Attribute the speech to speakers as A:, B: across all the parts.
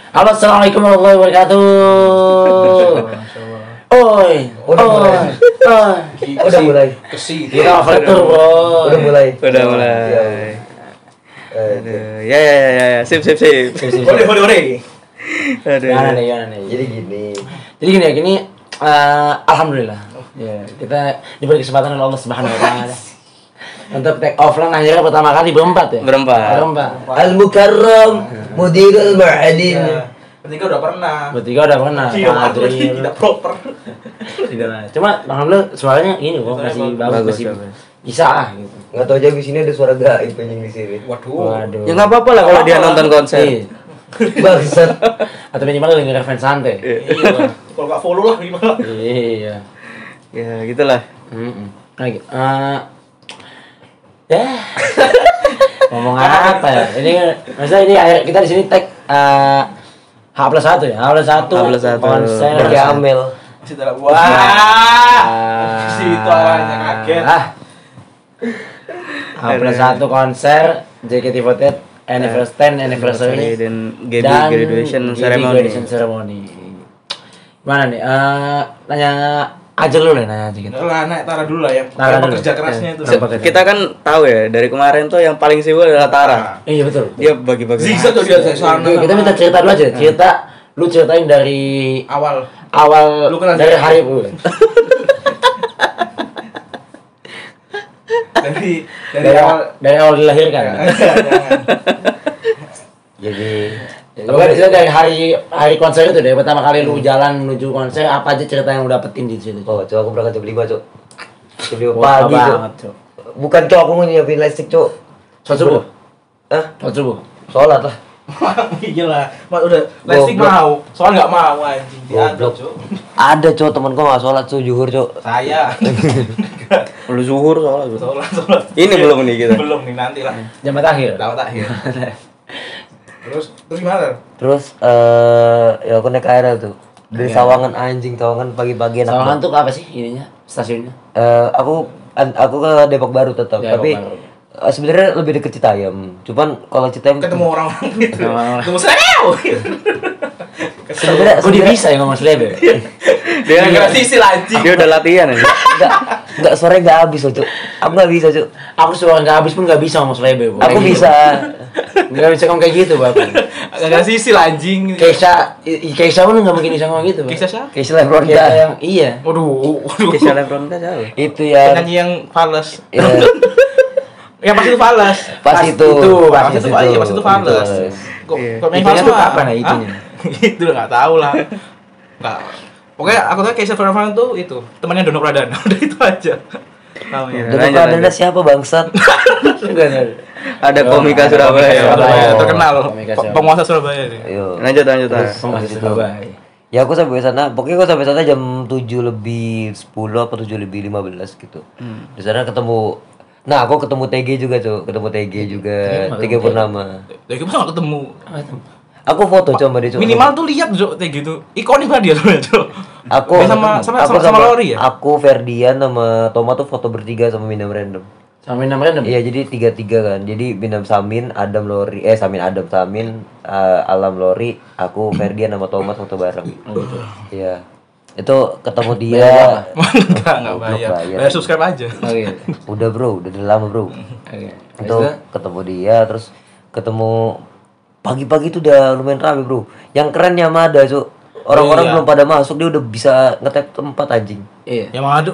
A: Halo, assalamualaikum warahmatullahi wabarakatuh. Oi,
B: Udah mulai. Udah mulai.
A: Kita overtur, bro.
B: Udah mulai.
C: Aduh, ya. Sip.
B: Ore.
C: Aduh.
A: Gimana nih?
B: Jadi gini.
A: Ya, gini, alhamdulillah. Ya, kita diberi kesempatan oleh Allah Subhanahu wa taala. Untuk take offline akhirnya pertama kali berempat ya?
C: Berempat.
B: Al-Mukarram Mudirul Ma'adin.
D: Bertiga udah pernah.
A: Iya,
D: Adri tidak proper.
A: Tidak lah. Cuma alhamdulillah suaranya ini kok masih bagus, masih bisa lah gitu.
B: Enggak tahu aja di sini ada suara gaib anjing di sini.
A: Waduh.
C: Ya nggak apa-apa lah kalau dia nonton konser.
A: Iya.
B: Bangsat.
A: Atau minimal dengerin fans santai.
D: Iya. Kalau nggak follow lah gimana?
A: Iya.
C: Ya gitulah.
A: Nah, gitu. Ya. Ngomong apa ya? Ini maksudnya ini kita di sini tag H+1 ya. H+1 konser
B: Lagi Amel.
D: Masih dalam. Wah. Situ arahnya kaget.
A: H+1 konser JKT48 anniversary
C: dan GB graduation ceremony.
A: Gimana nih? Nanya aja lu lah, nanya aja gitu.
D: Lah, naik Tara dulu lah yang
A: Tara dulu.
D: pekerja kerasnya itu.
C: Kita kan tahu ya dari kemarin tuh yang paling sibuk adalah Tara.
A: Iya betul.
C: Dia bagi-bagi.
D: Zigzag tuh dia sana.
A: Kita minta cerita dulu aja. Lu ceritain dari
D: awal. Lu kenal
A: dari
D: siapa?
A: hari lu. dari awal dilahirkan.
D: Jangan.
B: Jadi
A: Itu dari hari konser itu deh, pertama kali lu jalan menuju konser, apa aja cerita yang lu dapetin di situ?
B: oh, coba aku berangkat jam 5, Cok. Jam 5
A: Wah,
B: pagi,
A: banget,
B: Cok. Bukan, Cok, aku mau nyiapin listrik, Cok.
A: Sholat subuh?
B: Hah?
A: Sholat subuh?
B: Sholat lah.
D: Iya lah. Mak udah plastik mau. Soal enggak mau anjing. Dianggap, Cuk.
B: Ada, Cok, temanku enggak sholat, Cok, zuhur, Cok.
D: Saya.
C: Lu zuhur soalnya.
D: Sholat.
C: Ini belum nih kita.
D: Belum nih nanti lah.
A: Jamat akhir?
D: Lama akhir. Terus gimana?
B: Terus ya aku naik KRL tuh. Dari Sawangan anjing, Sawangan pagi-pagi enak.
A: Sawangan
B: banget.
A: tuh apa sih ininya? Stasiunnya?
B: Aku ke Depok Baru tetap,
A: Depok
B: tapi
A: Baru.
B: sebenarnya lebih deket Citayam. Cuman kalau Citayam
D: Ketemu orang. Ketemu Seleo.
B: sebenarnya
A: Kok dia bisa ya ngomong selebe?
C: Dia
D: Enggak sisi anjing.
C: dia udah latihan aja.
B: enggak sore enggak habis loh, Cuk. Aku enggak bisa, Cuk.
A: Aku suara nggak habis pun nggak bisa ngomong selebe. Bu.
B: Aku bisa.
A: Nggak bisa ngomong kayak gitu, Bapak.
D: Enggak sisi anjing.
A: Keisha pun nggak mungkin bisa ngomong gitu, Pak.
D: Kisah siapa?
B: Kayak Lebron
A: Keisha
B: dah.
A: yang iya.
D: Waduh.
C: Kisah Lebron kan jauh.
B: Itu ya.
D: Penyanyi yang fals.
B: Ya,
D: Yang pas itu fals.
B: pas itu.
D: Pas itu fals. Kok main
A: Itunya
D: fals
A: tuh
D: mah?
A: kapan ya itunya?
D: Itu enggak tahu lah. Enggak. Pokoknya aku tahu Keisha Fernandes tuh itu temannya Dono Pradana. Udah itu aja. Tahu ya.
B: Dono Pradana siapa bangsat?
C: Ada komika Surabaya.
D: Terkenal.
A: Komika Surabaya.
D: Penguasa Surabaya nih.
B: Ayo.
C: Lanjut.
A: Masih Surabaya.
B: Ya aku sampai sana, pokoknya aku sampai sana jam 7:10 apa 7:15 gitu. Di sana ketemu. Nah, aku ketemu TG juga, Cuk. Ketemu TG juga, TG Purnama.
D: Ya kita enggak ketemu.
B: Aku foto coba deh, Cuk.
D: Minimal tuh lihat Cuk kayak gitu. Ikonik banget dia tuh, Cuk.
B: Aku
D: sama Lori ya?
B: Aku Ferdian sama Toma tuh foto bertiga sama Minam Random.
A: Sama namanya
B: Iya, jadi 3-3 kan. Jadi Minam Samin, Adam Lori, Samin Adam Samin, Alam Lori, aku Ferdian sama Thomas foto bareng. Iya. Itu ketemu dia.
D: Enggak bayar. Bayar subscribe aja.
A: Oke.
B: Udah, Bro, udah lama, Bro.
A: Oke.
B: Itu ketemu dia, terus ketemu pagi-pagi tuh udah lumayan rame, Bro. Yang keren Yamada, Cuk. Orang-orang belum pada masuk, dia udah bisa nge-tap tempat anjing.
A: Iya.
D: Ya mah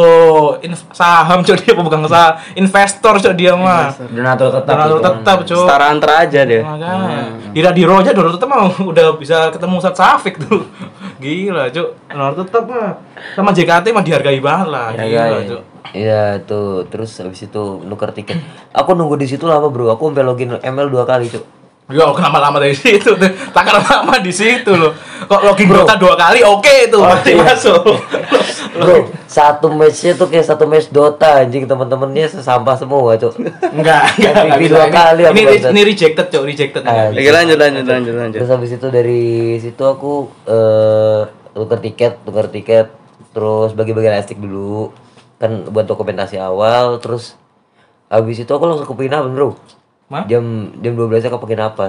D: saham Cuk dia pemegang saham, investor Cuk dia mah.
A: Donatur tetap.
D: Donatur
A: gitu.
D: tetap Cuk.
C: Setara antara aja dia.
D: Makanya di Radio aja donatur tetap mau udah bisa ketemu Ustaz Safik tuh. Gila Cuk. Donatur tetap mah sama JKT mah dihargai banget lah. Gila Cuk.
B: Iya, tuh. Terus habis itu nuker tiket. Aku nunggu di situ lama, Bro. Aku sampai login ML 2 kali, Cuk.
D: Ya, kenapa lama dari situ tuh? Takkan lama di situ loh. Kok login Dota 2 kali oke tuh pasti masuk.
B: Bro, satu matchnya tuh kayak satu match Dota anjing, teman-temannya sesampah semua, Cuk.
D: Enggak
B: Tapi
D: bisa.
B: 2 kali aku bangsat.
D: Ini rejected, Cuk, rejected.
B: Anjing.
C: Oke, lanjut.
B: Terus habis itu dari situ aku tuker tiket, terus bagi-bagi elastik dulu. Kan buat dokumentasi awal, terus habis itu aku langsung ke penginapan, Bro.
D: Hah?
B: Jam 12 ke penginapan.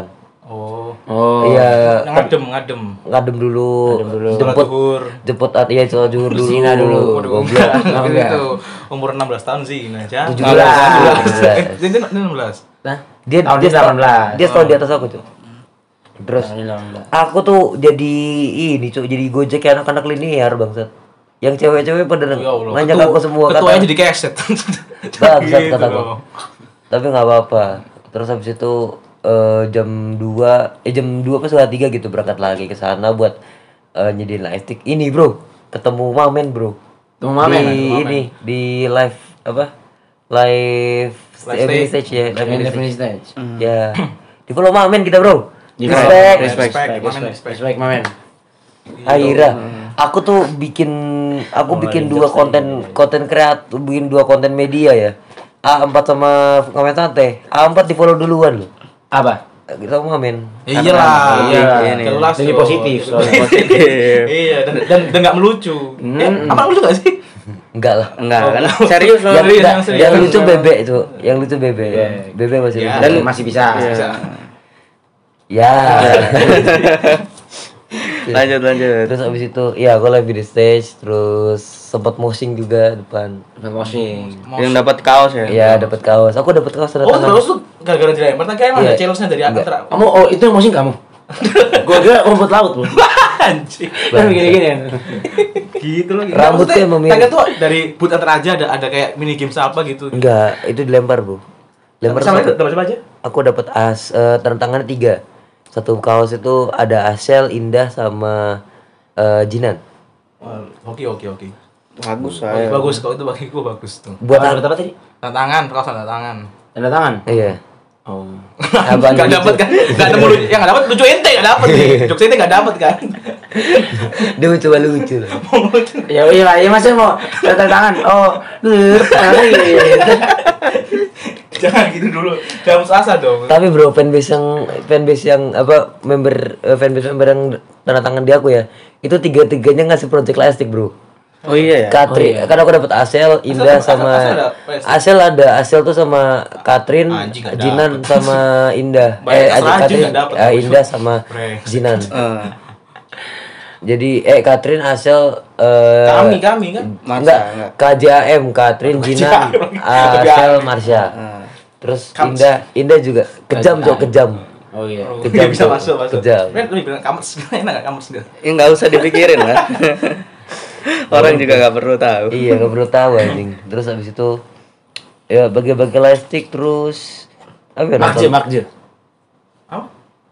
D: Oh.
B: Iya,
D: Ngadem
B: dulu. Jemput iya sholat zuhur dulu.
A: Zina dulu.
B: Goblok.
D: Itu umur 16 tahun sih, nah aja.
B: 17.
D: Ini 16.
A: Nah,
B: Dia
A: tahun
B: dia
A: 18.
B: dia setahun di atas aku, Cuk. Terus
A: Tahun 18.
B: aku tuh jadi ini, Cuk, jadi Gojek kayak anak-anak linear, bangsat. Yang cewek-cewek pada
D: Ya Allah,
B: ngajak aku semua
D: ketuanya jadi keset.
B: Bangsat
D: Gitu
B: kataku.
D: loh.
B: Tapi nggak apa-apa. Terus habis itu jam 2 pas setengah 3 gitu berangkat lagi ke sana buat nyediain lightstick. Ini, Bro. Ketemu Mamen, Bro.
A: Ketemu Mamen,
B: Di live apa? Live mini stage ya, live mini
A: Live
B: stage.
A: stage.
B: Ya. Di follow Mamen kita, Bro.
A: Respect, Mamen.
B: Akhirnya aku tuh bikin dua konten bikin dua konten media ya. A4 sama Ngamen Santai. A4 di follow duluan loh.
A: Apa?
B: Kita mau Ngamen.
D: Iyalah,
A: Iya.
D: jelas.
A: Jadi
D: dong.
A: positif soalnya.
D: Iya, dan enggak melucu. Apa lucu gak sih?
B: Enggak lah.
C: Enggak kan? Serius loh.
B: Yang lucu bebek itu. Yang lucu bebek. Bebek masih
D: Ya.
B: lucu.
A: Dan masih bisa.
B: Ya.
C: Lanjut.
B: Terus abis itu ya aku live di stage, terus sempat moshing juga depan.
A: Emosi.
C: Yang dapat kaos ya?
B: Iya, dapat kaos. Aku dapat kaos tanda
D: Oh,
B: tangan.
D: terus tuh gara-gara dilempar kan kayak emang
B: Iya.
D: ada challenge-nya dari antara.
A: Kamu itu emosi kamu? Gua kira rumput laut, Bro.
D: Anjing.
A: Kan begini-gini.
D: Gitu lagi.
B: Rambutnya memilih.
D: Tanya tuh dari boot antar aja ada kayak mini games apa gitu.
B: Enggak, itu dilempar, Bro. Lempar
D: Sama
B: satu.
D: itu dapat apa aja?
B: Aku dapat tanda tangannya 3. Satu kaos itu ada Asel, Indah sama Jinan.
D: Wah, oke.
C: Bagus saya.
D: Bagus kok itu bagi gua bagus tuh.
B: Buat
A: apa tadi?
D: Tanda tangan, kaos tanda tangan.
A: Tanda tangan.
B: Iya.
A: Oh.
B: Apaan
D: Enggak
B: lucu?
D: dapat kan? Enggak nemu lucu. Yang enggak dapat lucu ente enggak dapat nih. Jokes ente enggak dapat kan.
B: Dia mau coba lucu loh.
A: Ya iya Mas mau tanda tangan. Oh, gitu.
D: Jangan gitu dulu. Jangan selasa dong.
B: Tapi bro, fanbase yang apa fanbase member yang tanda tangan di aku ya, itu tiga-tiganya ngasih project lightstick bro.
C: Oh iya ya.
B: Katrin, kan aku dapat Asel, Indah sama Asel tuh sama Katrin,
D: Anjing, nggak
B: Jinan sama Indah.
D: Banyak Asel aja
B: Katrin,
D: nggak dapet.
B: Indah sama
D: Brengsek.
B: Jinan. Jadi Katrin, Asel,
D: Kami kan.
B: enggak, KJAM, Katrin, Jinan, Asel, Marsha. Terus
D: Kams.
B: Indah juga kejam Cok, kejam.
A: Oh iya.
D: Dia bisa
B: Cok,
D: masuk.
B: Kejam.
D: Men lebih bilang kamers enak enggak kamers enggak?
C: Ya nggak usah dipikirin lah. Orang juga nggak perlu tahu.
B: Iya, gak perlu tahu anjing. Terus habis itu ya bagi-bagi lightstick terus apa ya?
A: Makje.
D: Apa?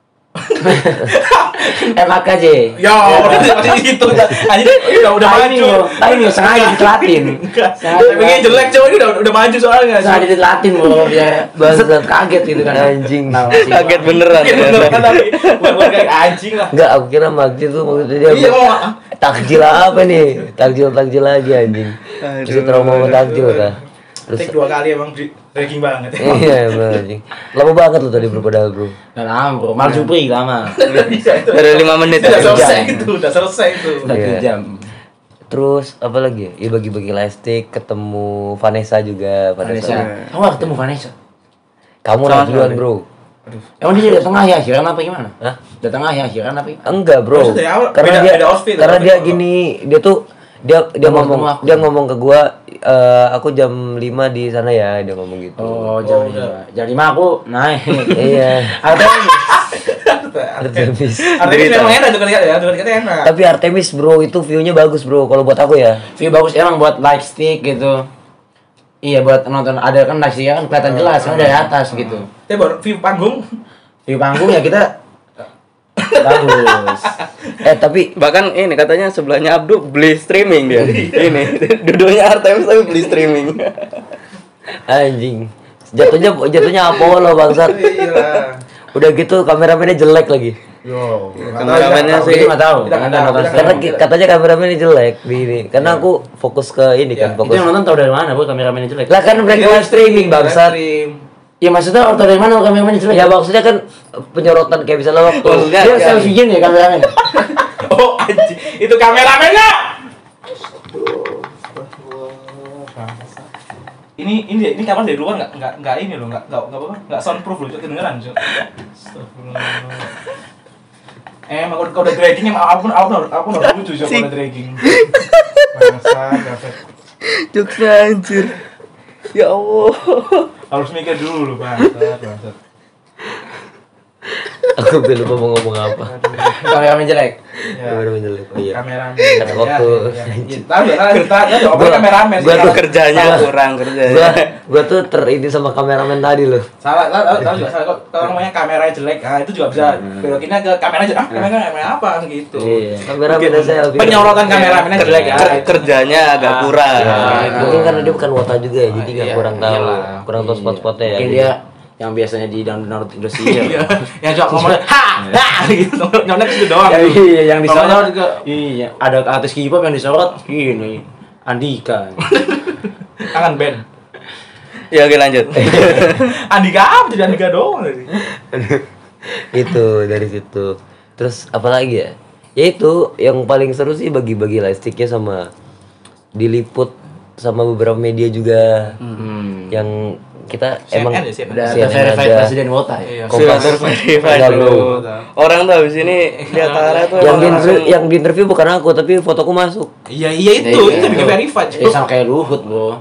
A: MKJ.
D: Ya, masih gitu. Anjing udah maju.
A: Timing sengaja ditelatin.
D: Saya pengen jelek coba ini udah maju soalnya.
A: Sengaja ditelatin bro biar
B: Bangsat.
A: kaget gitu kan.
B: Anjing.
C: Kaget beneran.
D: Beneran tapi buat kayak anjing lah.
B: Enggak, aku kira Magji tuh maksudnya dia
D: Iya, mau
B: takjil apa nih? Takjil lagi anjing. Terus trauma sama takjil kan. Terus
D: take 2 kali emang breaking banget.
B: iya bener anjing. Lama banget lu tadi bro padahal bro.
A: Nggak lama bro, Mal Supri lama.
D: Bisa itu.
C: Baru 5 menit.
D: Udah
C: ya?
D: selesai itu.
A: 1
B: Iya.
A: jam.
B: Terus apa lagi ya? Ya bagi-bagi lightstick, ketemu Vanessa juga,
A: Vanessa. Kamu nggak ketemu Vanessa?
B: Kamu
C: Sama
B: duluan
C: sekali.
B: bro.
A: Emang dia datang ya akhiran apa gimana?
B: Hah?
A: Datang ya akhiran apa?
B: Enggak bro,
D: Maksudnya dari awal
B: karena
D: beda-
B: dia
D: beda outfit,
B: karena
D: outfit
B: dia
D: kalau-
B: gini, dia
A: Ketemu
B: ngomong
A: aku.
B: dia ngomong ke gua, aku jam 5 di sana ya, dia ngomong gitu.
A: Oh jam 5. Jam 5 aku naik.
B: Iya.
A: Artemis.
D: Artemis memang enak tuh kan ya, tuh kan enak.
B: Tapi Artemis bro itu view-nya bagus bro, kalau buat aku ya.
A: View bagus emang buat lightstick gitu. Iya buat nonton ada kan lightstick kan kelihatan jelas kan dari atas gitu.
D: Tapi baru view panggung.
A: View panggung ya kita bagus.
B: Tapi
C: Bahkan ini katanya sebelahnya Abdu beli streaming dia. Ini duduknya Artemis tapi beli streaming.
B: anjing, jatuhnya Apollo bangsat.
D: Iya.
B: Udah gitu kameramennya jelek lagi.
D: Yo.
C: Kameramennya sih
A: Kita nggak tahu.
D: Kita nggak
A: Kita
D: tahu.
A: nonton
D: Kita
B: Karena
A: streaming.
B: katanya kameramennya jelek di ini. Karena aku fokus ke ini kan,
D: Iya.
A: Itu
B: fokus.
A: yang nonton tahu dari mana bu kameramennya jelek?
B: Lah kan mereka live streaming bangsat.
A: Ya maksudnya tahu dari mana kameramennya jelek?
B: Ya maksudnya kan penyorotan kayak misalnya waktu
C: Oh, enggak.
A: Dia selfie gini ya kameramen.
D: Oh anjing, itu kameramennya. ini kamar dari luar nggak ini loh, nggak apa, nggak soundproof loh, kedengeran Cuk. Emang kalau udah dragging aku udah lucu Cuk kalau dragging. Bangsat.
C: Jokesnya anjir. Ya Allah.
D: Harus mikir dulu bangsat.
B: Aku udah lupa mau ngomong apa.
A: Kameramen jelek.
B: Kameramen jelek. Oh iya.
D: Kameramen.
B: Kata waktu.
D: Tahu kameramen.
C: Gua tuh kerjanya kurang kerjanya.
B: Gua tuh ini sama kameramen tadi loh.
D: Salah juga salah kok. Kalau ngomongnya kameranya jelek, itu juga bisa belokinnya ke kamera aja. Kamera apa gitu.
B: Iya. Kameramen selfie.
D: Penyorotan kameramennya jelek ya.
C: Kerjanya agak kurang.
B: Mungkin karena dia bukan wota juga ya, jadi nggak kurang tahu, kurang tahu spot-spotnya ya.
A: Mungkin dia yang biasanya di Naruto Indonesia.
D: Yang cuma ngomong gitu. Nyontek situ doang.
A: Iya, yang disorot juga. Iya, ada artis K-pop yang disorot gini. Andika.
D: Kangen band.
C: Ya oke lanjut.
D: Andika apa jadi Andika doang tadi.
B: Itu dari situ. Terus apa lagi ya? Ya itu yang paling seru sih bagi-bagi lightsticknya sama diliput sama beberapa media juga. Yang kita emang
A: udah verified presiden Wota ya.
B: Kompas
C: Verified dulu. Orang tuh habis ini lihat Tara tuh
B: yang di interview bukan aku tapi fotoku masuk.
D: Iya itu bikin verified.
A: Sama kayak Luhut, Bro.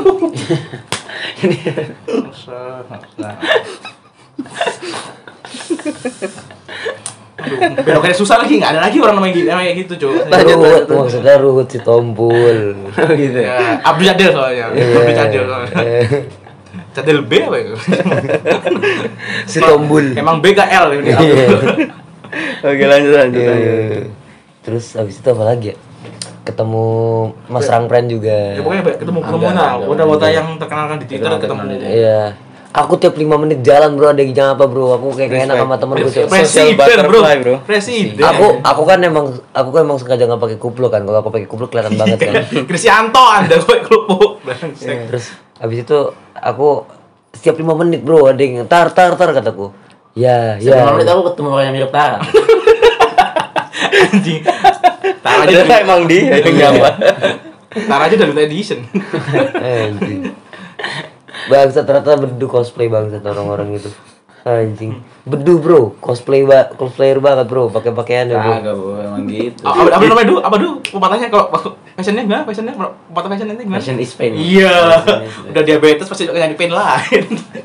D: Belokannya susah lagi, nggak ada lagi orang namanya gitu, Cuk.
B: Ruhut, maksudnya Ruhut si Tompul.
A: Gitu ya.
D: Abdul Jadil soalnya. Abdul Jadil soalnya. Jadil B apa itu?
B: Si Tombul.
D: Emang B ke L ini.
C: Oke lanjut.
B: Terus abis itu apa lagi ya? Ketemu Mas Rangpren juga.
D: Ya pokoknya ketemu nah. Udah Wota yang terkenal kan di Twitter ketemu.
B: Iya. Aku tiap 5 menit jalan bro, ada jam apa bro? Aku kayak enak sama temen gue.
D: Presiden bro. Presiden.
B: Aku kan emang sengaja nggak pakai kupluk kan. Kalau aku pakai kupluk kelihatan banget kan.
D: Krisyanto Anda pakai kupluk.
B: Terus abis itu aku setiap 5 menit bro ada yang tar kataku. Ya.
A: 5 menit aku ketemu orang yang mirip Tara.
D: Anjing.
C: Tara aja emang dia yang nyapa.
D: Tara aja udah edition.
B: Anjing. Bangsa ternyata bedu cosplay bangsa orang-orang itu. Anjing. Bedu bro, cosplayer banget bro, pakai pakaiannya bro.
A: Kagak bro, emang gitu.
D: Apa namanya dulu? Apa dulu? Pepatahnya kalau fashionnya gimana? Pepatah fashionnya gimana?
A: Fashion is pain.
D: Iya. Udah diabetes pasti nyari pain lain.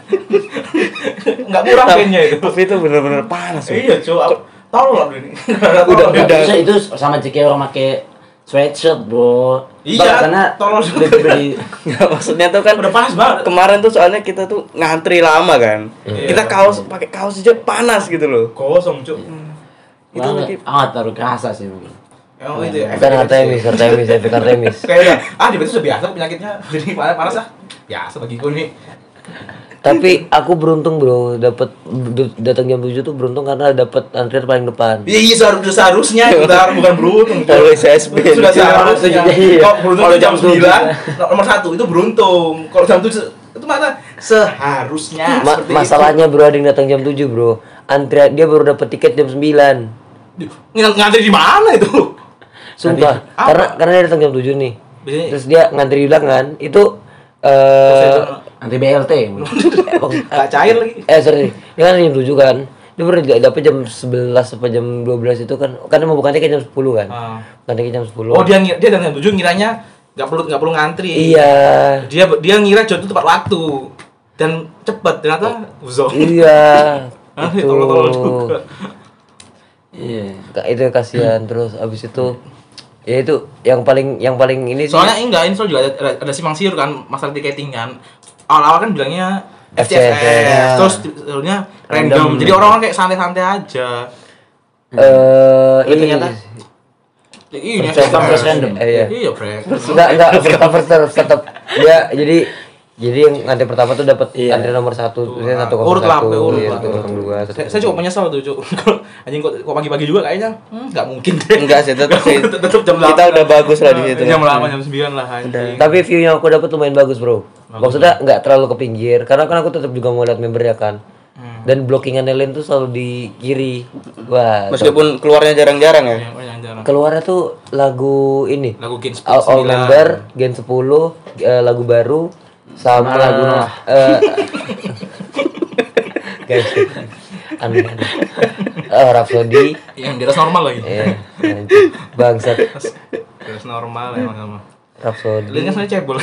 D: Enggak kurang painnya itu.
C: Tapi itu bener-bener panas.
D: Iya, Cuk. Tolol lah ini.
A: Udah itu sama kayak orang pakai sweatshirt bro.
D: Iya,
A: karena
D: tolol
C: Nggak, maksudnya tuh kan
D: udah panas banget.
C: kemarin tuh soalnya kita tuh ngantri lama kan. Kita pakai kaos aja panas gitu loh.
D: Kosong, Cuk.
C: Itu lagi
A: taruh kerasa sih mungkin.
D: Emang itu ya.
B: Kan Artemis, efek Artemis.
D: Kayaknya diabetes udah biasa penyakitnya. Jadi panas ah. Biasa bagiku nih.
B: Tapi aku beruntung bro, datang jam 7 tuh beruntung karena dapat antrian paling depan.
D: Iya seharusnya kita bukan beruntung.
C: Kalau SSB
D: Sudah seharusnya. Kalau beruntung
A: Kalau
D: jam
A: jam
D: 9 nomor 1 itu beruntung. Kalau jam 7 itu mana seharusnya seperti
B: Masalahnya bro ada yang datang jam 7 bro. Antrian dia baru dapat tiket jam 9.
D: ngantri di mana itu?
B: Sumpah. Karena dia datang jam 7 nih.
D: Biasanya-
B: Terus dia ngantri di belakang itu
A: Anti BLT.
D: Gak cair lagi.
B: sorry. Dia kan jam 7 kan. Dia baru dapet jam 11 sampai jam 12 itu kan. Karena mau bukan tiket jam 10 kan. Bukan tiket jam 10.
D: Oh dia jam 7 ngiranya nggak perlu ngantri.
B: Iya.
D: Dia ngira jam itu tepat waktu dan cepet ternyata uzon.
B: Iya. Itu.
D: Tolol juga.
A: Iya.
B: Itu kasihan terus abis itu ya itu yang paling ini sih.
D: Soalnya enggak, ini soal juga ada simpang siur kan masalah tiketing kan. Awal-awal kan bilangnya
B: FCS,
D: FCS, terus sebenarnya random. Jadi orang-orang kayak santai-santai aja.
B: Ini
A: ternyata
D: Ini
A: First random.
B: Iya.
D: Iya, Brek.
B: Enggak first tetap dia jadi yang nanti pertama tuh dapat antri nomor 1, terusnya 101.
D: Urut lah, urut
B: iya,
D: lah.
B: 102.
D: Saya cukup menyesal tuh, Cuk. Anjing kok pagi-pagi juga kayaknya. Enggak mungkin deh.
C: Enggak sih, tetap
D: jam 8.
C: kita udah bagus lah di situ.
D: Jam 8, jam 9 lah anjing.
B: Tapi view yang aku dapat lumayan bagus, Bro. Maksudnya enggak terlalu ke pinggir karena kan aku tetap juga mau lihat membernya kan. Dan blockingannya lain tuh selalu di kiri. Wah.
C: Meskipun keluarnya jarang-jarang ya.
D: Jarang.
B: Keluarnya tuh lagu ini.
D: Lagu Gen 10.
B: All Member, Gen 10, lagu baru, sama
A: lagu Noah.
B: Guys, aneh-aneh. Rhapsody.
D: Yang di atas normal lagi.
B: Iya, bangsat.
D: Terus normal emang sama.
B: Rhapsody.
D: Linknya sebenarnya cebol.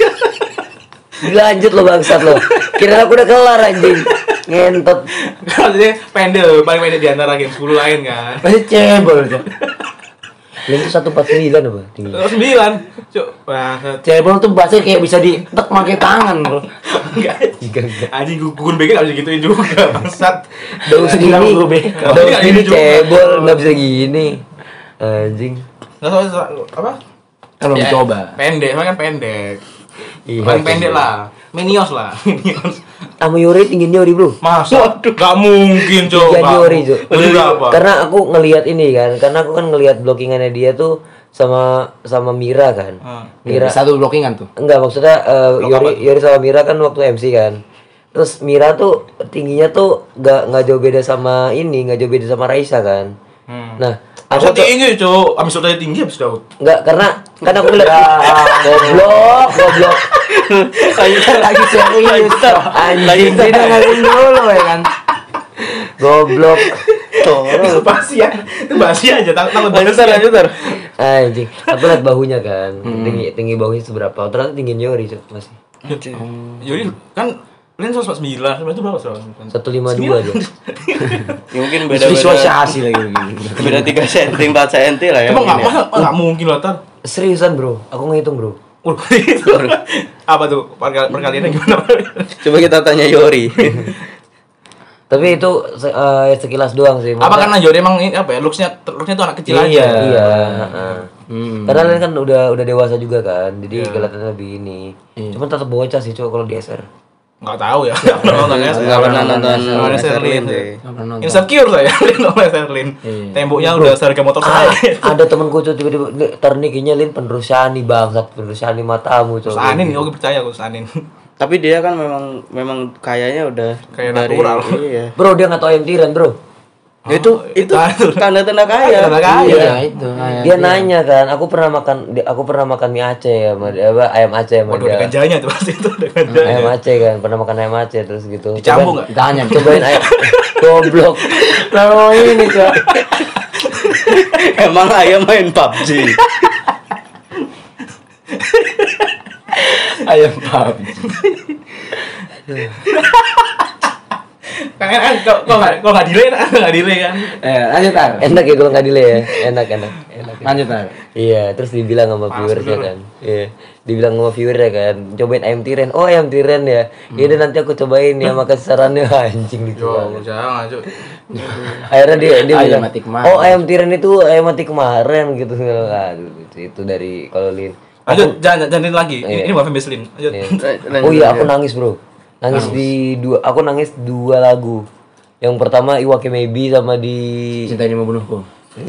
B: Lanjut lo bangsat lo. Kira aku udah kelar anjing. Ngentot.
D: Kalau dia pendek, paling pendek di antara game 10 lain kan.
A: Masih cebol aja.
B: Link itu 149 apa? Tinggi.
D: 9. Cuk, banget.
A: Cebol tuh bahasa kayak bisa ditek pakai tangan, Bro.
D: Enggak.
B: Enggak.
D: Anjing gugun BG enggak bisa gituin juga, bangsat.
B: Daun segini.
A: Gila, bro,
B: Daun
D: Nggak
B: segini
D: gini juga.
B: cebol enggak bisa gini. Anjing.
D: Enggak tahu apa?
A: Kalau
D: Ya,
A: dicoba.
D: Pendek, emang kan pendek.
B: Iya.
D: Paling pendek lah. Minions lah. Minions.
B: Sama Yori tingginya Yori, Bro.
D: Masa? Gak mungkin, Cok.
B: Tiga Yori, Cok.
D: Lu berapa?
B: Karena aku ngelihat ini kan, karena aku kan ngelihat blockingannya dia tuh sama Mira kan. Mira
A: Satu blockingan tuh.
B: enggak maksudnya Yori sama Mira kan waktu MC kan. Terus Mira tuh tingginya tuh nggak jauh beda sama ini, nggak jauh beda sama Raisa kan. Nah,
D: Aku
B: aku tuh
D: tinggi, Cok. Abis udah tinggi abis Daud.
B: enggak karena kan aku ngeliat goblok.
A: Lagi serius. Anjing, dia dengerin dulu ya kan.
B: Goblok.
D: Itu basi ya. Itu basi aja. Takut
C: Lanjut.
B: Anjing. Aku liat bahunya kan. Tinggi bahunya seberapa? Ternyata tinggi Yori Cok, masih.
D: Yuri kan Lin 149, sebenarnya itu berapa
B: 152 aja.
C: Ya mungkin beda-beda.
A: Visualisasi lagi begini.
C: Beda 3 cm, 4 cm lah ya.
D: Emang
C: mungkin ya.
D: nggak mungkin lah, Tan.
B: Seriusan, Bro. Aku ngitung, Bro.
D: Apa tuh perkaliannya gimana?
C: Coba kita tanya Yori.
B: Tapi itu sekilas doang sih.
D: Apa karena Yuri emang ini apa ya? Looksnya tuh anak kecil aja.
B: Iya, heeh. Karena Len kan udah dewasa juga kan. Jadi kelihatan lebih ini. Cuman tetap bocah sih, Cok, kalau di SR.
D: Nggak tahu ya. Nggak pernah nonton ya.
C: Nggak pernah nonton
D: Serlin.
C: Serlin sih.
D: Insecure saya Lin oleh Serlin. Temboknya udah seharga motor saya.
B: Ada temenku tuh tiba-tiba ntar nih kayaknya Lin penerus Shani bangsat, penerus Shani matamu, Cok.
D: Sanin, oke percaya aku Sanin.
C: Tapi dia kan memang kayaknya udah
D: Kayak natural.
C: Iya.
B: Bro, dia nggak tahu ayam tiran, Bro.
C: Ya itu tanda-tanda kaya.
D: Tanda kaya.
A: Iya, itu.
B: Dia nanya kan, aku pernah makan mie Aceh ya, sama ayam Aceh sama
D: Waduh,
B: dia.
D: ada ganjanya tuh pasti itu ada
B: Ayam
D: ganjanya.
B: Aceh kan, pernah makan ayam Aceh terus gitu.
D: Dicampur nggak?
A: Ditanya.
B: Cobain ayam goblok.
A: Kalau ini, Cok.
C: Emang ayam main PUBG.
A: Ayam PUBG.
D: Kok nggak delay kan?
A: Lanjut, Tar.
B: Enak ya kalau nggak delay ya. Enak.
A: Lanjut, Tar.
B: Iya, terus dibilang sama viewersnya kan. Iya, dibilang sama viewersnya kan, cobain ayam tiren. Oh, ayam tiren ya. Iya, deh nanti aku cobain ya, makasih sarannya anjing gitu.
D: Yo, jangan, Cuk.
B: Akhirnya dia
A: Ayam
B: bilang,
A: mati kemarin.
B: "Oh, ayam tiren itu ayam mati kemarin" gitu. Aduh, itu dari kalau Lin.
D: Lanjut, jangan lagi.
B: Iya.
D: Ini bukan Lin. Lanjut.
B: Iya. Oh iya, aku nangis, Bro. Aku nangis dua lagu. Yang pertama Iwake Maybe sama di
A: Cinta ini membunuhku.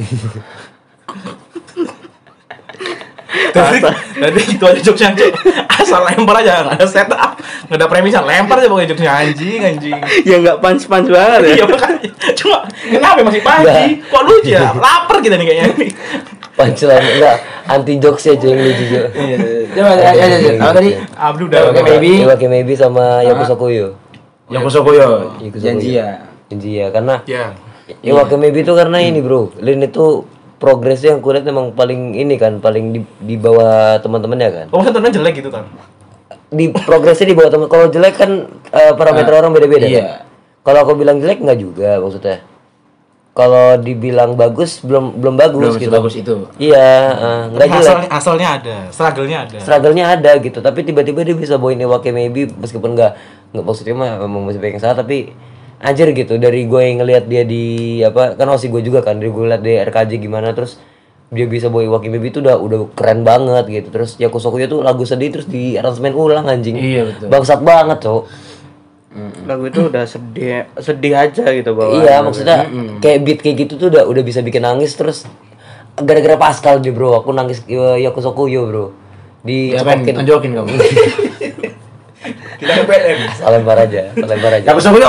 D: Tadi itu aja jokesnya, Cuk. Asal lempar aja, nggak ada setup, nggak ada premisnya, lempar aja pokoknya jokesnya anjing.
C: Ya nggak punch banget ya.
D: Iya makanya. Cuma kenapa masih pagi? Kok lucu ya? Lapar kita nih kayaknya.
B: punchline enggak anti jokes aja yang lucu juga.
A: Coba ya. Apa tadi?
D: Abdu udah
A: Iwake Maybe.
B: Iwake Maybe sama Yakusokuyo.
A: Yakusokuyo. Janji ya.
B: Janji ya, karena
D: ya.
B: Iwake Maybe itu karena ini, Bro. Lin itu progresnya yang kulihat memang paling ini kan, paling di bawah teman-temannya kan.
D: Oh, maksudnya temen jelek gitu kan?
B: Di progresnya di bawah teman. Kalau jelek kan parameter orang beda-beda.
A: Iya.
B: Kan? Kalau aku bilang jelek enggak juga maksudnya. Kalau dibilang bagus belum bagus
A: Belum
B: gitu.
A: sebagus itu.
B: Iya, enggak jelek.
D: Hasilnya ada, struggle-nya ada.
B: Struggle-nya ada gitu, tapi tiba-tiba dia bisa bawain Iwake Maybe meskipun enggak maksudnya mah memang masih banyak yang salah, tapi anjir gitu dari gue yang ngelihat dia di apa kan osi gue juga kan, dari gue lihat di RKJ gimana, terus dia bisa bawa Iwake Maybe itu udah keren banget gitu. Terus Yakusokuyo tuh lagu sedih terus di aransemen ulang anjing.
A: Iya, betul.
B: Bangsat banget, Cok.
C: Lagu itu udah sedih aja gitu bawaan.
B: Iya, maksudnya kayak beat kayak gitu tuh udah bisa bikin nangis. Terus gara-gara Pascal dia, Bro, aku nangis Yakusokuyo, Bro.
A: Dicepetin tonjokin kamu.
D: Kita PPM.
B: lempar aja.
A: Yakusokuyo.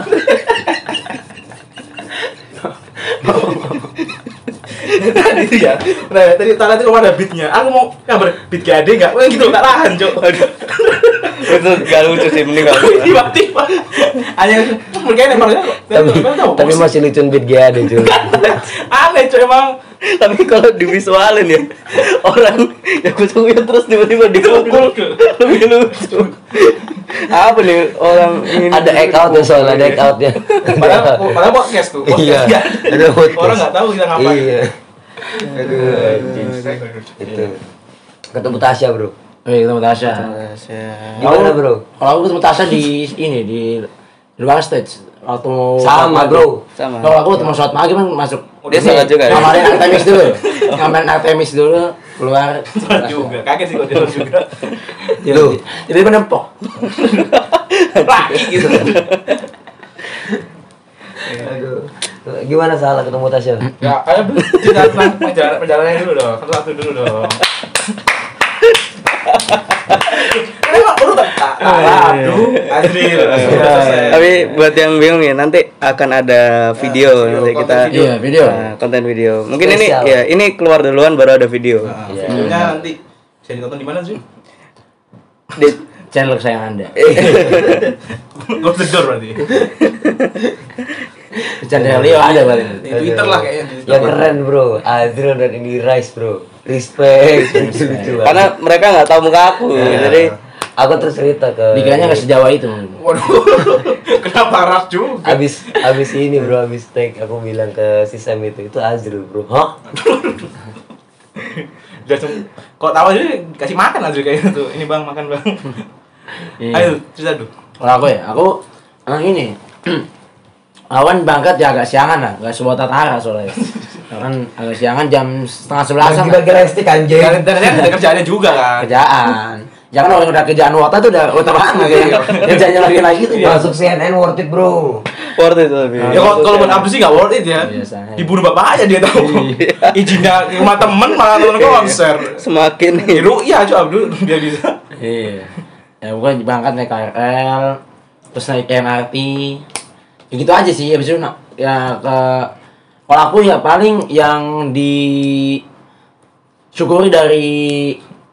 D: Tadi ya. Tadi tadi kok ada beatnya. Aku mau gambar beat GAD enggak? Wah gitu enggak tahan, Cuk.
C: Itu gak lucu sih, mending gak lucu.
D: Tiba-tiba hanya mungkin emangnya
B: Tapi masih lucu beat GAD cuy.
D: aneh cuy emang.
C: Tapi kalau divisualin ya, orang yang kucingnya terus tiba-tiba dipukul lebih lucu. Apa nih orang ini?
B: Ada act outnya soalnya, ada act outnya.
D: Padahal podcast tuh.
B: Iya. Ada podcast.
D: Orang nggak tahu kita ngapain.
B: Iya. Itu. Ketemu Tasya bro.
A: Ketemu Tasya.
B: Gimana bro?
A: Kalau aku ketemu Tasya di ini di luar stage waktu
B: Sama bro.
C: Sama.
A: Kalau aku ketemu sholat maghrib kan masuk.
C: Dia salah juga ya?
A: Ngamarin Artemis dulu. Ngamarin Artemis dulu keluar.
D: Salah juga. Kaget sih kalau dia juga.
B: Lu.
A: Jadi menempok.
D: Lagi gitu.
B: Aduh. Gimana salah ketemu Tasya?
D: Ya, ayo cerita tentang perjalanannya dulu dong. Satu-satu dulu dong. Ini mah urut aduh, Adril.
C: Tapi buat yang bingung ya, nanti akan ada video nanti kita
A: Iya, video.
C: konten video. Mungkin
B: Spesial.
C: ini ya, ini keluar duluan baru ada video.
D: Videonya nanti bisa ditonton di mana sih?
C: Di
A: Channel kesayangan Anda.
D: Close the door berarti.
A: Channel Leo ada berarti.
D: Di Twitter lah kayaknya. di Twitter.
B: Yang keren bro, Azril dan Indi Rice bro. Respect. Lucu-lucu.
C: karena mereka nggak tahu muka aku, jadi
B: aku terus cerita ke
A: Dikiranya nggak sejawa itu.
D: Waduh. Kenapa ras juga?
B: abis ini bro, abis take aku bilang ke si Sam itu Azril bro. Hah?
D: Kok tahu aja kasih makan aja kayak gitu. Ini Bang, makan Bang.
A: Iya.
D: Ayo, cerita dulu.
A: Kalau aku ya, aku ini awan berangkat ya agak siangan lah, nggak sebuah tatara soalnya. Kan agak siangan jam 10:30
B: Bagi restik anjing.
D: Dan ada kerjaannya juga kan.
A: kerjaan. Jangan orang udah kerjaan wota tuh udah wota banget ya. Kerjanya lagi tuh ya.
B: Masuk CNN worth it bro.
C: worth it tapi.
D: Ya kalau buat Abdul sih nggak worth it ya.
A: Biasanya.
D: Dibunuh bapaknya dia tahu. Izinnya ke rumah temen malah nonton konser.
C: Semakin
D: Biru ya cuy Abdul dia bisa.
A: Iya. Ya bukan berangkat naik KRL, terus naik MRT. Ya gitu aja sih, habis itu ya ke kalau aku ya paling yang disyukuri dari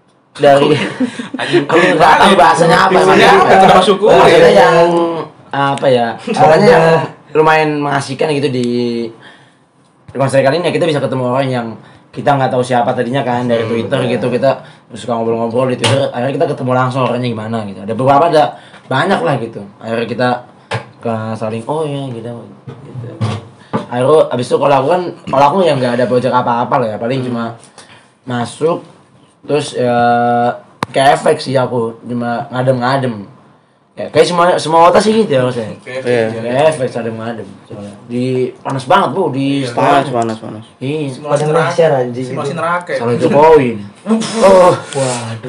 A: aku nggak tahu bahasanya apa
D: Bahasanya apa?
A: ya.
D: Kenapa syukur?
A: Bahasanya yang apa ya? Caranya yang lumayan mengasihkan gitu di konser kali ini ya, kita bisa ketemu orang yang kita nggak tahu siapa tadinya kan dari Twitter gitu, kita suka ngobrol-ngobrol di Twitter, akhirnya kita ketemu langsung orangnya gimana gitu. Ada beberapa, ada banyak lah gitu. Akhirnya kita ke saling oh ya gitu. Akhirnya abis itu kalau aku yang nggak ada project apa-apa lah ya, paling cuma masuk terus ya kayak efek sih aku cuma ngadem ya kayak semua otak sih gitu ya harusnya. Kayak efek ngadem soalnya di panas banget bu di
C: panas.
A: iya
D: Simulasi
B: Malaysia, anjing.
D: Simulasi neraka.
A: salah Jokowi oh waduh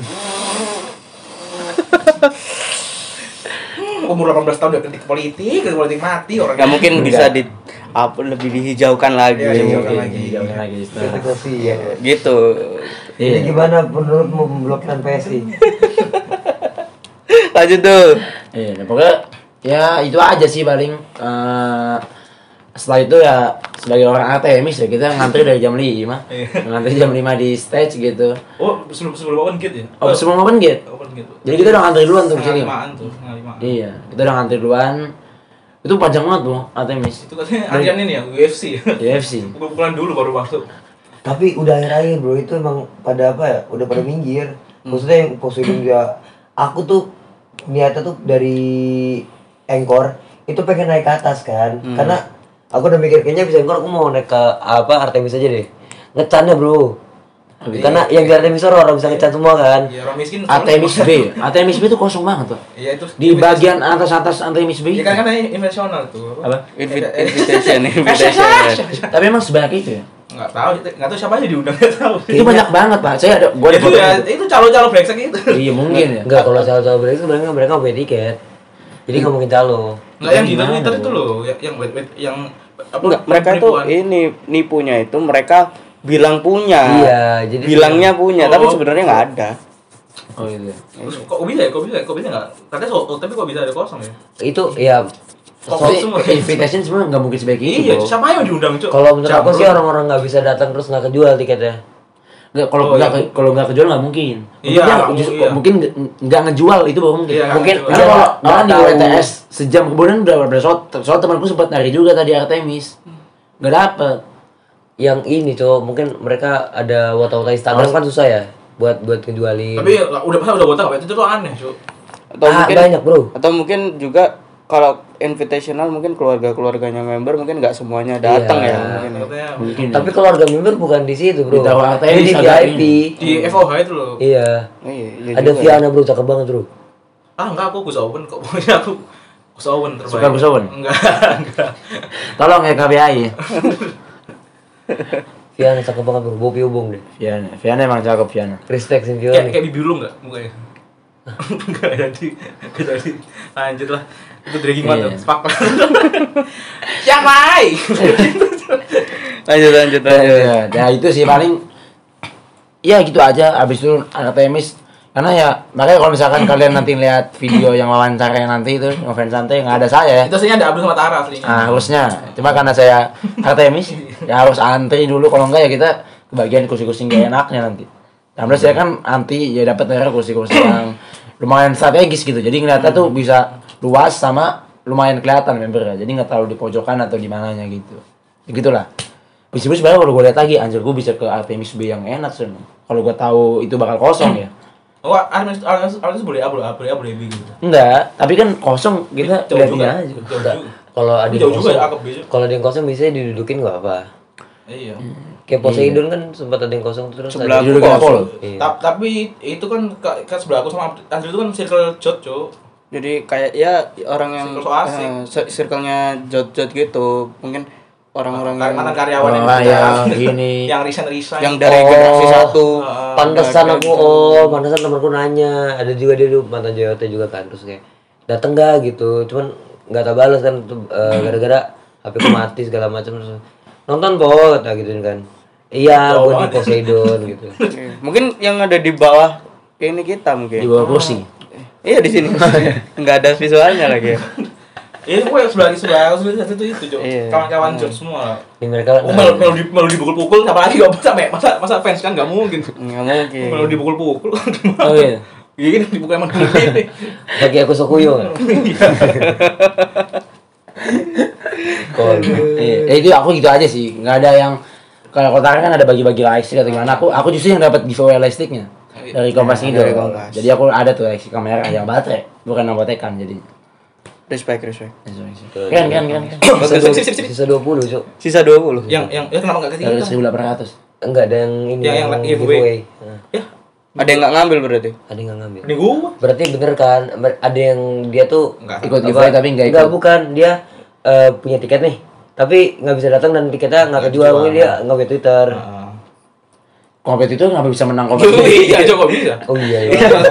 D: Umur 18 tahun udah kritik politik mati orang.
C: Nggak mungkin bisa lebih dihijaukan lagi.
D: Iya, dihijaukan lagi.
A: jauh lagi istilah.
B: Kopi ya.
C: Gitu.
B: Jadi
A: Iya.
B: gimana menurutmu memblokirkan PSI?
C: Lanjut tuh.
A: Iya, pokoknya ya itu aja sih paling. Setelah itu ya sebagai orang ATMis ya kita ngantri dari jam 5. Ngantri jam 5 di stage gitu.
D: Oh, sebelum open gate ya?
A: Oh, sebelum open gate.
D: Open gate.
A: Jadi kita udah ngantri duluan tuh di sini.
D: Limaan tuh, limaan.
A: Iya, kita udah ngantri duluan. Itu panjang banget tuh ATMis.
D: Itu katanya Aryan ini ya, UFC.
A: UFC.
D: Pukul-pukulan dulu baru masuk.
B: Tapi udah akhir-akhir bro, itu emang pada apa ya? Udah pada minggir. Maksudnya yang posisi dia, aku tuh niatnya tuh dari Anchor itu pengen naik ke atas kan, karena aku udah mikir kayaknya bisa Anchor, aku mau naik ke apa Artemis aja deh. Ngecannya bro. Karena yang di Artemis orang bisa ngecan semua kan.
D: Ya, orang miskin.
A: ATMis B. ATMis B itu kosong banget tuh.
D: Iya itu.
A: Di bagian atas ATMis B.
D: Iya kan inventasional tuh.
A: Apa?
C: Invitation.
A: Tapi emang sebanyak itu ya?
D: Enggak tahu siapa aja diundang enggak tahu.
A: Itu banyak banget, Pak. Saya ada gua ada
D: Itu
A: foto.
D: ya, itu calo-calo brengsek itu.
A: Iya, mungkin ya.
B: Enggak, kalau calo-calo break sebenarnya mereka punya tiket. Jadi nggak mungkin calo.
D: Enggak yang di
A: Gimana
D: Twitter
A: tuh?
D: itu loh, yang apa?
C: Enggak, mereka itu
D: penipuan.
C: ini nipunya itu mereka bilang punya.
B: Iya, jadi
C: bilangnya punya,
D: Oh.
C: tapi sebenarnya nggak ada.
A: Oh gitu.
D: Terus kok bisa ya? Kok bisa enggak? Katanya tapi kok bisa ada kosong ya?
B: Itu ya
D: Kosong
A: Tapi
D: semua.
A: invitation sebenarnya nggak mungkin sebaik itu.
D: Iya,
A: Bro.
D: siapa yang diundang, Cuk?
B: kalau menurut aku
D: Campur.
B: sih orang-orang nggak bisa datang terus nggak kejual tiketnya.
A: Nggak, kalau nggak kejual nggak mungkin.
D: Iya,
A: Dia mungkin nggak ngejual itu baru mungkin.
D: Iya,
B: Mungkin
A: Karena kalau di
B: tahu.
A: WTS sejam kemudian udah soal temanku sempat nyari juga tadi Artemis. Nggak dapet.
B: Yang ini cowok mungkin mereka ada wata-wata Instagram kan susah ya buat ngejualin.
D: Tapi udah buat apa itu tuh aneh, Cuk.
C: Atau mungkin
B: banyak, Bro.
C: Atau mungkin juga kalau invitational mungkin keluarganya member mungkin nggak semuanya datang
B: Iya.
C: ya mungkin.
D: Katanya
A: Mungkin.
B: Tapi keluarga member bukan di situ, Bro.
A: Di Tawa Artemis
B: Ini di
A: ada
B: VIP.
D: di FOH itu loh.
B: Iya.
C: Oh, iya
B: Ada
C: juga.
B: Viana, Bro, cakep banget, Bro.
D: Ah, enggak, aku Gus Owen kok. Pokoknya aku Gus Owen terbaik.
A: Suka Gus Owen?
D: Enggak.
A: Tolong ya KPI ya.
B: Viana cakep banget, Bro. Bopi hubung deh.
A: Viana emang cakep Viana.
B: Respect sih
D: Kayak
B: Viana.
D: bibi lu enggak mukanya? Enggak jadi. Lanjut lah. Itu dragging banget.
A: Iya.
D: Sepak. Siapa?
C: Lanjut.
A: Ya, nah itu sih paling ya gitu aja. Abis itu Artemis karena ya makanya kalau misalkan kalian nanti lihat video yang wawancara yang nanti itu ngefans santai nggak ada saya ya.
D: Itu aslinya ada Abdul sama Tara aslinya.
A: Harusnya cuma karena saya Artemis ya harus antri dulu kalau enggak ya kita kebagian kursi-kursi nggak enaknya nanti. Nah, saya kan anti ya dapat daerah kursi-kursi yang lumayan strategis gitu. Jadi ngeliatnya tuh bisa luas sama lumayan kelihatan membernya. Jadi nggak terlalu di pojokan atau di mananya gitu. Ya gitulah. Bis-bis baru kalau gue lihat lagi anjir gue bisa ke Artemis B yang enak sih. Kalau gue tahu itu bakal kosong ya.
D: Oh, Artemis boleh gitu.
A: Enggak, tapi kan kosong kita
D: Jauh juga.
A: lihatnya aja.
D: Jauh juga.
B: Kalau ada yang
D: Jauh juga
B: kosong,
D: ya akep besok.
B: kalau ada yang kosong bisa didudukin nggak apa.
D: Iya.
B: Kayak Poseidon kan sempat ada yang kosong terus
C: Sebelah
B: ada-
A: Dulu kan Apollo.
B: Iya.
D: Tapi itu kan sebelah aku sama Andri itu kan circle jod, Cuk.
C: Jadi kayak ya orang yang
D: Circle so asik.
C: circle-nya jod-jod gitu. Mungkin orang-orang yang
D: Mantan karyawan yang
A: Orang yang
D: udah-
A: gini.
D: yang resign.
C: yang dari generasi satu.
B: Pantesan aku pantesan temanku nanya, ada juga dia dulu mantan JOT juga kan terus kayak dateng gak gitu, cuman nggak tak balas kan tuh, gara-gara HP ku mati segala macam terus nonton po kata gitu kan. Iya,
D: Jauh
B: gue di
D: banget.
B: Poseidon gitu.
C: Mungkin yang ada di bawah ini kita mungkin.
A: Di bawah kursi.
C: Iya di sini. Enggak ada visualnya lagi.
D: Iya, itu gue sebelah itu Cuk.
C: Iya.
D: Kawan-kawan jod semua lah.
B: Ini mereka
D: Oh, melu dipukul-pukul siapa lagi gak sampai masa fans kan nggak mungkin.
C: Enggak mungkin.
D: Melu dipukul-pukul.
A: Oh iya.
D: Gini dipukul emang gini.
B: bagi aku Sokuyo kan. Kol.
A: Iya, itu aku gitu aja sih. Nggak ada yang kalau Tara kan ada bagi-bagi lightstick atau gimana. Aku justru yang dapat giveaway lightsticknya dari Kompas ini.
C: Dari Kompas.
A: Jadi aku ada tuh lightstick kamera yang baterai, bukan nombotekan jadi.
C: Respect.
A: Keren.
B: Sisa 20, Cuk.
C: Sisa 20.
D: Yang ya kenapa nggak ke
A: Dari
D: kita?
A: 1.800.
B: Enggak ada yang ini
D: Yang giveaway.
B: Nah,
D: Ya,
C: Ada yang enggak ngambil berarti.
B: ada yang nggak ngambil.
D: ini gua.
B: Berarti bener kan? Ada yang dia tuh
D: Enggak.
A: Ikut giveaway tapi nggak ikut.
B: Enggak, bukan. Dia punya tiket nih. Tapi nggak bisa datang dan tiketnya nggak kejual. Mungkin dia nggak punya Twitter.
A: Kompetitor nggak bisa menang kompetisi.
D: Iya, Cuk, kok bisa.
B: Oh iya, iya.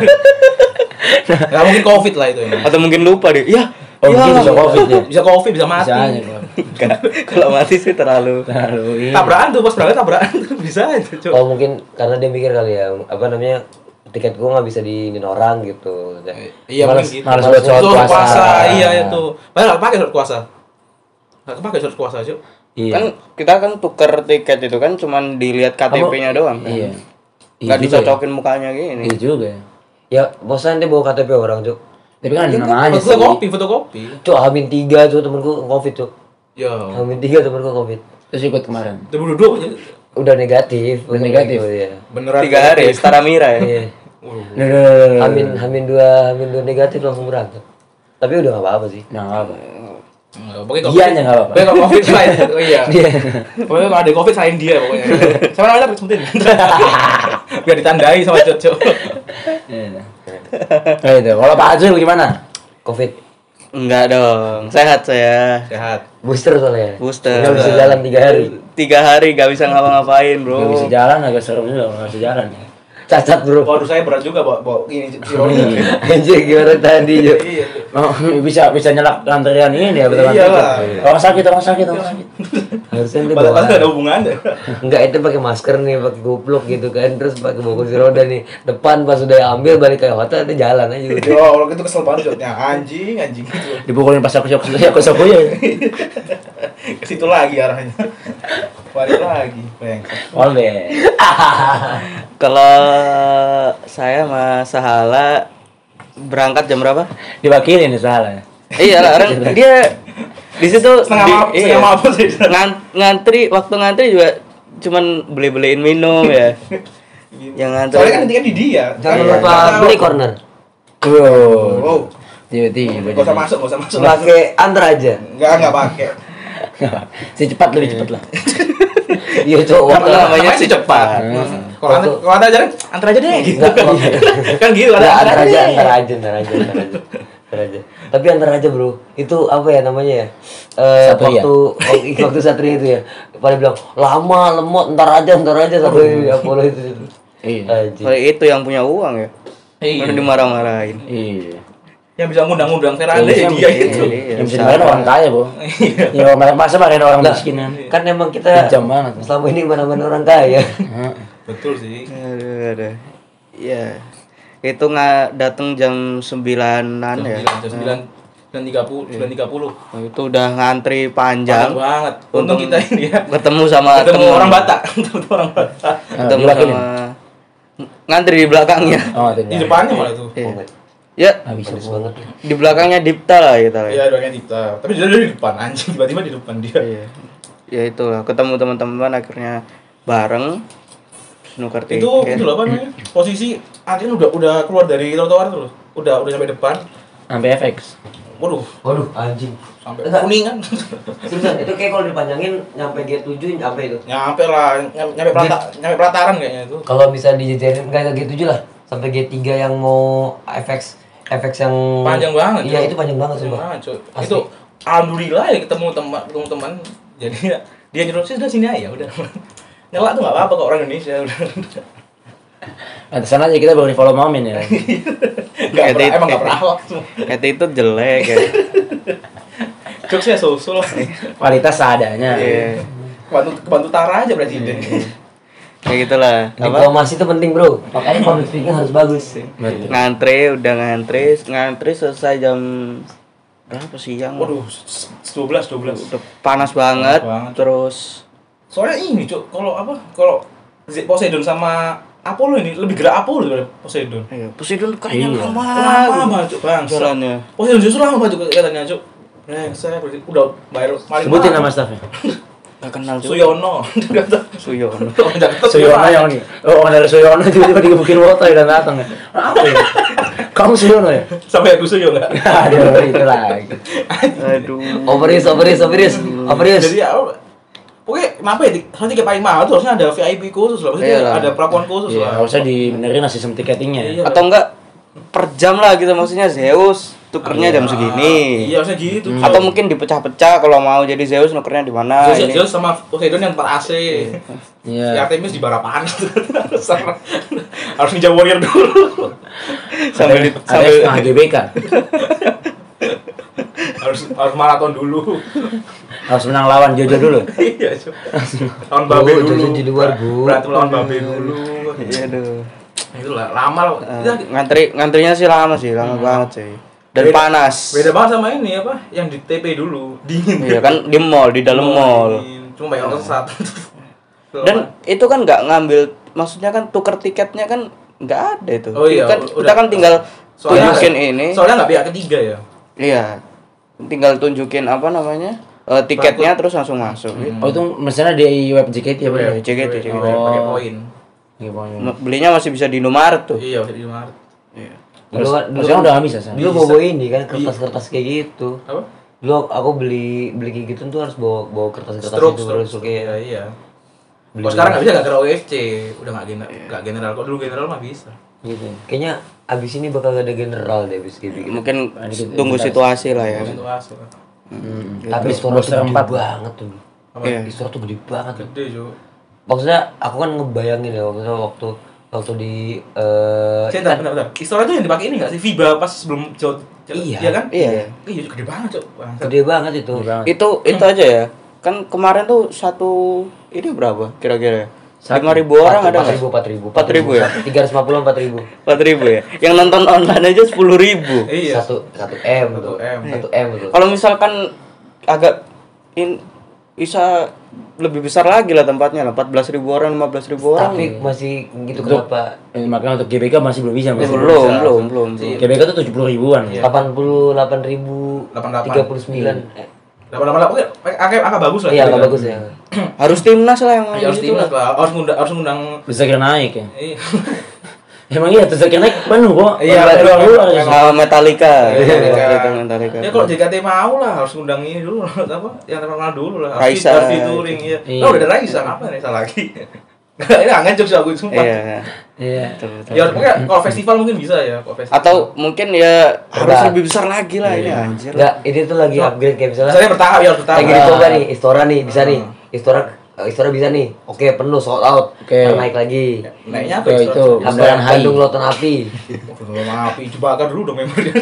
D: Nggak mungkin Covid lah itu. Ya.
C: Atau mungkin lupa deh. Ya.
A: Oh, mungkin bisa Covid ya.
D: Bisa Covid, bisa mati.
A: Bisa aja. Bro.
C: Enggak. Kalau mati sih terlalu.
A: Terlalu ini.
D: Tabrakan tuh pas berangkat tabrakan tuh bisa aja, Cuk.
B: Oh mungkin karena dia mikir kali ya, apa namanya, tiket gua nggak bisa diinin orang gitu.
D: Iya,
A: Males-
D: mungkin gitu.
A: males buat sholat
D: Sholat
A: puasa.
D: Iya itu. Padahal nggak pakai sholat puasa. Nggak pakai sholat puasa, Cuk.
A: Iya.
C: Kan kita kan tuker tiket itu kan cuman dilihat KTP-nya doang kan.
A: Iya.
C: Enggak
A: Iya juga
C: dicocokin mukanya gini.
A: Iya juga ya.
B: Ya, bosan dia bawa KTP orang, Cuk.
A: Tapi kan ada namanya sih.
D: Fotokopi.
B: Cuk, Hamin 3 Cuk, temenku Covid, Cuk.
D: Ya.
B: Hamin 3 temenku Covid.
A: Terus ikut kemarin.
D: Itu dulu
B: Udah negatif.
A: Udah negatif?
B: Ya.
D: beneran.
C: 3 hari setara Mira ya.
B: Iya.
A: Nah,
B: Hamin 2 negatif langsung berangkat. Tapi udah gak apa-apa sih.
A: Nah, nggak apa.
D: Pokoknya
A: Dia nya nggak apa-apa.
D: Pokoknya kalau Covid lain. Oh iya.
A: Dia.
D: Pokoknya kalau ada Covid selain dia pokoknya. Sama namanya apa sebutin? Biar ditandai sama Coco.
A: Iya. Oh, itu. Kalau Pak Azul gimana?
B: Covid.
C: Enggak dong. Sehat saya.
D: Sehat.
B: Booster soalnya.
C: Booster.
B: Nggak bisa jalan 3 hari.
C: 3 hari gak bisa ngapa-ngapain, Bro.
A: Nggak bisa jalan agak serem juga nggak bisa jalan.
B: Cacat, Bro.
D: Waduh, saya berat juga bawa ini si Roni.
B: Anjir gimana tadi, Cuk?
D: Iya.
A: Oh, bisa nyelak antrian ini ya betul
D: Iya lah.
A: Orang sakit.
B: Harusnya dia
D: Padahal
B: bawa.
D: nggak ada hubungannya.
B: Enggak, itu pakai masker nih, pakai kupluk gitu kan, terus pakai bawa kursi roda nih. Depan pas udah ambil balik ke hotel itu jalan aja gitu.
D: Ya, kalau itu kesel banget Cok. Ya, anjing gitu.
A: Dipukulin pas aku ya.
D: Ke situ lagi arahnya. Balik lagi, brengsek.
A: Boleh.
C: Kalau saya Mas Sahala berangkat jam berapa?
A: Diwakilin nih soalnya.
C: Iya lah, orang dia di situ
D: Setengah malam sih.
C: ngantri, waktu ngantri juga cuman beli-beliin minum ya. Yang ngantri.
D: Soalnya kan nanti kan di dia.
B: Jangan
D: Iya.
B: lupa beli corner.
D: Wow.
A: Tiba-tiba.
D: Gak usah masuk, gak usah masuk.
B: Pakai antar aja.
D: Enggak pakai.
A: Si cepat lebih cepat lah.
B: Iya cowok.
C: Namanya
D: sih cepat. Kalau ada ajaran antar aja deh gitu. Kan gitu
B: Nggak,
D: ada
B: antar aja. Tapi antar aja bro. Itu apa ya namanya ya?
A: Satria.
B: Waktu Satria itu ya. Pada bilang lama lemot antar aja sampai Apollo itu.
A: Iya.
B: Anjing.
C: Kalau itu yang punya uang ya.
D: Iya.
C: Udah dimarah-marahin.
A: Iya.
D: Yang bisa ngundang-ngundang seranda ya dia itu.
C: Iya.
A: Yang bisa dimarahin orang kaya, Bu. Ya masa marahin orang miskinan.
B: Kan emang kita
A: Kejam banget.
B: selama ini mana-mana orang kaya.
D: Betul sih.
C: Aduh. Iya. Itu nggak datang jam 9-an ya.
D: Jam 9.30.
C: Oh, itu udah ngantri panjang.
D: Panjang banget. Untung kita ini ya.
C: Ketemu sama
D: Ketemu
C: temen.
D: orang Batak. Ketemu orang Batak.
C: Ketemu
A: diwakilin.
C: sama ngantri di belakangnya.
A: Oh,
D: Di depannya malah tuh.
C: Iya. Ya,
A: Habis
B: banget.
C: di belakangnya Dipta lah kita lah.
D: Iya, doanya Dipta. Tapi dia di depan anjing, tiba-tiba di depan dia.
C: Iya. Ya itulah, ketemu teman-teman akhirnya bareng snooker tiket.
D: Itu loh apa namanya? Posisi akhirnya udah keluar dari trotoar tuh loh. Udah sampai depan.
A: sampai FX.
D: Waduh,
B: Anjing.
D: sampai Kuningan.
B: Seriusan, itu kayak kalau dipanjangin nyampe G7 nyampe itu.
D: Nyampe lah, nyampe pelataran kayaknya itu.
B: Kalau bisa dijajarin enggak G7 lah, sampai G3 yang mau FX yang
D: Panjang banget.
B: Iya,
D: Cuk.
B: itu panjang banget
D: Panjang
B: sumpah.
D: banget, Cuk.
B: Asli.
D: Itu alhamdulillah ya ketemu teman. Jadi ya, dia nyuruh sih udah sini aja udah. Nyelak tuh enggak apa-apa kok orang Indonesia udah.
A: Pantesan aja kita baru di follow momen ya.
D: Emang enggak pernah akhlak tuh.
C: Kata itu jelek ya.
D: Jokesnya susul.
A: Kualitas seadanya.
C: Iya.
D: Kebantu Tara aja presiden.
C: Kayak gitulah. Apa?
B: Diplomasi itu penting, Bro. Makanya public speaking harus bagus.
A: Betul.
C: Ngantri selesai jam berapa siang?
D: Waduh, 12.
C: Udah panas banget.
D: banget.
C: Terus
D: Soalnya ini, Cuk, kalau Poseidon sama Apollo ini lebih gerak Apollo daripada Poseidon.
C: Poseidon kayaknya
A: Iya.
C: lama.
D: Lama, Cuk, bang.
C: Jalannya.
D: Poseidon justru lama, Cuk, katanya, Cuk. Saya udah bayar paling
A: Sebutin
D: mahal.
A: nama staffnya.
C: Gak kenal juga.
D: Suyono.
C: Suyono.
A: Suyono yang ini. Oh, dari Suyono tiba-tiba digebukin motor dan datang ya. Apa ya? Kamu Suyono ya?
D: Sampai aku Suyono.
A: Aduh, itu lagi.
C: Aduh.
B: Overis.
D: Jadi ya, pokoknya kenapa ya? Soalnya tiket paling mahal tuh harusnya ada VIP khusus lah. Maksudnya
C: Iyalah.
D: ada perlakuan khusus
A: Iya,
D: lah.
A: harusnya dibenerin sistem tiketingnya.
D: Iya.
C: Atau enggak per jam lah gitu, maksudnya Zeus tukernya jam segini.
D: Iya, harusnya gitu. Cuk.
C: Atau mungkin dipecah-pecah kalau mau jadi Zeus nukernya di mana ini.
D: Zeus sama Poseidon yang per AC. Si
A: Iya.
D: Artemis di Barapahan. Harus Ninja Warrior dulu.
C: sambil
A: Ada setengah GBK.
D: harus maraton dulu.
A: Harus menang lawan Jojo dulu.
D: Iya, Cuk. Lawan Babe
B: Bu,
D: dulu.
B: Jojo di luar, Bu.
D: Berantem lawan Babe dulu.
C: Iya aduh.
D: Itulah lama loh.
C: Ngantrinya sih lama banget sih. Dan panas.
D: Beda banget sama ini apa? Yang di TP dulu. Dingin.
C: Iya kan di mall, di dalam mall.
D: Cuma bayar satu.
C: Dan itu kan nggak ngambil, maksudnya kan tuker tiketnya kan nggak ada itu.
D: Oh iya,
C: Kita kan tinggal tunjukin ini.
D: Soalnya nggak pihak ketiga ya.
C: Iya. Tinggal tunjukin apa namanya? Tiketnya terus langsung masuk. Gitu.
A: Oh, itu mesinnya di web JKT ya, Bro?
C: Iya, JKT.
D: Pakai poin.
A: Iya, pokoknya.
C: Belinya masih bisa di Indomaret tuh.
D: Iya, udah di Maret.
C: Iya.
A: Sekarang udah habis ya, San?
B: Dulu bawa ini kan kertas-kertas kayak gitu.
D: Apa?
B: Dulu aku beli kayak gitu tuh harus bawa kertas-kertas
D: Stroke,
B: itu
D: stroke.
B: terus kayak
D: Iya. Kalau sekarang nggak bisa gara-gara UFC, udah nggak general. Kalau dulu general mah bisa.
B: gitu. Kayaknya abis ini bakal ada general deh abis gitu.
C: Mungkin tunggu situasi lah ya.
D: Situasi lah.
B: Tapi Istora tuh
A: poster
B: gede
A: 4
B: banget tuh.
C: Iya.
B: Istora tuh gede banget.
D: Gede Jo.
B: Maksudnya aku kan ngebayangin ya waktu di
D: Bentar. Istora itu yang dipakai ini nggak sih? FIBA pas sebelum
B: Iya.
D: Iya kan?
C: Iya.
D: Iya, gede banget, Cok. Bangsat.
B: gede banget itu.
C: Itu aja ya. Kan kemarin tuh satu ini berapa kira-kira? 5.000 orang ada nggak?
B: 4.000
C: ya?
B: 350 4.000.
C: 4.000 ya. Yang nonton online aja 10.000.
D: Iya.
B: 1 M tuh.
D: 1 M.
B: 1 M tuh.
C: Kalau misalkan agak bisa lebih besar lagi lah tempatnya lah, 14.000 orang, 15.000 orang.
B: Tapi masih gitu
A: Untuk-
B: kenapa?
A: Makanya untuk GBK masih belum bisa. Mas.
C: Belum.
A: GBK tuh 70 ribuan.
B: 88.000 39.
D: 88 angka bagus lah.
B: Iya, nggak bagus ya.
C: Harus timnas lah yang
D: Ya, harus
C: gitu
D: timnas lah. Harus ngundang
A: Bisa kira naik ya.
D: iya.
A: Emang iya terus kira naik penuh kok.
D: Iya,
A: luar.
C: sama Metallica.
D: Metallica.
C: Metallica.
D: Ya kalau JKT mau lah harus ngundang ini dulu apa yang terkenal dulu lah.
C: Raisa.
D: Harus touring ya.
A: Iya.
D: Oh, udah ada Raisa, apa Raisa lagi? Ini angan jokes aku sumpah.
C: Iya.
A: Iya.
D: Ya pokoknya kalau festival mungkin bisa ya, kalau festival.
C: Atau mungkin ya harus
B: Enggak.
C: lebih besar lagi lah ini anjir.
B: Enggak, ini tuh lagi upgrade kayak misalnya.
D: Misalnya bertahap ya, harus bertahap.
B: Kayak gini coba nih, Istora nih bisa nih. Istora bisa nih. Oke, penuh sold out.
A: Oke.
B: Ntar naik lagi.
D: Naiknya apa
A: Itu, itu.
B: Apa
A: Bundaran HI.
B: Bandung Lautan Api.
D: Maaf, jebakan dulu dong membernya.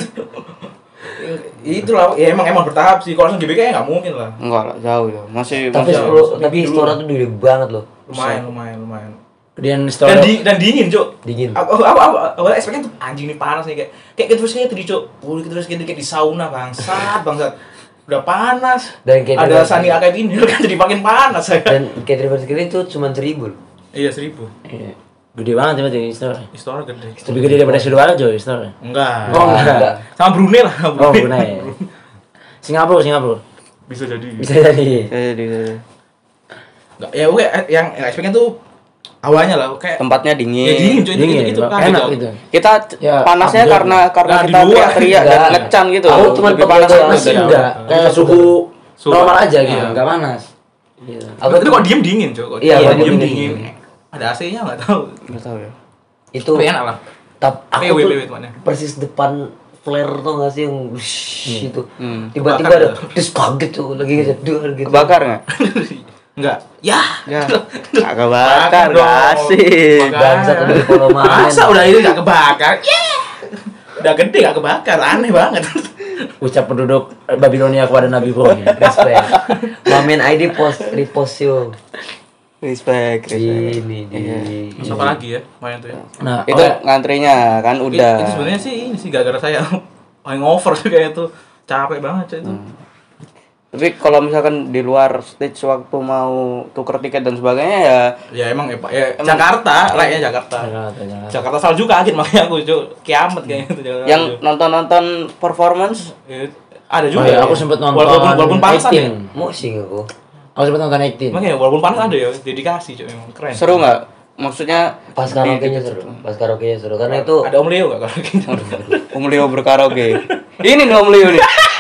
D: Itulah, ya emang bertahap sih. Kalau langsung GBK ya nggak mungkin lah.
C: Enggak lah, jauh ya. Masih
B: Tapi
C: masih
B: 10 tapi Istora tuh gede banget loh.
D: Lumayan.
A: Kemudian
D: Dan,
A: store
D: dan dingin, Cuk.
B: Dingin.
D: Apa expect-nya tuh anjing nih panas nih kayak kita terus kayak tadi, Cuk. Kita terus kayak di sauna bangsat. Udah panas.
B: Dan kayak
D: ada
B: di-
D: Sani Akad ini kan jadi makin panas saya.
B: Dan catering sekali itu cuma 1.000 loh.
D: Iya 1.000.
A: Iya. Gede banget ya di store.
D: Istora gede.
A: Lebih gede daripada Sidoarjo store.
D: Enggak.
A: Oh, enggak.
D: Sama Brunei lah.
A: Oh, Brunei. Singapura.
D: Bisa jadi.
A: Bisa jadi.
C: jadi
D: Enggak, ya oke yang expect-nya tuh awalnya lah kayak
C: tempatnya
D: ya
C: dingin.
D: dingin, Cuk.
A: Dingin,
D: Itu
A: Pak.
D: kaget,
A: Enak
D: Cuk.
A: gitu.
C: Kita
A: Ya,
C: panasnya
A: upgrade.
C: karena
D: Nah, di
C: kita
D: luar.
C: teriak-teriak dan
B: Enggak.
C: ngecan gitu.
B: Aku cuma
C: Lebih
B: pakai
C: panas
B: doang.
C: lagi.
A: Masih
D: Iya.
A: enggak kayak suhu
D: Suhu.
A: normal aja gitu,
D: Iya.
A: enggak panas. Gitu.
D: Tapi kok diem dingin, Cuk. Kok
B: Iya,
D: diem
B: diem
D: dingin.
B: dingin.
D: Ada AC-nya enggak tahu.
C: Enggak tahu ya.
B: Itu
D: Tapi enak lah.
B: aku
D: PW
B: tuh
D: temannya.
B: persis depan flare tuh nggak sih yang wush itu tiba-tiba
D: Kebakar
B: ada
D: tuh.
B: terus kaget tuh lagi jedor gitu.
C: Kebakar enggak?
D: Enggak. Ya.
C: Ya. Enggak kebakar,
D: dong.
C: enggak asik.
B: Bangsat udah di follow main.
D: Masa udah ini enggak kebakar? Udah gede enggak kebakar, aneh banget.
A: Ucap penduduk Babilonia kepada Nabi Ibrahim.
B: Respect. Mamen ID repost yo.
C: Respect.
B: Ini di
D: Terus apa lagi ya? Main tuh ya.
A: Nah,
C: Itu ngantrinya kan udah.
D: Itu sebenarnya sih ini sih gara-gara saya hangover sih kayak itu. Capek banget Cuk, itu.
C: Tapi kalau misalkan di luar stage waktu mau tuker tiket dan sebagainya ya
D: Ya emang ya Pak. Ya, Jakarta, rakyatnya Jakarta.
A: Jakarta.
D: Jakarta salju kaget makanya aku Cuk. Kiamat kayaknya itu Jakarta.
C: yang nonton-nonton performance
D: Ya, ada
A: Oh
D: juga.
A: iya, aku sempet nonton
D: walaupun panas ada.
A: 18.
B: Mosing aku.
A: Aku sempet nonton 18.
D: Makanya walaupun panas ada ya, dedikasi Cuk, emang keren.
C: seru nggak? Maksudnya
B: Pas karaoke-nya seru. Pas karaoke-nya seru karena itu
D: Ada Om Leo enggak kalau gitu?
C: Om Leo berkaraoke. Ini nih Om Leo nih.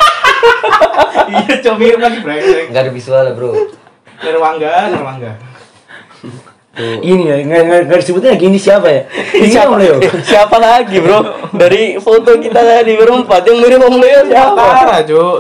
D: Iya, Cuk, mirip lagi brengsek.
B: nggak ada visualnya, Bro.
D: Nerwangga.
A: Ini ya, nggak disebutnya gini siapa ya? Ini Om Leo.
C: Siapa lagi, Bro? Dari foto kita tadi berempat yang mirip Om Leo siapa?
D: Parah, Cuk.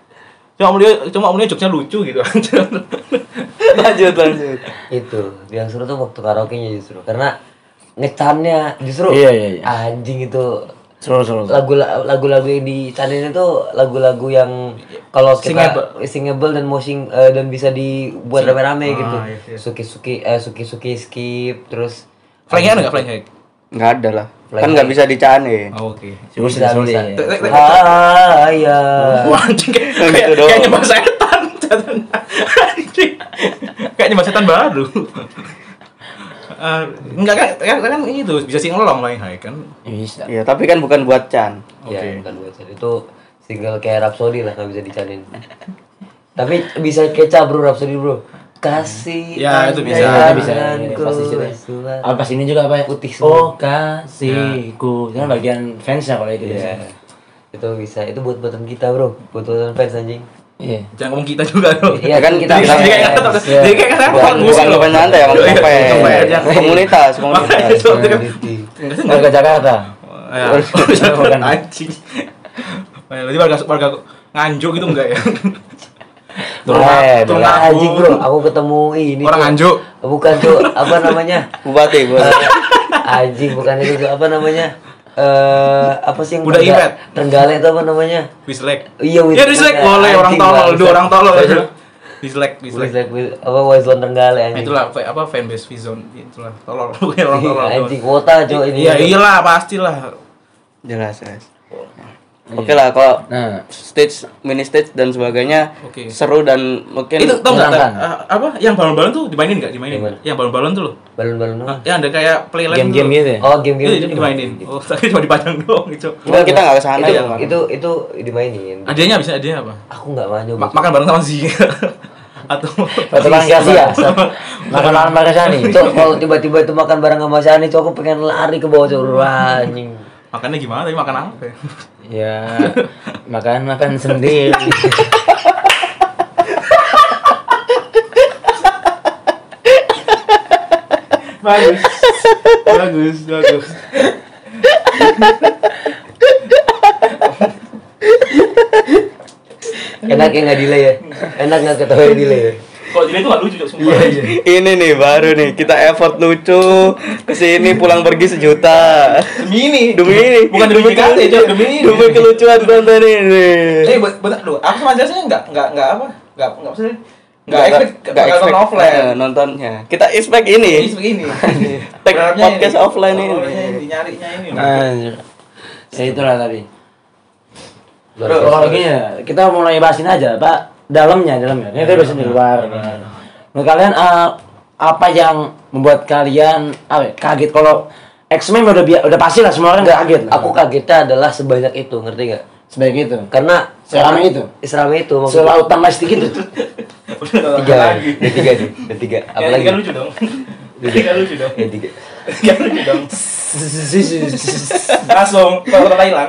D: Cuma Om Leo jokesnya lucu gitu aja.
C: Lanjut.
B: Itu yang seru tuh waktu karaoke-nya justru karena ngecannya justru
A: Iya.
B: anjing itu
A: Seru.
B: lagu-lagu yang dicanin itu lagu-lagu yang kalau kita singable dan moshing dan bisa dibuat rame-rame gitu.
D: Iya.
B: Suki skip terus
D: Flying High enggak Flying High?
C: Enggak ada lah.
B: Flying
C: Kan nggak
B: high.
C: bisa dicanin.
D: Oh, oke.
B: bisa.
D: Tek.
B: Aya.
D: Wah, anjing
C: Gitu doang.
D: kayak nyembah setan. Anjing. Kayak nyembah setan baru. Enggak kan ini tuh bisa singelong Flying High kan.
A: Bisa.
C: Iya, tapi kan bukan buat Chan.
B: Ya,
D: Oke.
B: bukan buat saya. Itu single kayak Rhapsody lah nggak bisa dicanin. Tapi bisa kecap bro Rhapsody bro. Kasih.
D: Ya, itu bisa.
A: Ya, bisa.
B: andaianku
A: Pasti sih.
B: suara.
A: Apa pas ini juga apa ya?
B: Putih semua.
A: Oh kasihku. Itu kan bagian fansnya kalau itu.
B: Iya. Itu bisa. Itu buat buatan kita bro. Buat buatan fans anjing.
A: Iya.
D: Jangan ngomong kita juga dong.
B: Iya
C: kan kita
D: Jadi kayak
B: fans.
D: jadi kayak kata
C: Bukan bukan santai ya,
D: Iya,
C: fans. Komunitas.
D: Makanya itu
A: Warga Jakarta.
D: Ya,
A: Bukan.
D: anjing. Berarti warga Nganjuk gitu enggak ya?
B: Bukan anjing bro. Aku ketemu ini.
D: Orang
B: tuh.
D: Nganjuk.
B: Bukan tuh. Apa namanya?
C: Bupati.
B: Anjing bukan itu tuh. Apa namanya? Apa sih yang
D: Budak Impet.
B: Trenggalek itu apa namanya?
D: Wislek.
B: Iya,
D: Ya dislike boleh orang
B: anjing,
D: tolol,
B: bangsat.
D: dua orang tolol. Dislike.
B: Apa Wizone Trenggalek anjing.
D: Itulah apa fanbase Vizon itulah tolol orang tolol.
B: Anjing kuota cok ini.
D: Iya iyalah pastilah.
C: Jelas. Oke lah kalau
A: Nah,
C: stage, mini stage dan sebagainya
D: Oke.
C: seru dan mungkin
D: Itu tau nggak?
A: menyenangkan.
D: Apa? Yang balon-balon tuh dimainin nggak? Dimainin.
B: Gimana?
D: Yang balon-balon tuh loh.
B: Balon-balon apa?
D: Ya ada kayak playland
A: game-game
D: tuh.
A: gitu ya.
B: Oh, game-game
D: Itu dimainin. Oh, tapi cuma dipajang doang gitu.
C: cuma kita nggak kesana
B: itu,
C: ya Bang.
B: itu dimainin.
D: Adanya bisa adanya apa?
B: Aku nggak mau nyoba.
D: Makan bareng sama si atau
A: Foto bareng kasih ya. Makan malam bareng Sani.
B: Cok, kalau tiba-tiba itu makan bareng sama Shani, cok, aku pengen lari ke bawah, cok, anjing.
D: makannya gimana? Tapi makan apa ya?
A: Ya, makan sendiri.
D: Bagus. Bagus.
B: Enak ya nggak delay ya? Enak nggak ketawa delay ya?
D: Kalau dia itu nggak lucu Cok, sumpah.
C: Ini nih baru nih kita effort lucu kesini pulang pergi 1 juta
D: Demi ini. Bukan demi
C: kelu-
D: PKT, Cok, demi ini.
C: demi kelucuan konten ini.
D: Bener loh. Aku sama Jasnya nggak apa? Nggak maksudnya
C: Nggak
D: nonton offline.
C: nontonnya. Kita expect ini.
D: Begini.
C: Tag podcast offline ini.
D: Nyarinya ini.
A: Anjir. Ya itulah tadi.
B: Luar
A: Kalau
B: biasa.
A: gini ya, kita mulai bahasin aja, Pak. Dalamnya. Ini kita bahas di luar. Menurut kalian apa yang membuat kalian kaget kalau X-Men udah pasti lah semua orang kaget lah.
B: Aku kagetnya adalah sebanyak itu, ngerti nggak?
A: sebaik itu.
B: Karena
A: Seramai itu.
B: Seramai itu maksudnya.
A: Selautan plastik itu.
B: Tiga sih, ada tiga. Apalagi?
D: Tiga lucu dong. Tiga lucu dong.
B: Ya, tiga.
D: Tiga lucu dong. Langsung ke Thailand.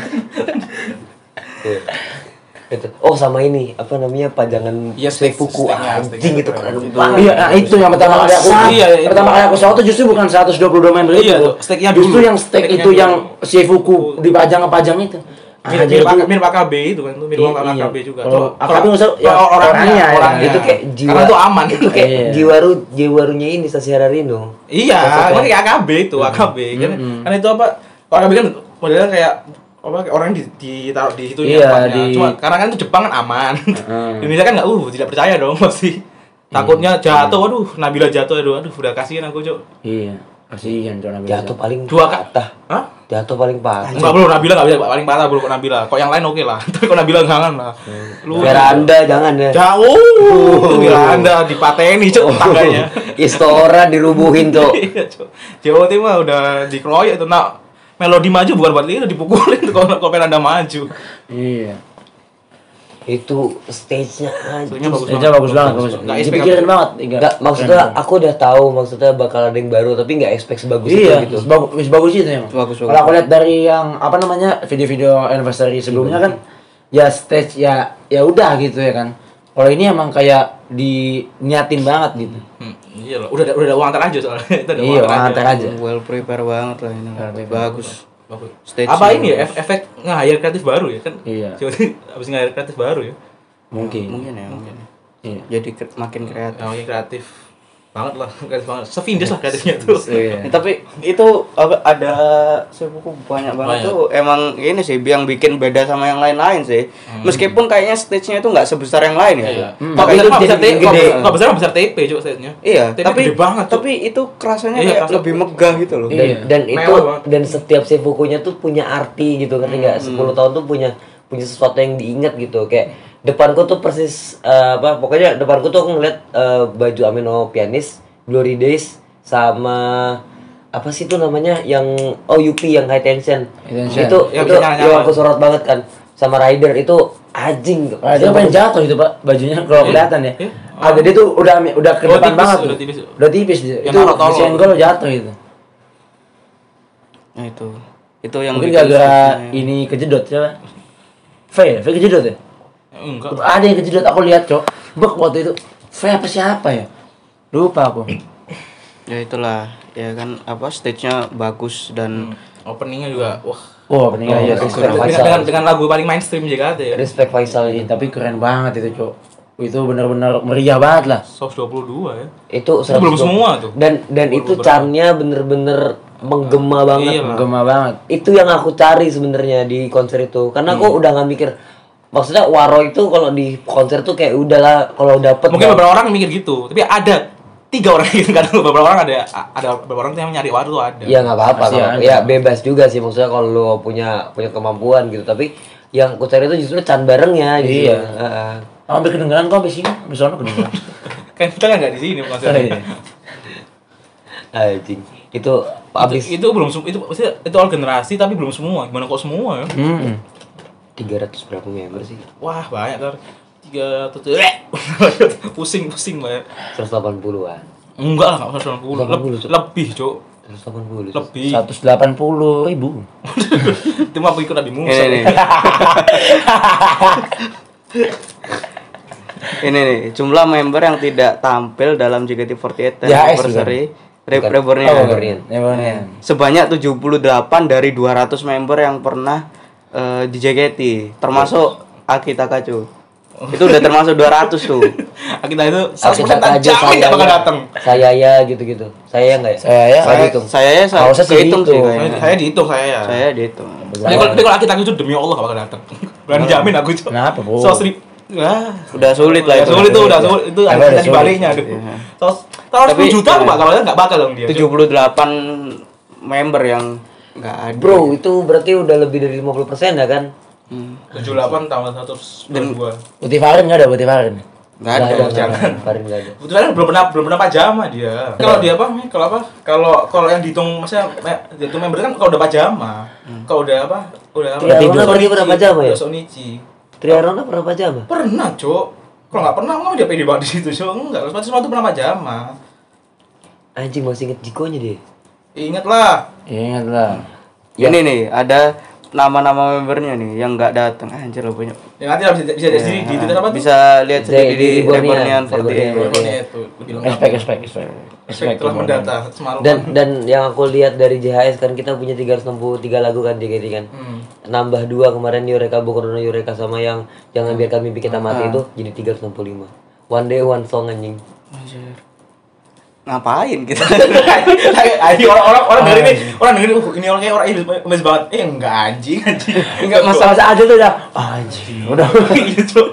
B: Iya. Itu. Oh, sama ini apa namanya pajangan
D: Iya,
B: steak
D: steak-
B: fuku
D: steaknya,
B: anjing itu keren
D: Itu.
B: banget.
A: Iya, nah itu yang pertama kali aku.
D: Iya, itu.
A: Pertama kali aku soal tuh justru bukan 122 member
D: Iya,
A: itu.
D: tuh, steaknya
A: Justru
D: dulu.
A: yang steak
D: Steaknya
A: itu
D: dulu.
A: yang Seifuku dipajang-pajang itu.
D: Mirip AKB itu kan, itu mirip
A: Iya,
D: AKB juga.
A: Kalau
D: Cuma-
A: AKB maksud ya
D: kalau
A: orangnya,
D: orangnya.
B: Itu kayak jiwa.
D: Karena itu aman.
B: Itu kayak
A: Iya.
B: jiwarunya ini Stasi Hararino.
D: Iya,
B: Maksudnya.
D: kan kayak AKB itu, AKB kan. Kan itu apa? Kalau AKB kan modelnya kayak apa orang ditaruh di situ
A: Iya,
D: tempatnya.
A: di-
D: Cuma karena kan itu Jepang kan aman.
A: Hmm.
D: Di Indonesia kan nggak tidak percaya dong pasti. Takutnya jatuh, aduh, Nabila jatuh, aduh, udah kasihan aku, Cok.
A: Iya, kasihan Cok Nabila.
B: Jatuh paling
D: Dua
B: patah.
D: Hah?
B: Jatuh paling patah.
D: Enggak bro, Nabila nggak bisa paling parah bro kok Nabila. Kok yang lain oke lah. Tapi kok Nabila jangan lah. Lu
B: Veranda jangan ya.
D: jauh. Anda dipateni, Cok, tangganya.
B: Istora dirubuhin, Cok.
D: Iya, Cok. Jawa Timur udah dikeroyok tuh. Nah, Melodi maju bukan buat itu dipukulin tuh kalau Anda maju.
A: Iya.
B: Itu stage-nya
D: Stage-nya
B: anjing.
D: bagus
A: Itu bagus banget, bagus.
D: Nggak expect
A: Dipikirin
D: aku.
A: banget.
B: Enggak, maksudnya aku udah tahu maksudnya bakal ada yang baru tapi nggak expect sebagus
A: Iya,
B: itu gitu.
A: bagus itu ya.
C: Bagus.
A: Kalau aku lihat dari yang apa namanya video-video anniversary sebelumnya kan, ya stage ya udah gitu ya kan. Kalau ini emang kayak diniatin banget gitu.
D: Iya loh, udah ada uang antar aja soalnya. Itu ada
A: Iya, antar aja.
C: Well prepare banget lah ini. Bagus.
D: Bagus.
C: Stage
D: Apa
C: nya
D: ini ya efek nge-hire kreatif baru ya kan?
A: Iya.
D: Jawa Timur habis nge-hire kreatif baru ya.
A: Mungkin.
C: Mungkin ya.
A: Iya.
C: Jadi makin kreatif.
D: Namanya kreatif banget lah, kreatif banget. Sevindes lah kreatifnya tuh.
A: Iya.
C: Tapi itu ada sebuku banyak banget
D: Banyak.
C: tuh emang ini sih yang bikin beda sama yang lain-lain sih. Meskipun kayaknya stage-nya itu nggak sebesar yang lain ya.
D: Iya.
A: Tapi itu
D: besar
A: jadi gede.
D: Kok besar TP juga stage-nya.
C: Iya,
D: TP
C: tapi
D: gede banget. Cuk.
C: tapi itu kerasanya
D: Iya,
C: kayak
D: kerasa.
C: lebih megah gitu loh.
A: Iya.
B: Dan itu
D: Mewah banget.
B: dan setiap seifukunya tuh punya arti gitu ngerti nggak? 10 tahun tuh punya sesuatu yang diingat gitu kayak depanku tuh persis pokoknya depanku tuh aku ngeliat baju Amino Pianis Glory Days sama apa sih itu namanya yang UP yang High Tension.
A: High Tension.
B: Itu
D: Yang
B: itu
D: bisa nyala-nyala.
B: yang aku sorot banget kan sama Rider itu anjing.
A: Nah, dia pengen jatuh itu Pak, bajunya kalau kelihatan ya.
D: Iya.
A: Ada dia tuh udah ke
D: Oh,
A: depan
D: tipis,
A: banget
D: udah
A: tuh.
D: tipis.
A: Udah tipis dia.
D: Yang
A: Itu
D: naruh tolol.
A: disenggol jatuh itu.
C: Nah itu yang
A: Mungkin
C: bikin
A: gara-gara
C: stage-nya.
A: ini kejedot coba. V kejedot ya?
D: Enggak.
A: Ada yang kejedot aku lihat, Cok. Bek waktu itu. V apa siapa ya? Lupa aku.
C: Ya itulah ya kan apa stage-nya bagus dan
D: Openingnya juga wah.
A: Oh, peninggal ya.
B: respect.
D: Dengan lagu paling mainstream JKT ya.
B: Respect Faisal
A: Iya,
B: ini.
A: tapi keren banget itu, Cok. Itu benar-benar meriah banget lah.
D: Soft 22 ya.
B: Itu
D: belum semua tuh.
B: Dan
D: Belum
B: itu
D: beberapa.
B: charmnya bener-bener menggema banget.
D: Iya lah.
A: Menggema banget.
B: Itu yang aku cari sebenarnya di konser itu karena aku udah nggak mikir maksudnya Waro itu kalau di konser tuh kayak udahlah kalau dapet
D: Mungkin beberapa orang mikir gitu, tapi ada 3 orang gitu kan, beberapa orang ada beberapa orang yang nyari waduh tuh ada.
B: Ya nggak apa-apa,
A: Pasti
B: nggak apa-apa.
A: ada.
B: Ya bebas juga sih maksudnya kalau lu punya kemampuan gitu. Tapi yang ku cari itu justru can barengnya gitu.
A: Iya.
B: Heeh.
A: Hampir kedengeran kok abis ini, abis sana kedengeran.
D: Kan kita kan nggak di sini
A: Oh,
D: maksudnya.
A: iya.
B: Anjing. Itu habis
D: Itu belum itu maksudnya itu all generasi tapi belum semua. Gimana kok semua ya?
B: 300 berapa member sih?
D: Wah, banyak kan. 3 pusing banyak.
B: 180-an.
D: Enggak lah, enggak 180.
B: 180, Cuk.
D: Lebih, Cuk.
B: 180. Cuk.
D: Lebih.
A: 180.000.
D: Itu mah aku ikut Nabi Musa.
C: Ini nih. Ini nih, jumlah member yang tidak tampil dalam JKT48
A: JHS
C: anniversary
B: Bukan.
C: Reborn-nya.
B: Oh, Reborn.
A: Ya bener.
C: Sebanyak 78 dari 200 member yang pernah di JKT, termasuk Akita Kacu. Itu udah termasuk 200 tuh.
D: Kita itu
B: Kita
D: 100%
B: aja
D: jamin enggak bakal datang.
B: Saya ya gitu-gitu. Saya enggak ya?
A: Saya ya.
B: Saya dihitung.
C: Saya
A: Harusnya sih
C: kehitung sih
A: dihitung.
C: kayaknya.
D: Saya dihitung saya ya.
C: Saya dihitung.
D: Tapi kalau kita itu demi Allah gak bakal datang. Berani jamin aku, Cuk.
A: Kenapa, Bro?
D: So seribu. Wah,
C: Udah sulit lah
D: ya,
C: itu.
D: sulit tuh, udah sulit. Itu
A: Udah
D: ada
A: sulit.
D: di baliknya aduh.
C: Iya.
D: Kalau
C: Tapi,
D: 10 juta aku enggak bakal dong dia.
C: 78 member yang enggak ada.
B: Bro, itu berarti udah lebih dari 50% ya kan?
D: 78 tambah 102.
A: Putih Farin nggak ada Putih Farin?
C: Enggak ada.
D: jangan.
B: Farin enggak ada.
D: Kebetulan belum pernah pajama dia. Kalau dia apa? Kalau yang dihitung maksudnya dihitung member kan kalau udah pajama. Kalau udah apa? Udah apa?
B: Triarona berarti pernah pajama ya?
D: Udah Sonichi.
B: Triarona pernah pajama?
D: Pernah, Cok. Kalau nggak pernah, nggak dia pede banget di situ, Cok. Enggak, sepatu pernah pajama.
B: Anjing masih inget Jikonya dia.
D: Ingat lah.
A: Ingat lah.
C: Ini nih, ada nama-nama membernya nih yang enggak datang. Anjir lo punya.
D: Ya nanti lah bisa lihat sendiri di Twitter apa tuh?
C: Bisa lihat sendiri di Rebornian 48.
D: Rebornnya itu lebih lengkap.
A: Respect.
D: Telah mendata semalam.
B: Dan yang aku lihat dari JHS kan kita punya 363 lagu kan JKT kan. Nambah 2 kemarin Eureka Bokorono Eureka sama yang Jangan Biarkan Mimpi Kita Mati itu jadi 365. One day one song anjing.
C: Anjir. Ngapain kita?
D: Ayo orang dengerin ini orangnya orang ini banget. Enggak anjing.
C: Enggak masalah
A: Aja tuh udah. Anjing, udah.
D: Iya, Cok.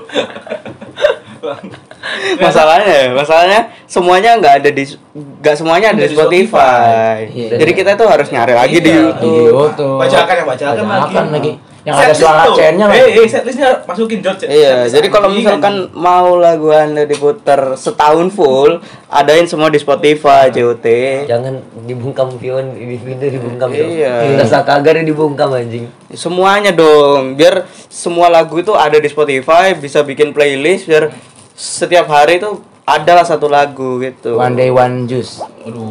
C: masalahnya semuanya nggak semuanya ada di Spotify.
A: Iya.
C: Jadi kita tuh harus nyari lagi di YouTube.
D: Bacakan
A: lagi. Yang ada suara C-nya lagi.
D: Setlistnya masukin George.
C: Iya, jadi kalau misalkan mau lagu Anda diputar setahun full, adain semua di Spotify, COT.
B: Jangan dibungkam Pion, di video dibungkam tuh.
C: Iya.
B: Rasa kagar dibungkam anjing.
C: Semuanya dong, biar semua lagu itu ada di Spotify, bisa bikin playlist biar setiap hari itu adalah satu lagu gitu.
A: One day one juice.
D: Aduh.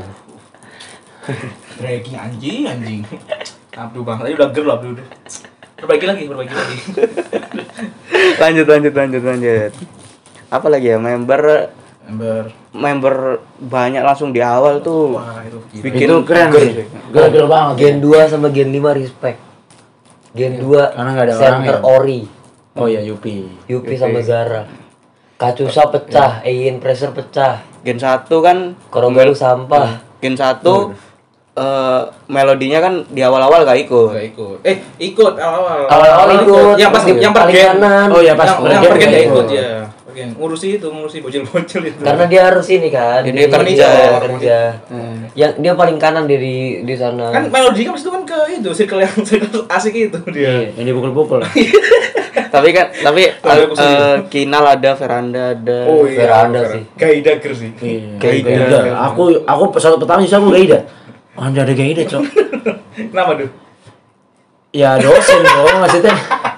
D: Breaking anjing. Abdu bang, tadi udah gerl Abdu udah. Perbaiki lagi.
C: Lanjut. Apa lagi ya member banyak langsung di awal tuh.
D: Wah, itu gila.
C: Bikin
A: Itu keren sih. Ger banget.
B: Gen 2 sama Gen 5 respect. Gen 2
A: Karena nggak ada
B: center
A: orang ya.
B: Ori.
A: Oh iya Yupi.
B: Yupi sama Zara. Kacusa pecah, Ein Pressure pecah.
C: Gen 1 kan
B: Korogaru sampah.
C: Gen 1 melodinya kan di awal-awal gak ikut.
D: Enggak ikut. Ikut awal-awal.
B: Awal-awal ikut.
D: Yang
B: paling
D: pergen.
B: kanan.
A: Oh iya pas
D: Yang
A: pergen
D: pergen
A: ya
D: dia ikut ya. Pergen. Ngurusi bocil-bocil itu.
B: Karena dia harus ini kan.
C: Dia kerja.
B: Iya, kerja. Yang dia paling kanan di sana.
D: Kan melodi kan itu kan ke itu circle asik itu dia.
A: Yang dipukul-pukul.
C: tapi
D: Lagu
C: Kinal ada, Veranda ada.
D: Oh iya.
B: Veranda sih.
D: Gaida ger sih.
A: Gaida. Aku pesawat pertama sih aku Gaida. Anda ada Gaida, Cok.
D: Kenapa tuh?
A: Ya dosen dong maksudnya.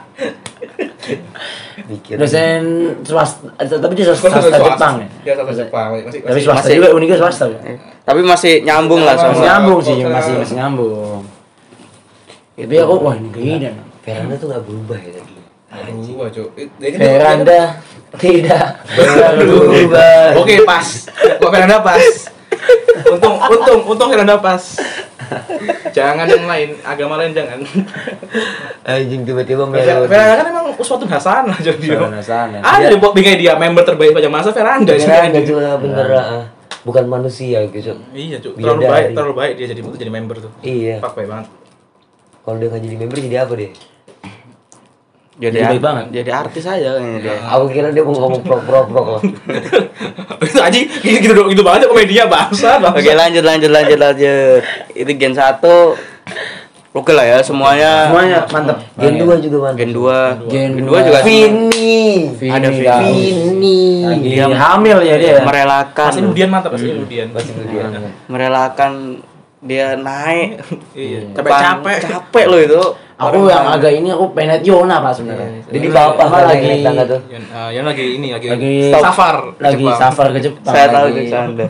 B: Mikir.
A: Dosen swasta, tapi dia swasta Jepang ya.
D: Ya swasta Jepang.
A: Tapi swasta
C: masih-
A: juga Unika swasta kan.
C: Tapi masih nyambung lah
A: Masih
C: sama.
A: nyambung sih, masih nyambung. Tapi aku wah ini Gaida.
B: Veranda tuh gak berubah ya tadi.
D: Aduh, Cuk.
A: Veranda tidak berubah.
D: Oke, pas. Kok Veranda pas? Untung Veranda pas. Jangan yang lain, agama lain jangan.
B: Anjing tiba-tiba
D: Veranda kan emang suatu hasanah jadi.
A: Sana.
D: Ada yang buat bikin dia member terbaik pada masa Veranda sih.
B: Veranda juga bener bukan manusia gitu.
D: Iya, Cuk.
B: Bidadari.
D: Terlalu baik dia jadi member tuh.
B: Iya.
D: Pak baik banget.
B: Kalau dia nggak jadi member jadi apa deh?
C: Jadi
A: baik banget.
C: Jadi artis aja kayaknya dia.
B: Aku kira dia mau ngomong pro.
D: Itu anjing gitu banget komedinya bangsa.
C: Oke, lanjut. Itu Gen 1. Oke lah ya semuanya.
A: Semuanya mantep.
B: Gen 2 juga mantap.
C: Gen 2.
A: Gen
C: Gen 2
A: dua.
C: juga
B: Vini.
C: Ada
B: Vini.
A: Lagi hamil ya dia.
C: merelakan.
D: Pasti Ludian mantap pasti Ludian.
C: Merelakan dia naik.
D: Iya.
C: Depan-
D: Capek.
C: Capek loh itu.
A: Aku yang agak ini aku pengen lihat Yona Pak sebenarnya.
B: Jadi bapak
A: Sama
B: lagi
A: lagi
B: naik tangga tuh.
D: Yang lagi
A: Lagi
D: safar. ke
A: lagi
D: Jepang.
A: safar ke Jepang.
C: Saya tahu
A: lagi.
C: itu Anda.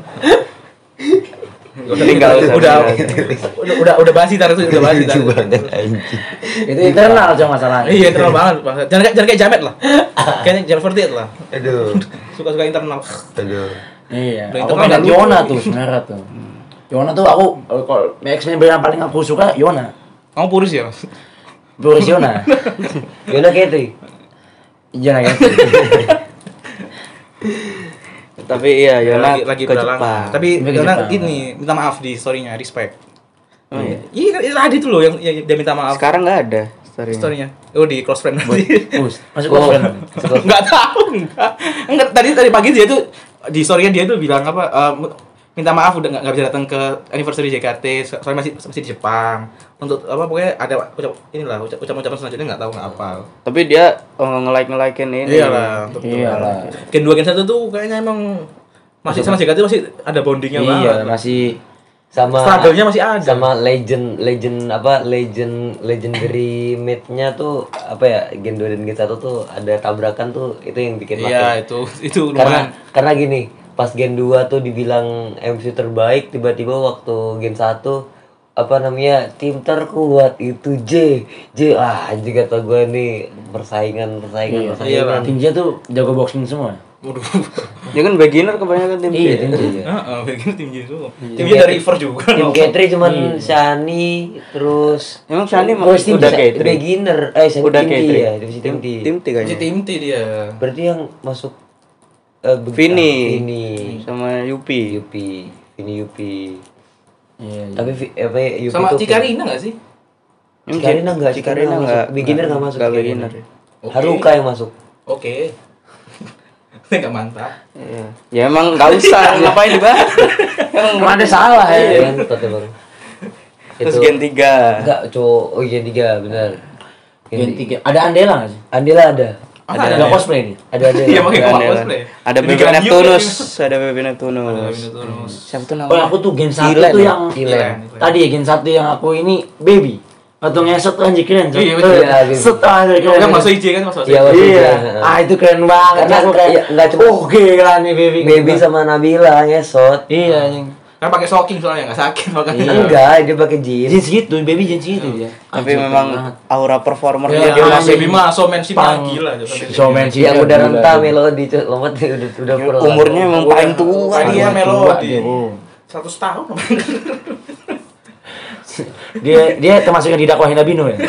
D: Udah
C: Ini nggak usah.
D: udah basi tar itu udah basi tar.
B: Lucu banget anjing.
A: Itu internal cuma masalahnya.
D: Iya internal banget Bang. Jangan kayak Jamet lah. Kayaknya jangan seperti itu lah.
B: Aduh.
D: Suka internal.
B: Aduh.
A: Iya.
D: Udah
A: Aku
D: internal
A: pengen lihat
D: nggak lucu.
A: Yona tuh sebenarnya tuh. Yona tuh aku kalau X-Men yang paling aku suka Yona.
D: Kamu puris ya, Mas?
A: Boris Yona.
B: Yona Ketri.
A: Iya kan.
C: Tapi iya Yona
D: lagi
C: ke
D: belalang.
C: Jepang.
D: Tapi
A: Ke
D: Yona
A: Jepang.
D: ini minta maaf di story-nya, respect.
C: Oh, iya.
D: Iya kan itu tadi tuh loh yang dia minta maaf.
C: Sekarang nggak ada story-nya.
D: Story-nya. Oh di close friend nanti.
A: Masuk ke friend.
D: Enggak tahu, enggak. Tadi pagi dia tuh di story-nya dia tuh bilang apa minta maaf udah nggak bisa datang ke anniversary JKT soalnya masih di Jepang untuk apa pokoknya ada ucapan selanjutnya nggak tahu nggak apa.
C: Tapi dia nge-like-nge-likein ini.
D: Iyalah untuk
A: Iyalah.
D: Gen 2 Gen 1 tuh kayaknya emang masih sama JKT masih ada bondingnya
A: Iya,
D: banget.
A: masih
B: Sama
D: Struggle-nya masih ada.
B: sama legendary mate-nya tuh apa ya, Gen 2 dan Gen 1 tuh ada tabrakan tuh, itu yang bikin
D: Iya,
B: makin.
D: itu lumayan.
B: Karena gini, pas Gen 2 tuh dibilang MC terbaik, tiba-tiba waktu Gen 1 apa namanya, tim terkuat itu anjing kata gue nih, persaingan.
D: Iya,
A: tim dia tuh jago boxing semua.
D: Waduh.
C: Dia kan beginner kebanyakan tim
A: Iya,
C: dia.
A: tim dia.
D: Heeh, begini tim Jinsu. Tim dia dari River juga.
B: Tim Ketri cuman Shani, terus
C: Emang Shani
B: terus tim
C: udah
B: bisa-
C: Ketri?
B: beginner, Shani
C: Udah
B: tim T
C: Ketri.
B: ya, divisi tim T.
C: Tim 3
D: Masih tim T dia.
B: Berarti yang masuk
C: Vini.
B: Vini,
C: sama Yupi.
B: Yupi.
A: Iya.
B: Tapi apa ya, Yupi
D: Sama
B: tuh
D: Cikarina enggak sih?
B: Cikarina enggak,
C: Cikarina enggak.
B: beginner enggak masuk.
C: Enggak
B: Cikarina.
C: beginner.
D: Oke.
B: Haruka yang masuk.
D: Oke. Saya enggak mantap.
C: Iya. Ya emang enggak usah ngapain dibahas.
A: Emang ada salah ya.
B: Iya kan, kata Bang.
C: Terus
B: Itu
C: Gen 3.
B: enggak, cowok. Oh iya 3, benar.
A: Gen 3. Ada Andela enggak sih?
B: Andela ada.
D: Ada
A: Enggak cosplay nih.
B: Ada
D: Iya,
B: Andela.
D: makanya
C: Ada
D: kok
C: Andela.
D: cosplay.
C: Ada
D: Ini
C: Bebe
D: Grand
C: Neptunus,
D: Youth
C: ada Bebe
D: Ada
C: Neptunus.
D: Neptunus.
C: Siapa tuh
A: Oh,
C: namanya?
A: aku tuh Gen 1
C: Ilen
A: tuh
C: ya?
A: yang
D: Ilen.
A: tadi ya Gen 1 yang aku ini baby. Waktu ngeset tuh anjir keren.
D: Iya,
A: Tuh,
B: iya, baby.
A: set anjir keren.
D: Kan masuk IJ kan masuk.
B: Iya, masuk.
A: Iya.
B: Iya.
A: Ah itu keren banget.
B: Karena
A: Aku kayak
B: iya, nggak cuma-
A: oh gila nih baby.
B: Baby sama Nabila ngesot.
A: Iya anjing.
D: Kan pakai stocking soalnya enggak sakit makanya.
A: Iya.
B: Enggak, dia pakai jeans.
A: Jeans gitu, baby jeans gitu dia.
C: Tapi
A: Anjir,
C: memang
A: keren banget.
C: aura performernya
D: Iya,
C: dia
D: dia
C: masih
D: masih Bima showmanship
A: Pang.
D: gila.
A: Showmanship
B: Yang udah
A: gila.
B: renta melodi lompat udah pro.
C: umurnya emang paling tua
D: Dia
C: dia.
D: melodi.
A: Tua, bro.
D: 100 tahun.
A: Dia termasuk yang didakwahin Nabino ya.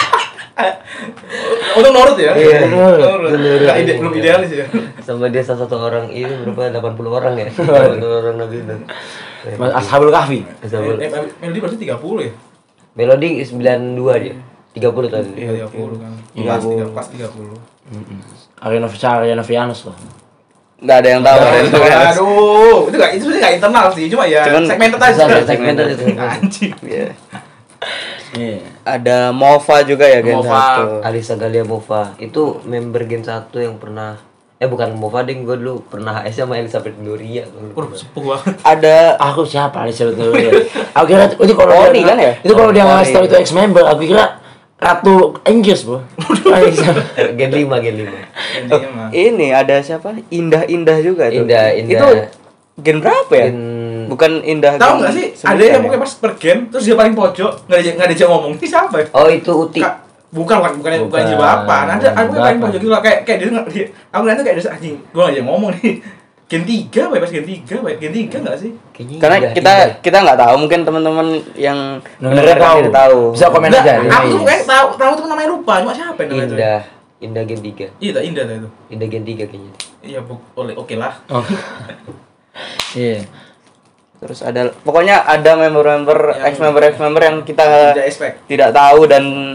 D: Untuk nurut ya?
B: Iya,
D: nurut.
B: nurut.
D: Belum idealis ya.
B: Sama dia salah satu orang ini berapa 80 orang ya. 80 orang Nabila.
A: Mas Ashabul Kahfi.
D: Melodi berarti 30 ya?
B: Melodi 92 dia. 30 tadi.
D: Iya, 30 kan.
A: Iya,
D: Pas 30.
A: Ariana Vianus loh.
C: Enggak ada yang tahu.
D: Aduh, itu sebenarnya enggak internal sih, cuma ya
C: Cuman
D: segmented
B: Bisa
D: aja.
B: ada segmented itu.
D: Anjing.
C: Iya.
A: Iya.
C: Ada Mova juga ya Gen
D: Mova.
C: 1.
B: Alisa Galia Mova itu member Gen 1 yang pernah bukan Mova ding, gue dulu pernah HS sama Elizabeth Gloria.
D: Waduh, sepuh banget.
C: Ada
A: Aku siapa nih sebetulnya? Aku kira itu kalau
C: Lori
A: dia
C: kan ya?
A: Itu kalau dia
C: Lori.
A: ngasih tahu itu ex member, aku kira Ratu Inggris, Bro.
B: Gen 5.
D: Intinya mah.
C: ini ada siapa? Indah juga tuh.
B: Indah.
C: Itu gen berapa ya?
B: Gen-
C: Bukan Indah.
D: Tahu
C: gen
D: enggak sih?
C: sembilan
D: Ada yang
C: ya?
D: pokoknya pas per game terus dia paling pojok, enggak ada ngomong. Ini siapa ya?
B: Oh, itu Uti.
D: Bukan
A: Bukan.
D: Bapak. Ada aku paling
A: Bapak.
D: pojok gitu lah kayak dia nggak dia. Aku ngeliatnya kayak dia anjing. Gua enggak ngomong nih. Gen 3, Pak, pas Gen 3, Pak. Gen 3 enggak sih?
B: Kayaknya
C: Karena
B: Indah.
C: kita nggak tahu, mungkin teman-teman yang
A: Dengarnya
C: mendengarkan ini tahu.
A: Bisa komen
D: Nggak,
A: aja.
D: aku tuh kayak tahu tuh namanya lupa, cuma siapa yang namanya itu?
B: Indah Gen 3.
D: Iya, tak Indah tak itu.
B: Indah Gen 3 kayaknya.
D: Iya, oke lah.
A: Oh. Iya.
C: Terus ada pokoknya ada member-member
D: Yang-
C: ex-member yang kita
D: Tidak expect.
C: tidak tahu dan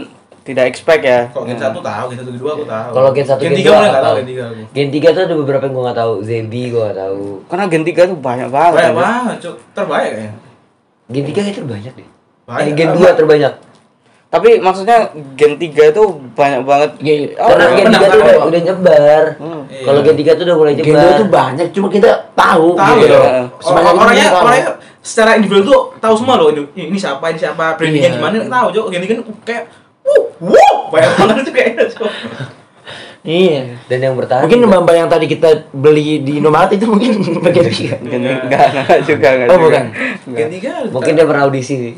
C: tidak expect ya.
D: Kalau Gen 1 tahu, Gen 1 Gen 2 aku tahu.
B: Kalau Gen 1
D: Gen
B: Gen
D: 3
B: 2
D: mulai enggak
B: apa?
D: tahu Gen 3 aku.
B: Gen 3 tuh ada beberapa yang gua enggak tahu. Zebi gua enggak tahu.
C: Karena Gen 3 tuh banyak banget.
D: Banyak
C: kan.
D: banget, Cuk. Terbaik kayaknya.
B: Gen 3 kayaknya terbanyak deh.
D: Banyak.
B: Gen 2 terbanyak.
C: Tapi maksudnya Gen 3 itu banyak banget.
B: Karena Gen 3 tuh udah nyebar.
D: Iya.
B: Kalau Gen 3 tuh udah mulai
A: Gen
B: nyebar.
A: 2 tuh banyak, cuma kita tahu
D: Tahu
A: gitu.
D: ya.
A: Sebanyak ini
D: Orangnya
A: kita tahu.
D: orangnya secara individu tuh tahu semua loh. Ini siapa, brandingnya
A: Iya.
D: gimana tahu, Cuk. Gen 3 kan kayak banyak banget tuh kayaknya, Cuk.
A: Iya.
B: Dan yang bertahan.
A: Mungkin mbak yang tadi kita beli di Indomaret itu mungkin bagian 3.
C: Enggak juga enggak.
A: Oh,
C: juga.
A: bukan.
D: Gen 3
B: mungkin dia pernah audisi sih.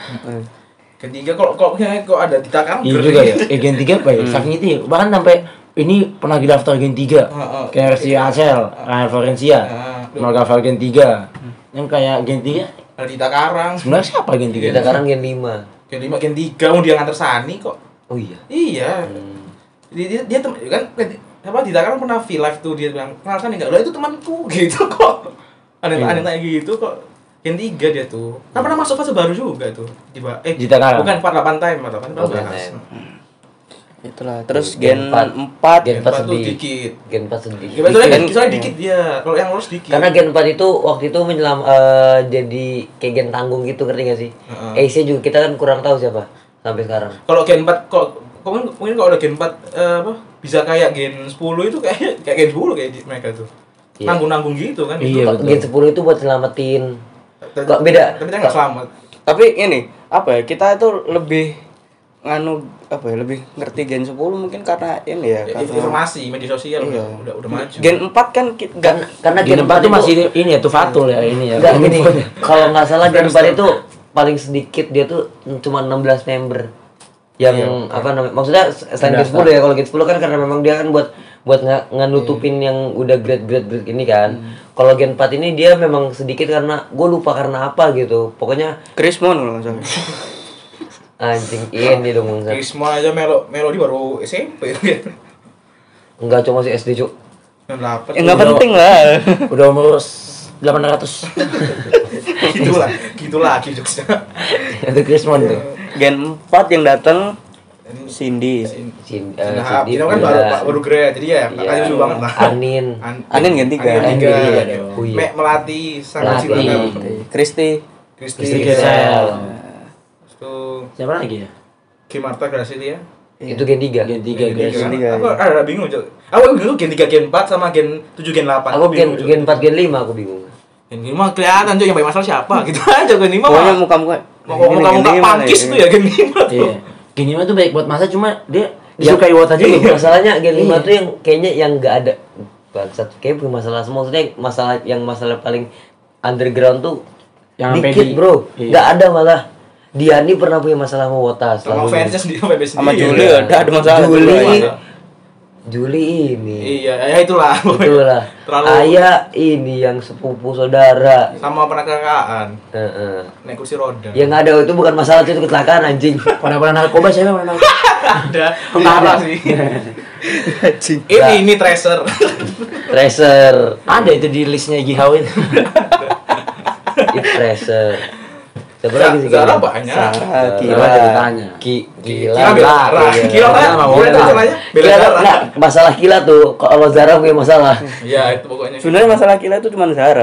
D: Gen 3 kok ada di Takang.
A: Iya juga ya. Gen 3 apa ya? Saking itu ya. Bahkan sampai ini pernah daftar Gen 3. Kayak Resi Acel, Rahel Florencia, Gaval Gen 3. Yang kayak Gen 3
D: Ada di Takarang.
A: sebenarnya siapa Gen 3?
B: Kita sekarang Gen 5.
D: Gen 5, Gen 3 dia nganter Sani kok.
B: Oh iya.
D: Iya. Dia kan apa di Takarang pernah live tuh dia bilang, "Kenal Sani enggak?" Lah itu temanku gitu kok. Ada kayak gitu kok. Gen 3 dia tuh. Kan pernah masuk fase baru juga tuh.
A: Di Takarang.
D: Bukan 48 time, 48
B: Oh,
D: bahas.
B: time.
C: Itulah. Terus
B: Gen
C: Gen
B: 4.
C: 4
B: Gen 4
D: tuh
B: sedih.
D: dikit.
B: Gen 4 sedih.
D: Ya, soalnya dikit dia. Kalau yang lulus dikit.
B: Karena Gen 4 itu waktu itu jadi kayak gen tanggung gitu, ngerti gak sih? AC juga kita kan kurang tahu siapa sampai sekarang.
D: Kalau Gen 4 mungkin kalau udah Gen 4 apa bisa kayak Gen 10 itu kayak Gen 10 kayak mereka tuh.
B: Iya.
D: Nanggung-nanggung gitu kan.
A: Iya,
D: Itu.
A: betul.
B: Gen 10 itu buat selamatin. Kok beda?
D: Tapi dia enggak selamat.
C: Tapi ini apa ya? Kita itu lebih lebih ngerti Gen 10 mungkin karena ini ya, karena
D: Informasi media sosial
C: Iya.
D: udah maju.
C: Gen 4 kan enggak
B: Karena
A: Gen 4 itu masih ini ya Tufatul ya ini ya.
B: enggak gini. Kalau nggak salah Gen 4 itu paling sedikit dia tuh cuma 16 member. Yang apa namanya? Maksudnya selain Gen 10 ya, kalau Gen 10 kan karena memang dia kan buat nganutupin yang udah grade ini kan. Kalau Gen 4 ini dia memang sedikit karena gue lupa karena apa gitu. Pokoknya
C: Krismon kalau nggak salah.
B: anjing ini dong Bang.
D: Risma aja melodi baru SMP.
B: Enggak cuma si SD, Cuk.
D: 98.
C: Ya enggak penting lah.
A: Udah umur 800.
D: gitu lagi jokesnya.
A: Itu Krismon tuh.
C: Gen 4 yang datang Cindy.
D: Nah, kita kan baru grade, jadi ya kakaknya lucu banget lah.
B: Anin.
C: Anin Gen 3.
D: Anin Gen 3.
B: Oh, iya.
D: Melati sangat
B: Melati.
D: silangan.
C: Kristi.
D: Kristi
A: Kristi
D: Gesel.
A: Gesel.
D: Tuh
A: Siapa lagi ya?
D: Kimarta Gracilia.
B: Itu Gen 3.
A: Gen 3 guys.
C: Gen 3.
D: Aku ada bingung, Cok. Aku bingung Gen 3 Gen 4 sama Gen 7 Gen 8.
B: Aku
D: bingung, Cok.
B: Gen 4 Gen 5 aku bingung.
D: Gen 5 kelihatan, Cok, yang banyak masalah siapa? Gitu aja Gen 5
C: Pokoknya
D: mah.
C: muka-muka
D: Muka-muka pangkis tuh ya Gen 5 tuh.
A: Iya. Gen 5 tuh baik buat masa cuma dia disukai Wot aja loh.
B: Masalahnya Gen 5
A: Iya.
B: tuh yang kayaknya yang enggak ada bangsat kayak bukan masalah semua, maksudnya masalah paling underground tuh
A: Yang
B: dikit,
A: pedi.
B: bro.
A: Iya.
B: Enggak ada malah. Diani pernah punya masalah sama Wotas.
D: Sama fansnya sendiri, sama fansnya
C: sama
D: sendiri.
C: Juli ada masalah.
B: Juli ini.
D: Iya, ya itulah.
B: Itulah.
D: Terlalu-
B: Ayah ini yang sepupu saudara.
D: Sama pernah kecelakaan,
B: Heeh.
D: naik kursi roda.
B: Yang ada itu bukan masalah itu kecelakaan anjing.
A: Pernah narkoba saya memang.
D: Ada.
A: Enggak ada.
D: sih. Ini tracer.
B: Tracer.
A: Ada itu di listnya Gihau itu.
B: Itu Tracer. Siapa lagi sih?
D: Zara
B: kayaknya?
D: banyak.
C: Sarah,
A: Kira
C: Kira.
A: jadi tanya.
B: Gila.
D: Kira bela Zara. Kira kan?
A: Sama
D: Kira
A: Wota.
D: itu namanya bela
B: Kila
D: Zara.
B: enggak masalah Kila tuh kalau Zara punya masalah.
D: Iya, itu pokoknya.
C: Sebenarnya masalah Kila itu cuma Zara.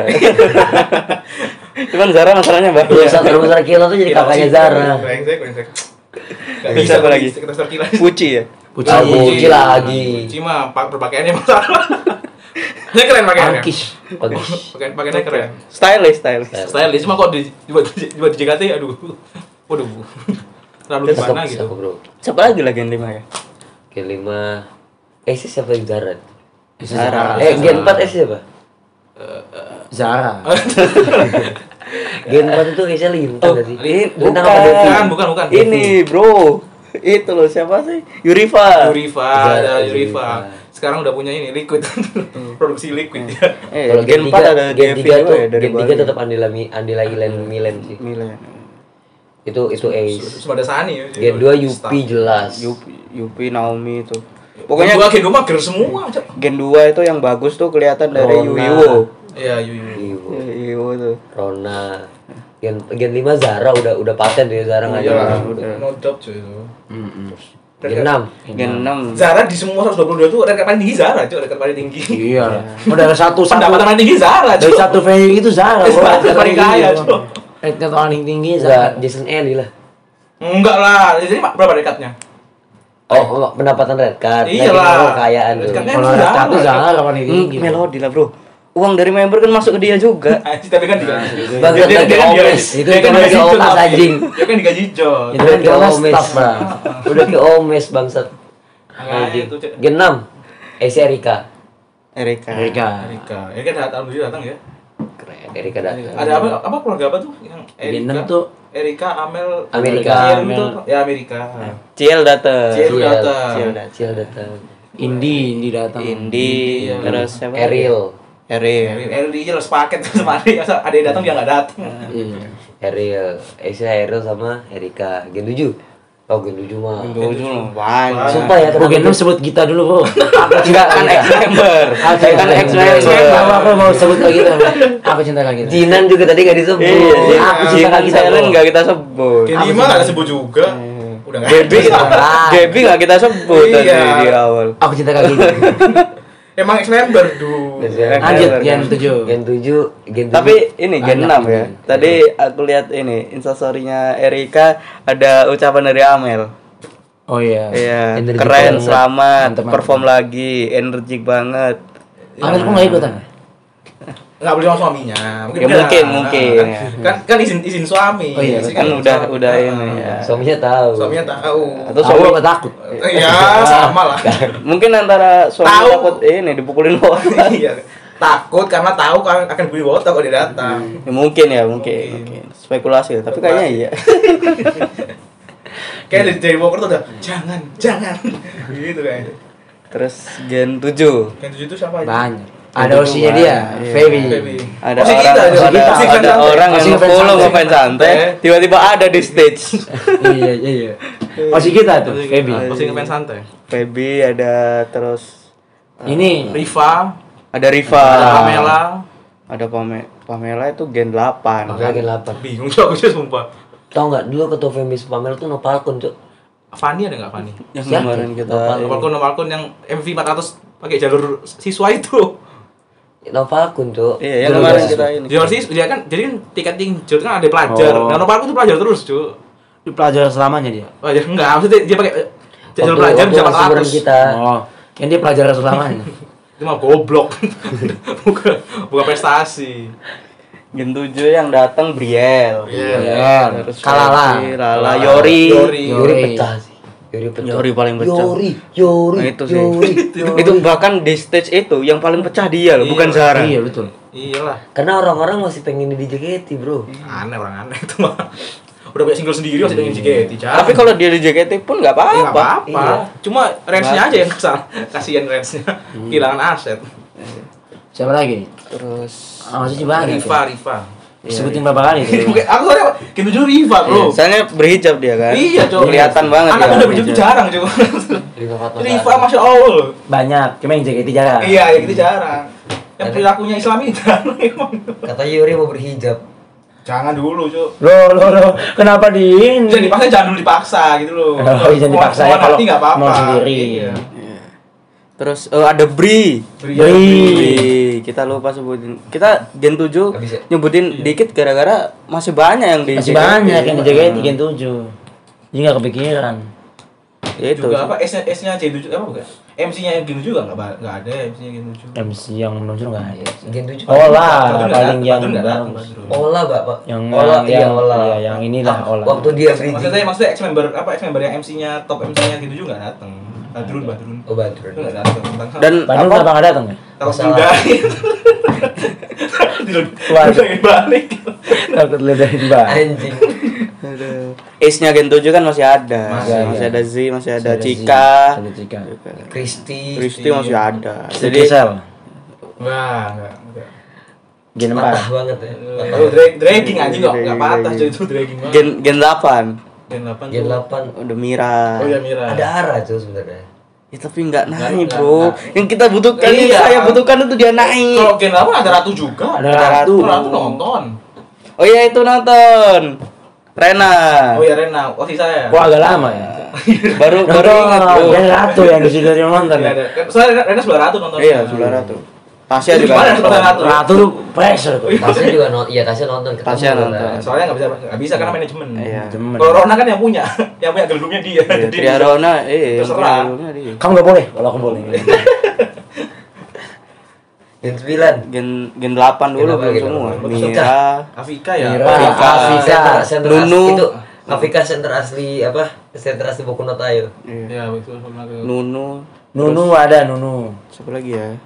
C: Cuman Zara masalahnya banyak.
B: Masalah Kila tuh jadi kakaknya Zara.
D: Brengsek. Gak
C: Terus
D: bisa
C: apa lagi?
D: Tracer Kira.
C: Puci ya.
A: Puci.
B: Ah, Puci lagi.
D: Puci mah berpakaiannya masalah. Dia keren pakaiannya.
A: Angkis.
D: Pakaiannya keren.
C: Stylish.
D: Stylish cuma kok di JKT aduh. Waduh. Terlalu gimana
B: Cakep,
D: gitu.
B: cakep, bro.
C: Siapa lagi Gen 5 ya?
B: Gen 5. Sih siapa yang Zara?
C: Zara.
B: Gen 4 siapa?
A: Zara.
B: Gen 4 itu kayaknya Lintang
C: Oh,
B: gak sih?
C: bukan.
B: Lintang apa Devi?
D: Bukan.
C: Ini bro, itu loh siapa sih? Yurifa.
D: Yurifa. Sekarang udah punya ini liquid. Produksi liquid ya.
B: Kalau
C: Gen 4 ada
B: Gen
C: Devi
B: 3
C: juga
B: tuh
C: ya dari
B: Gen 3
C: Bali.
B: tetap Andila Milen sih.
C: Milen.
B: Itu Ace.
D: Cuma ada Sani ya.
B: Gen 2 Yupi jelas.
C: Yupi Naomi itu.
D: Pokoknya
C: Pokoknya
D: Gen 2 mah ger semua, Cok.
C: Gen 2 itu yang bagus tuh kelihatan dari
B: Rona.
C: Yuiwo.
D: Iya, Yuyu.
B: Ibu.
C: Yuiwo tuh.
B: Rona. Gen 5 Zara udah paten deh Zara nggak
D: Iya,
B: ada.
C: udah.
D: no doubt cuy itu.
B: Gen 6.
C: Gen 6.
D: Zara di semua 122 tuh red card paling tinggi Zara, cuy, red card paling tinggi.
A: Iya. Udah ada satu
D: Pendapatan paling tinggi Zara,
A: dari
D: cuy.
A: satu value itu Zara.
D: Zara paling kaya, cuy.
A: Rate paling tinggi
B: Enggak,
A: Zara.
B: Jason Ellie lah.
D: Enggak lah, jadi berapa red card-nya?
B: Oh, pendapatan red card.
D: Iya
B: Lagi
D: lah.
B: ngomong kekayaan
D: Red
B: tuh.
D: card-nya
A: Kalau
D: Zara.
A: satu Zara paling tinggi.
C: Melodi lah, Bro. Uang dari member kan masuk ke dia juga.
D: Anjing, tapi kan digaji.
B: Bagus
D: Dia-
B: lagi
D: dia kan
B: Omes.
D: digaji-
B: Itu
D: dia kan
B: lagi
D: digaji
B: Omes
D: Jod,
B: anjing.
D: Dia kan digaji Jod.
A: Itu kan
B: Udah ke
A: karena
B: Omes.
A: staff, Bang.
B: Udah ke Omes bangsat.
D: Makanya itu, Cek.
B: Gen 6. Erika.
C: Erika.
A: Erika.
D: Erika datang dulu datang ya.
B: Keren, Erika datang.
D: Ada apa keluarga apa tuh yang
A: Gen
D: Erika?
A: 6 tuh
D: Erika, Amel,
B: Amerika.
D: Ciel itu ya Amerika.
C: Ciel datang.
D: Ciel datang.
C: Ciel datang.
B: datang.
A: Indi datang.
C: Indi,
D: Iya.
C: terus siapa?
B: Ariel.
C: Ariel.
D: Dia harus paket sama Ari. Masa ada yang datang dia nggak datang.
A: Iya.
B: Ariel. Ariel sama Erika. Gen 7. Oh, Gen 7 mah.
C: Tujuh loh, banyak.
B: Sumpah ya,
A: Oh, Gen 6 sebut kita dulu, Bro. Aku
C: Enggak kan ex member. Kan ex member.
A: Aku mau sebut lagi kita. Aku cinta lagi kita.
B: Jinan juga tadi gak disebut.
C: Iya,
A: Aku cinta
C: Jinan
A: kita,
C: Silent
A: Bro.
C: enggak kita sebut.
D: Gen 5 nggak disebut juga. Udah nggak
C: Gaby,
D: ada.
C: Gaby nggak kita sebut tadi
D: Iya.
C: di awal.
A: Aku cinta kaki.
D: Emang ex member dulu.
A: Lanjut Gen 7.
B: Gen 7. Gen 7.
C: Tapi ini Gen
A: Banyak
C: 6 ya.
A: ini.
C: Tadi aku lihat ini Instastory-nya Erika ada ucapan dari Amel.
A: Oh iya.
C: Iya,
B: Energi
C: keren,
B: banget.
C: selamat,
A: Mantep,
C: perform lagi, energik banget.
A: Amel kok nggak ikutan?
D: Nggak boleh sama suaminya.
C: Ya,
D: beda.
C: mungkin.
D: Kan izin suami.
A: Oh iya,
D: Istri
C: Kan udah ini ya.
B: Suaminya tahu.
D: Suaminya tahu.
C: Atau
A: Aku
C: suami
A: apa takut?
D: Iya, sama lah.
C: mungkin antara suami
D: Tahu.
C: takut ini dipukulin orang.
D: Iya. Takut karena tahu akan beli botak kalau dia datang.
C: Ya, mungkin. Spekulasi, tapi kayaknya iya.
D: Kayak dari Walker tuh udah jangan. Gitu kayaknya.
C: Terus Gen 7.
D: Yang 7 itu siapa aja?
A: Banyak. Ada osinya dia,
C: Iya.
A: Feby.
D: Baby.
C: Ada
D: Osi
C: orang
D: kita,
C: ada,
D: Osi kita. Osi
C: ada
D: kita.
C: orang
A: Osi
C: yang
A: ngefans
C: follow
A: santai.
C: ngefans santai, tiba-tiba ada di stage.
A: Iya. Osi kita tuh, Feby.
D: Osi ngefans santai.
C: Feby ada terus
A: Ini
D: Riva,
C: ada Riva,
D: ada Pamela.
C: ada Pamela itu Gen 8.
B: Makanya Gen 8.
D: Bingung juga aku sih sumpah.
B: Tahu nggak dulu ketua Femis Pamel tuh Nopalkun, Cuk.
D: Fanny ada nggak Fanny?
C: Yang
B: Siapa?
C: kemarin kita
D: Nopalkun yang MV 400 pakai jalur siswa itu.
B: Nopalkun, Cuk.
C: Iya, yang
B: Dulu
C: kemarin
B: guys.
C: kita ini.
D: Jalur siswa dia kan jadi kan tiket tinggi kan ada pelajar.
A: Oh.
D: Nah, Nopalkun itu pelajar terus, cuy.
A: di pelajaran selamanya dia.
D: Oh ya enggak, maksudnya dia pakai jalur
B: Waktu-
D: pelajar
B: waktu
D: bisa
B: masih bareng
D: 400.
B: kita.
A: Oh, yang dia pelajaran selamanya.
D: Itu mah goblok. bukan prestasi.
C: Gen 7 yang datang Briel.
A: Iya.
C: Terus
A: Kalala.
C: Feby, Lala, Yori.
B: Yori pecah sih.
C: Yori paling pecah.
B: Yori.
C: Nah, itu sih.
B: Yori.
C: Itu bahkan di stage itu yang paling pecah dia loh, bukan Zara.
A: Iya, betul.
D: Iyalah.
B: Karena orang-orang masih pengen di JKT, Bro.
D: Aneh orang aneh itu mah. Udah punya single sendiri masih pengen JKT.
C: Tapi kalau dia di JKT pun nggak
D: nggak
C: apa-apa.
D: apa-apa.
B: Iya.
D: Cuma range-nya aja yang kesal. Kasihan range-nya. Kehilangan aset.
A: Siapa lagi?
C: Terus
A: Masih banyak.
D: Riva.
A: Sebutin berapa kali tuh?
D: Aku soalnya Gen 7 Riva, Bro.
C: soalnya berhijab dia kan.
D: Iya, Cok.
C: Kelihatan banget
D: Anak
C: ya.
D: udah berjumpa jarang, Cok.
B: Riva Fatma
D: Riva Masya Allah.
A: Banyak, cuma yang JKT jarang.
D: Iya, ya gitu jarang. Yang perilakunya Islami jarang emang.
B: Kata Yori mau berhijab.
D: Jangan dulu, Cok.
A: Loh, kenapa di ini?
D: Jangan dipaksa, jangan dulu dipaksa gitu loh.
A: Oh, jangan dipaksa ya, kalau
D: nanti nggak apa-apa.
A: mau sendiri.
D: Iya.
C: Terus ada Bri.
A: Bri.
C: Kita lupa sebutin. Kita Gen 7
B: Nggak bisa.
C: nyebutin dikit gara-gara masih banyak yang di
A: Masih
C: JKT.
A: banyak yang di JKT Gen 7. Jadi nggak kepikiran.
C: Ya itu.
D: Juga apa S-nya C7 apa bukan? MC-nya yang Gen 7 nggak ada MC-nya Gen 7.
A: MC yang muncul nggak ada.
B: Gen 7.
A: Oh lah,
D: Badrun nggak
A: paling
D: datang,
A: yang
D: Badrun nggak
A: bang.
D: datang, Badrun.
B: Ola, Bapak.
A: Yang
B: Ola,
A: yang-
B: iya Ola.
A: iya, yang inilah Ola.
B: Waktu dia bridging.
D: Maksudnya ex member yang top MC-nya Gen 7 nggak datang. Badrun.
B: Oh, Badrun.
D: Itu nggak datang.
C: Dan
A: Bandung
C: apa?
A: kenapa nggak datang ya?
D: Takut
B: Masalah.
D: diludahin. Diludahin balik.
A: Takut lihat dari bawah.
B: Anjing.
C: Ace-nya Gen 7 kan masih ada.
D: Masih
C: Masih ada Z, masih ada
A: Ada
C: Cika.
A: Ada Cika.
B: Kristi.
C: Kristi masih ada.
A: Jadi
C: Jadi
A: sel.
D: Wah, enggak.
A: Gen
B: Patah
A: 4.
B: banget ya.
D: Oh, dragging anjing nggak patah jadi itu dragging banget.
C: Gen 8
D: Gen 8
B: Gen
D: tuh.
B: 8.
C: udah Mira.
D: Oh ya Mira.
B: Ada Ara tuh sebenarnya.
C: Ya, tapi nggak naik,
D: Nggak,
C: Bro.
D: nggak.
C: Yang kita butuhkan, yang
D: Iya.
C: saya butuhkan itu dia naik.
D: Kalau Gen 8 ada Ratu juga.
A: Ada Ratu.
D: Ratu nonton.
C: Oh iya itu nonton. Rena.
D: Oh ya Rena, posisi saya.
A: Wah agak lama ya.
C: Baru ingat bro.
A: Yang ratu yang di situ yang nonton.
D: Iya, ada. Soalnya Rena sebelah ratu nonton.
C: Iya, sebelah ratu. Tasya
D: Itu
C: juga
D: gimana
C: nonton.
D: sebelah ratu?
A: Ratu tuh pressure tuh.
B: Tasya juga nonton, iya Tasya nonton. ketemu
C: Tasya
B: lah.
C: nonton.
D: Soalnya nggak bisa karena manajemen.
C: Iya.
A: Temen.
D: Kalau Rona kan yang punya gelundungnya dia.
C: Iya,
D: Jadi
C: Triarona,
D: terserah.
A: Kamu nggak boleh, kalau aku boleh.
B: Gen 9.
C: Gen 8 dulu
B: Gen
C: belum
B: apa,
C: semua.
B: gen
C: Mira,
D: Afika ya.
A: Mira.
D: Afika.
A: Afika.
B: Center
C: Nunu.
B: itu Afika center asli apa? Center asli Boku no Tayo.
C: iya.
D: Ya betul sama ke.
C: Nunu,
A: Nunu ada Nunu.
C: siapa lagi ya?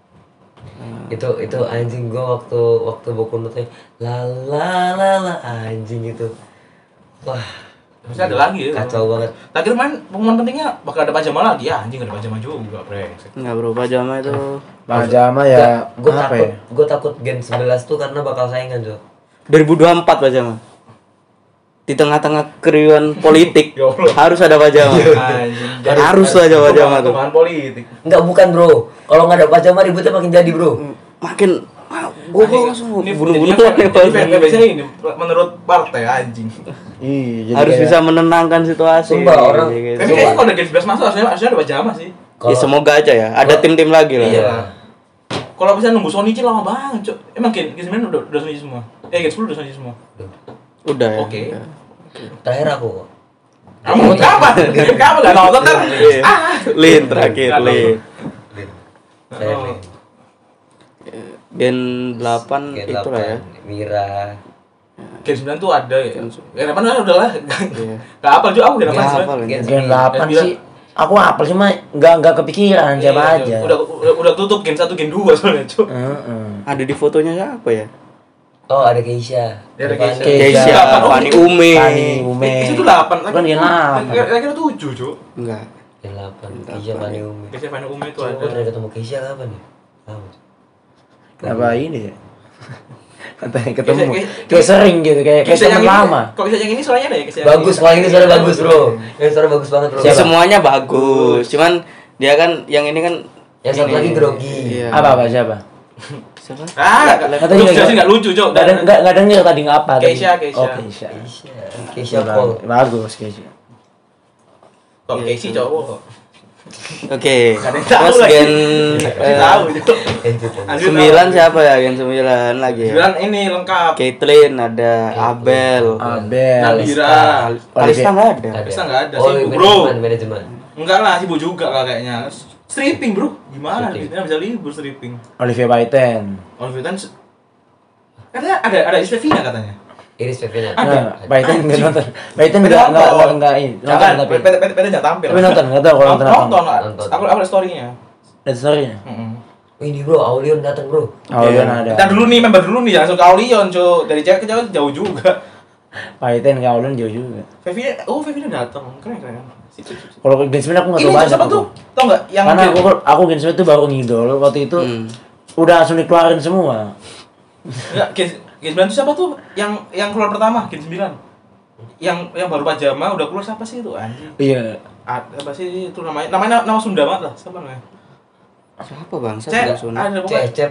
B: Itu anjing gua waktu Boku no Tayo. La la la la anjing itu. Wah,
D: Masih ada lagi ya.
B: kacau banget.
D: Terakhir main pengumuman pentingnya bakal ada pajama lagi ya, anjing ada pajama juga, brengsek.
C: Enggak bro, pajama itu
A: Pajama ya.
B: Gue
A: apa
B: takut,
A: ya?
B: gue takut Gen 11 tuh karena bakal saingan, Jo.
C: 2024 pajama. Di tengah-tengah keriuhan politik
D: Ya Allah.
C: harus ada pajama.
D: Anjing.
C: Harus ada pajama tuh.
D: Bahan politik.
B: Enggak, bukan, Bro. Kalau nggak ada pajama ributnya makin jadi, Bro.
C: Makin gue langsung
D: Ini
C: bunuh-bunuh
D: biasanya ini menurut partai anjing.
A: Iya, jadi
C: harus
A: kayak-
C: bisa menenangkan situasi.
B: Sumpah, orang-
C: Gitu.
D: Tapi kayaknya kalau ada Gen 11 masuk harusnya ada pajama sih.
C: Ya semoga aja ya, ada tim-tim lagi lah.
B: Iya.
D: Kalau bisa nunggu Sonichi lama banget, Cok. Emang Gen 9 udah Sonichi semua. Gen 10 udah Sonichi semua.
C: Udah ya.
D: Oke.
C: Udah.
B: Terakhir aku.
D: Kamu kapan? Kamu enggak nonton kan?
C: Iya. Lin terakhir, Lin.
B: Saya
D: Oh.
B: nih.
C: Gen 8
B: Gen
C: itulah ya.
B: 8, Mira.
D: Gen 9 tuh ada ya. Gen 8 kan udah lah.
C: Iya.
D: Enggak hafal juga aku Gen 8.
C: Nggak
D: sebenarnya.
C: hafal ini.
A: Gen 8
D: Gen
A: sih. Aku apel cuma nggak kepikiran siapa
D: Iya,
A: aja.
D: Udah tutup Gen 1 Gen 2 soalnya, Cok.
A: Heeh.
C: Ada di fotonya siapa ya?
B: Oh, ada Keisha.
D: Ya, ada
B: Depannya.
D: Keisha.
C: Keisha, Fani Umi.
A: Fani Ume.
D: Itu 8.
A: Bukan Gen 8.
D: Kira-kira 7, Cok.
C: Enggak.
B: Gen 8. Keisha Fani Umi.
D: Keisha Fani Umi itu
B: Coba
D: ada.
B: gue terakhir ketemu Keisha kapan ya? Lama.
A: Kenapa ini ya? Katanya ketemu.
D: Kayak-
A: Kayak sering gitu, kayak
D: Kisah
A: teman
D: yang ini-
A: lama.
D: Kok bisa yang ini soalnya ada ya? Kisah yang
B: Bagus,
D: ini.
B: kalau ini suara bagus, Bro. Ini suara bagus banget, Bro.
C: Ya semuanya bagus. Cuman dia kan yang ini kan
B: Yang satu
C: ini.
B: lagi grogi.
C: Iya.
A: Apa siapa?
C: Siapa?
A: Katanya
D: Lu
A: nggak-
D: jelasin nggak lucu, Cok.
A: Nggak denger tadi nggak apa tadi.
D: Keisha, Keisha.
A: Oh, Keisha.
B: Keisha Paul.
A: Bagus Keisha.
D: Kalau Casey cowok.
C: Oke.
D: Nggak ada yang tahu
C: Terus
D: lagi.
C: gen
D: Masih tahu, Cok. Anjir,
C: 9
D: tahu.
C: siapa ya? Gen 9 lagi ya.
D: 9 ini lengkap.
C: Caitlyn ada, Abel,
A: Abel.
D: Nabira.
C: Kalista nggak ada.
D: Bisa nggak ada,
B: Oh,
D: sibuk, bro.
B: manajemen.
D: Enggak lah, sibuk juga lah kayaknya. Stripping, Bro. Gimana?
B: Stripping.
D: Bisnisnya bisa libur stripping.
A: Olivia Baiten.
D: Oliver Tan katanya ada Istevina katanya.
B: Iris Pevina.
D: Ada.
A: Nah, Baiten nggak
D: Anjing.
A: nonton. Baiten
D: Beda
A: nggak ini. Nonton
D: Jangan,
A: tapi.
D: PT jangan tampil.
A: Tapi nonton, nggak tahu kalau nonton apa.
D: Nonton lah.
B: Nonton.
D: Aku ada story-nya.
A: Lihat story-nya.
B: Ini, Bro, Aulion datang, Bro.
A: Aulion ada.
D: Kita dulu nih, member dulu nih, langsung ke Aulion, Cok. Dari cewek ke cewek jauh juga.
A: Baiten ke Aulion jauh juga.
D: Fevina datang. Keren. Sip.
A: Kalau Gen 9 aku nggak
D: Ini
A: tahu banyak.
D: siapa
A: aku.
D: tuh? Tau nggak yang
A: Karena aku Gen 9 tuh baru ngidol waktu itu. Udah langsung dikeluarin semua.
D: Enggak, Gen 9 itu siapa tuh? Yang keluar pertama, Gen 9. Yang baru pajama udah keluar siapa sih itu anjing?
A: Iya.
D: Apa sih itu namanya nama Sunda banget lah, siapa namanya?
C: Siapa bang?
D: Cek,
C: Siapa langsung?
D: ada pokoknya.
B: Cecep.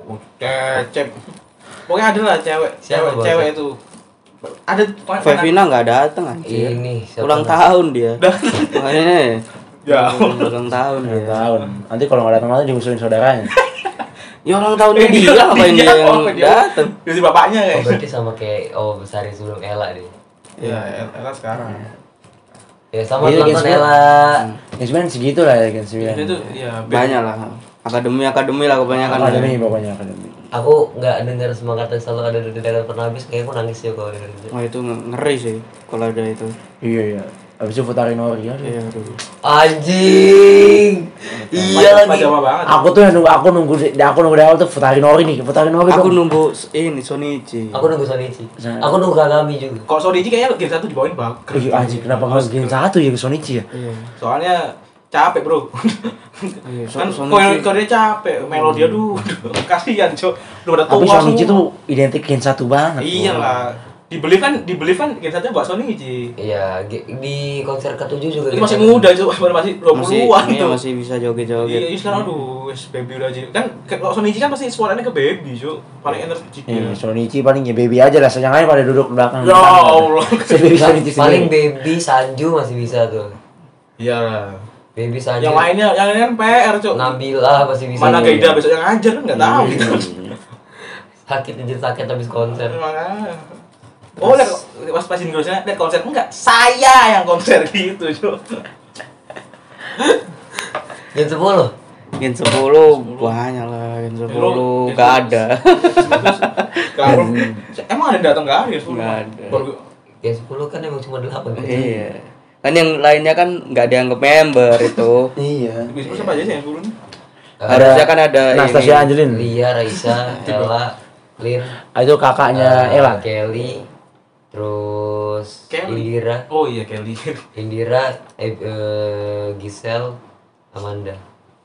D: Cecep. Pokoknya ada lah cewek,
B: Siapa, Bang?
D: cewek itu. Ada
C: Fevina nggak datang anjir.
B: Ini siapa
C: Ulang
B: namanya?
C: tahun dia. Makanya
D: Ya.
C: ulang tahun
A: Udah
C: dia.
A: tahun. Nanti kalau nggak datang lagi diusulin saudaranya.
C: Ya ulang tahunnya dia ngapain dia yang datang?
D: Jadi bapaknya
B: Oh,
D: guys.
B: berarti sama kayak besar sebelum Ella deh.
D: Iya, Ella sekarang.
B: Ya sama
A: Iya,
B: nonton
A: Gen 9.
B: Ella.
A: Gen 9 segitu lah ya Gen 9.
D: Itu ya
C: Banyak lah. Akademi lah kebanyakan.
A: Akademi pokoknya akademi.
B: Aku nggak dengar semua kata yang selalu ada di dalam pernah habis, kayak aku nangis ya kalau denger itu.
C: Wah itu ngeri sih kalau ada itu.
A: Iya iya. Habis itu Futari Nori ya.
C: Iya aduh.
B: Anjing. Iya lagi.
D: Pajama banget.
A: Aku tuh yang aku nunggu dari awal tuh Futari Nori nih. Futari Nori
C: Aku
A: tuh.
C: nunggu ini Sonichi.
B: Aku nunggu Sonichi. Aku nunggu Kagami juga.
D: Kok Sonichi kayaknya Gen 1 dibawain bagus.
A: Ih, anjing kenapa nggak Gen 1 ya ke Sonichi ya?
C: Iya.
D: Soalnya capek, Bro.
C: Iya,
D: Kan
C: Sonichi.
D: kalau dia capek, melodi aduh kasihan, Cok. Udah pada
A: Tapi
D: tua
A: Sonichi
D: semua.
A: tuh identik Gen 1 banget.
D: Iyalah. di belief kan Gen 1 buat Sony Ci.
B: Iya, di konser ke-7 juga
D: Itu
B: gitu.
D: masih muda itu, masih 20-an
C: Iya,
D: tuh.
C: masih bisa joget-joget.
D: Iya, sekarang aduh, wes baby udah aja. Kan kalau Sony kan pasti suaranya ke baby, Cuk. Paling energik.
A: Iya, Sonichi paling ya baby aja lah, yang lain pada duduk belakang.
D: Ya Allah.
A: Si baby Sonichi
B: Paling
A: sendiri.
B: Baby Sanju masih bisa tuh.
D: Iya.
B: Baby Sanju.
D: Yang lainnya kan PR, Cuk.
B: Nabila masih bisa.
D: Mana Gaida besok yang ngajar kan enggak tahu gitu.
B: Sakit anjir, sakit habis konser.
D: Makanya. Oh, pas Inggrisnya lihat konser enggak? Saya yang konser gitu, Cuk.
B: Gen 10.
C: Gen 10 banyak lah, Gen 10 gak ada.
D: Kalau emang ada yang datang ke Aries?
C: Nggak ada.
B: Gen 10 kan emang cuma 8 kan.
C: Iya. Kan yang lainnya kan nggak dianggap member itu.
A: Iya.
D: Bisnis apa aja sih yang turun?
C: Harusnya kan ada
A: Nastasia
C: ini.
A: Angelin.
B: Lia, Raisa, Ella, Lin,
A: Itu kakaknya Ella.
B: Kelly, terus
D: Kelly.
B: Indira,
D: Oh iya Kelly.
B: Giselle, Amanda.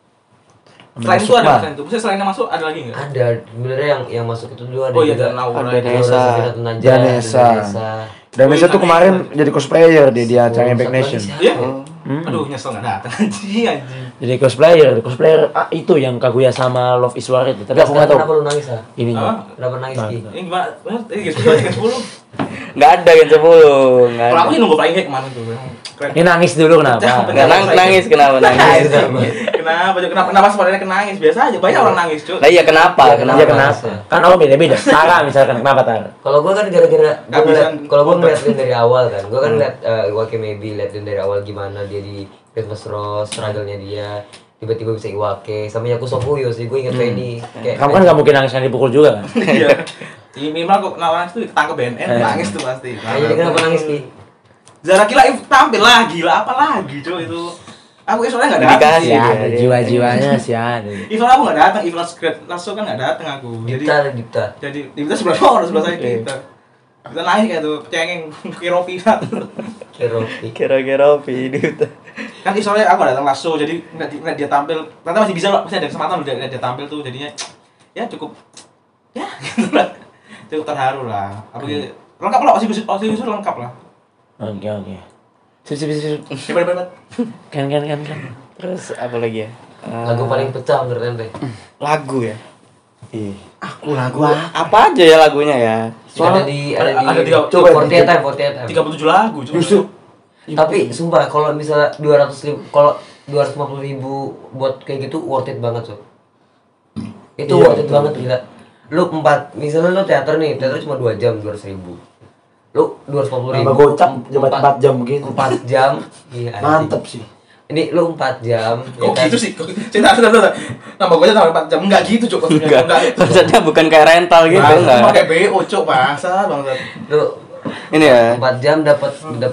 D: Selain itu ada selain itu. Maksudnya selain yang masuk ada lagi enggak?
B: Ada sebenarnya yang masuk itu dulu ada
D: Oh iya
B: juga.
D: dan Laura.
C: Ada Nesa.
A: Janesa. Dan Mesa tuh kemarin jadi cosplayer di acara Impact Nation.
D: Iya.
C: Oh.
D: Aduh nyesel enggak datang anjing.
A: Jadi cosplayer itu yang Kaguya sama Love is War itu. Tapi aku nggak tahu
B: Kenapa lu nangis ah?
A: ininya.
D: Apa?
B: Kenapa nangis Ki?
D: Ini gimana? Ini Gen 10.
C: Nggak ada Gen 10. Nggak
D: Kalau
C: ada.
D: aku sih nunggu Flying High kemana tuh. Keren.
A: Ini nangis dulu kenapa?
C: Nggak nangis kenapa nangis?
D: Kenapa sebenarnya nangis? Biasa aja, banyak orang nangis, Cuk.
C: Lah iya kenapa?
B: Iya,
A: Iya kenapa? Kan orang beda-beda. Tara misalkan kenapa Tara?
B: Kalau gua kan gara-gara
D: Nggak bisa
B: kalau gua
D: kompak.
B: ngeliat Lin dari awal kan. Gua kan ngeliat Iwake maybe liat Lin dari awal gimana dia di Christmas Rose, struggle-nya dia. Tiba-tiba bisa Iwake sama Yakusofuyo sih, gue inget Penny kayak
A: Kamu kan nggak mungkin nangis kan dipukul juga kan?
D: Iya. Ini minimal kok nangis tuh ditangkap BNN, nangis tuh pasti.
B: Nah, jadi kenapa nangis Ki?
D: Zara Kila tampil lagi lah, apa lagi, Cuk itu. Aku soalnya enggak datang.
C: Dikasih.
A: Si ada jiwa-jiwanya sih ada.
D: Event aku nggak datang, event langsung kan nggak datang aku.
B: Dipta.
D: Jadi kita sebelah orang sebelah saya kita. Kita naik kayak tuh cengeng kiropi
B: Keropi.
C: Kira-kira ini
D: kan soalnya aku nggak datang langsung jadi ngeliat dia tampil ternyata masih bisa loh masih ada kesempatan lihat dia tampil tuh jadinya ya cukup ya gitu lah cukup terharu lah apa gitu lengkap lah Ozzy lengkap lah
A: Oke. Sip.
D: hebat
A: Kan.
C: Terus apa lagi ya?
B: Lagu paling pecah menurut ente.
C: Lagu ya.
A: Iya.
D: aku lagu
C: Apa aja ya lagunya ya?
B: Ada di
D: ada di-
A: coba
B: 48 time.
D: 37 lagu cuma
A: Justru
B: Tapi sumpah kalau misalnya 200.000 kalau 250.000 buat kayak gitu worth it banget so. Itu
A: Iya,
B: worth it
A: betul.
B: banget gila. Lu misalnya lu teater nih, teater cuma 2 jam 200.000. Lu 250.000.
A: Nambah gocap cuma 4 jam gitu.
B: 4 jam. Iya. anjing.
A: Mantep sih.
B: Ini lu 4 jam.
D: kok
B: kan?
D: gitu sih cinta nambah gue sampai 4 jam enggak gitu cok maksudnya enggak
C: Maksudnya bukan kayak rental gitu
D: Bangsa,
C: enggak.
D: pakai BO cok bahasa bangsa
B: Lu
C: Ini ya.
B: 4 jam dapat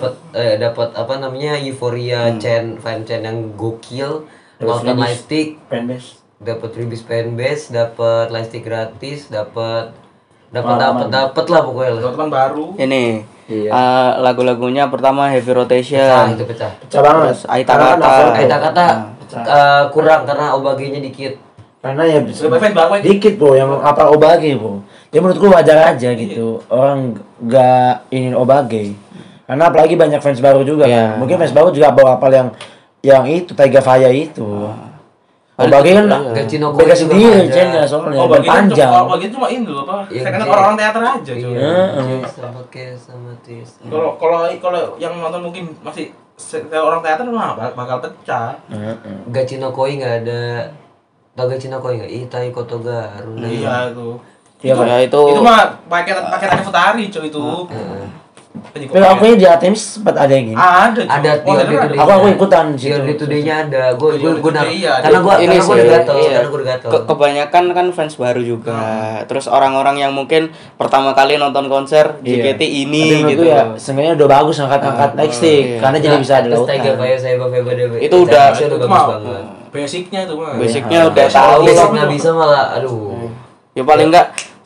B: apa namanya euforia fan chain yang gokil, nonton lightstick,
A: Fanbase.
B: dapat freebies fanbase, dapat lightstick gratis, dapat lah pokoknya lah.
D: teman baru
C: Ini
A: Iya.
C: lagu-lagunya pertama Heavy
B: Pecah
C: Rotation.
B: itu pecah.
A: Pecah banget.
C: Terus Aita
A: Karena kan
C: Kata.
A: cover tuh.
B: Aita kata kurang karena OBG-nya dikit.
A: Karena ya
D: Lebih fans baru aja.
A: dikit bro yang apa obage bro. Ya menurutku wajar aja gitu. Orang nggak ingin obage. Karena apalagi banyak fans baru juga
C: Iya.
A: kan. Mungkin fans baru juga bawa apal yang itu Taiga Faya itu. Obage kan
B: Gacino Koi
A: beda
B: juga
A: sendiri
B: ada.
A: channel soalnya
D: Oh,
A: dan
D: bagian
A: panjang.
D: cuma ini loh apa?
B: Yang
D: Saya kan
B: J.
D: orang-orang teater aja cuy.
B: Iya.
A: Heeh.
B: Sama sama Tis.
D: Kalau yang nonton mungkin masih orang teater mah bakal pecah.
B: Gacino Koi nggak ada. Tau Gacino Koi nggak? Itai Kotoga Runa.
D: Iya itu.
A: Iya kan.
C: Ya itu
D: Itu mah pakai Futari cuy itu.
A: Tapi aku di Artemis sempat ada yang gini.
D: Ada cuy.
B: Ada
D: Oh,
B: Tior
D: beneran
B: Day
D: ada.
A: Aku ikutan sih.
B: Tior Day Today-nya ada. Gue
D: Tior Day Today, iya,
B: karena gue
C: ini sih,
B: udah gatel,
C: iya.
B: karena gue udah gatel.
C: kebanyakan kan fans baru juga. Terus orang-orang yang mungkin pertama kali nonton konser
A: Iya.
C: JKT
A: Tapi
C: ini
A: menurutku
C: gitu.
A: ya sebenarnya udah bagus angkat-angkat next stick
C: iya.
A: karena jadi bisa ada
B: Terus Taiga
A: lautan.
B: Faya saya Feba DB.
C: Itu udah-
B: udah
D: Itu
B: bagus
D: mah
B: banget.
D: basicnya itu mah.
C: Basicnya
A: Iya.
C: udah tahu.
B: Kalau nggak bisa malah aduh.
C: Ya paling enggak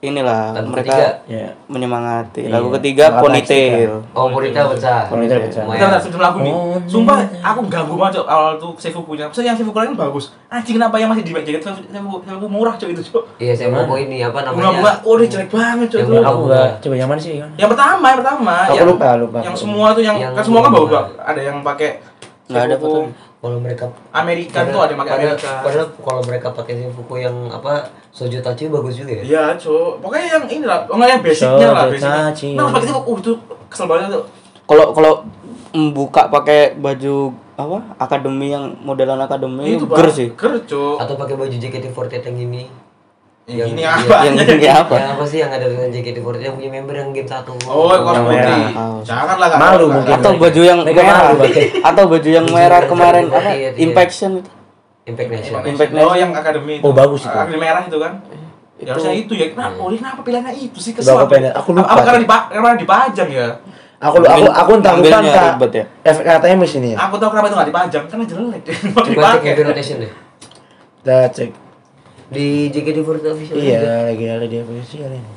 C: inilah
B: Lagu
C: mereka
B: ketiga?
A: Ya.
C: menyemangati.
A: Iya.
C: Lagu ketiga
A: Lagu
C: Ponytail.
B: Oh, Ponytail pecah.
A: Ponytail pecah.
B: Lumayan.
D: Bentar, sebelum lagu nih. Sumpah aku ganggu banget Cok, awal tuh Seifukunya. Maksudnya yang Seifuku lain bagus. Anjing kenapa yang masih di jaket Seifuku murah Cok itu Cok.
B: Iya, saya mau ini apa
D: Bunga
B: namanya?
D: oh dia jelek banget Cok
B: Yang
D: itu.
B: bunga.
A: Aku enggak coba yang mana sih?
D: Yang pertama.
A: Aku
D: yang-
A: lupa.
D: Yang semua tuh yang
B: Yang
D: kan semua kan
B: bunga.
D: bawa ada yang pakai
C: Nggak ada
D: Seifuku
C: fotonya.
B: Kalau mereka
D: Amerika tuh ada yang pakai Amerika.
B: Padahal kalau mereka pakai Seifuku yang apa Soju Tachi bagus juga ya.
D: Iya, Cok. Pokoknya yang ini lah. Oh, enggak yang basicnya lah, basicnya.
A: Sojotachi.
D: Nah, pakai itu tuh kesel banget tuh.
C: Kalau buka pakai baju apa? Akademi yang modelan akademi itu ger sih.
D: Ger, Cok.
B: Atau pakai baju JKT48 yang ini.
D: Yang ini
B: iya,
D: apa?
C: Yang apa?
B: Yang apa sih yang ada dengan JKT48 yang punya member yang game 1.
D: Oh, kaos
A: Yang
D: putih.
A: merah.
D: Janganlah Kak.
A: Malu
D: Kak.
A: mungkin.
C: Atau baju yang
A: Mereka
C: merah.
A: malu pakai.
C: Atau baju yang
B: Baju
C: merah
B: yang
C: kemarin
B: satu
C: apa?
B: iya.
C: Impaction itu.
B: Impact Nation.
C: Impact
D: Oh,
C: Nation.
D: yang akademi itu.
A: Oh, bagus itu.
D: Akademi merah itu kan. Ya
C: Itu.
D: harusnya itu ya. Kenapa?
B: Iya.
D: Oh, kenapa pilihannya itu sih
A: Udah
D: kesel.
A: aku pengen- aku lupa
D: Apa karena
A: tuh.
D: karena dipajang ya?
A: Aku entah lupa
C: Ambilnya
A: entah
C: ribet ya.
A: efek katanya sini ya.
D: Aku tahu kenapa itu nggak dipajang karena jelek.
B: Coba
D: Mau
B: cek
D: dipakai.
B: Heavy Rotation deh.
A: Kita cek.
B: Di JKT48 official. juga.
A: Iya, lagi ada di official ini.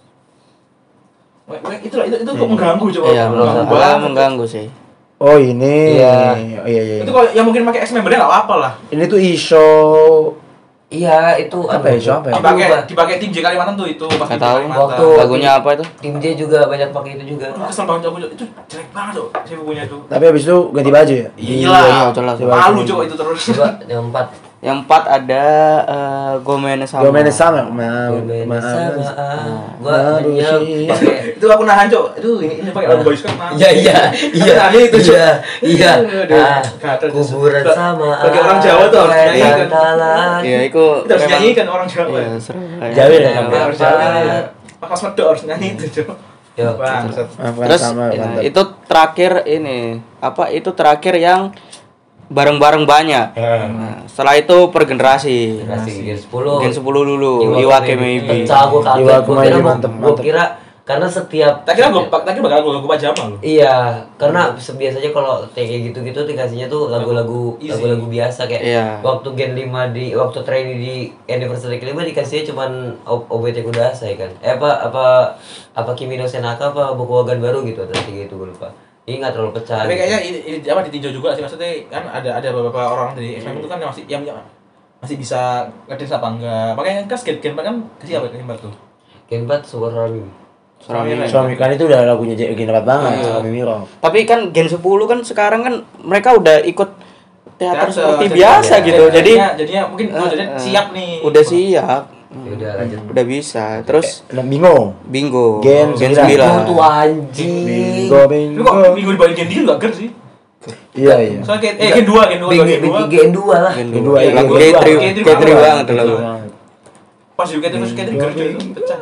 D: Itu kok mengganggu coba.
C: Iya,
D: Mengganggu
C: agak
D: banget.
C: mengganggu sih.
A: Oh, ini.
B: Iya.
A: Oh, iya.
D: Itu kalau yang mungkin pakai ex membernya nggak apa-apa lah.
A: Ini tuh iso
B: Iya, itu
A: apa ya? Iso apa ya?
B: Aku lupa.
D: Dipakai tim J Kalimantan tuh itu pas
C: Nggak
D: tim J
C: tahu.
D: Kalimantan.
B: Waktu
C: Lagunya apa itu?
B: Tim J juga banyak pakai itu juga.
D: Aduh, kesel banget aku itu jelek banget tuh si bukunya itu.
A: Tapi habis itu ganti baju ya?
D: Iya lah,
C: jelas.
D: malu coba itu terus.
B: Coba yang 4.
C: Yang 4 ada Gomene sama.
A: Gomene sama. Maaf.
B: Gua hanya
A: sih.
B: pakai
D: Itu aku nahan cok. Itu ini pakai lagu boys kan.
B: Iya.
D: Tapi itu, Cuk.
B: Iya.
D: Aduh,
B: Ah,
D: kata tuh.
B: kuburan sama.
D: Bagi orang Jawa tuh harus
B: kayak
D: nyanyikan.
B: kantalan.
C: Iya, itu
D: Itu harus nyanyikan orang Jawa.
C: Iya, Surabaya.
A: Jawa ya,
C: Iya,
A: Kak?
D: Harus nyanyi. Pas medok harus nyanyi itu cok.
B: Yo.
D: Bangsat.
A: Maafkan
C: Terus
A: sama mantap.
C: itu terakhir ini apa? Itu terakhir yang bareng-bareng banyak. Nah, setelah itu per generasi.
B: Generasi Gen 10.
C: Gen 10 dulu, Iwake Maybe.
B: Pecah gua kaget.
A: Iwake
B: Gua
A: Maybe,
B: kira
A: mantep,
B: gua
A: mantep.
B: kira karena setiap
D: Tak kira bakal lagu pajama lu.
B: Iya, karena biasanya kalau kayak gitu-gitu dikasihnya tuh lagu-lagu
D: Easy.
B: lagu-lagu biasa kayak
C: Iya.
B: waktu Gen 5 waktu trainee di anniversary kelima dikasihnya cuman OBT Kudasai kan. Apa Kimi no Senaka apa Boku wa Gan baru gitu, ada 3 itu gue lupa. Ini nggak terlalu pecah.
D: Tapi
B: gitu.
D: kayaknya ini apa ditinjau juga sih maksudnya kan ada beberapa orang dari FM itu kan yang masih bisa ngedance apa enggak. Makanya kan Gen 4 kan siapa Gen 4 tuh?
B: Gen 4 Super Rami.
A: Suami kan itu udah lagunya Gen 4 banget,
C: Iya.
A: Suami Miro.
C: Tapi kan Gen 10 kan sekarang kan mereka udah ikut teater
D: Teater,
C: seperti
D: jadi-
C: biasa
B: ya,
C: gitu. Jadi
D: jadinya mungkin jadinya siap nih.
C: udah siap.
B: Ya udah lanjut.
C: Udah bisa. Terus
A: Bingo.
C: bingo.
A: Gen
C: Gen
A: 9.
C: 9.
B: Itu tuh anjing.
A: Bingo,
D: Tapi kok
A: bingo.
D: minggu dibanding Gen 3 juga ger sih.
A: Iya.
D: Soalnya Gen 2
B: Gen 2 lah.
C: Gen
A: Gen
C: 2.
A: 2,
C: Lagu
A: Gen 2.
C: K3 K3 banget tuh lagu.
D: pas juga terus Gen 3 ger cuy, itu pecah.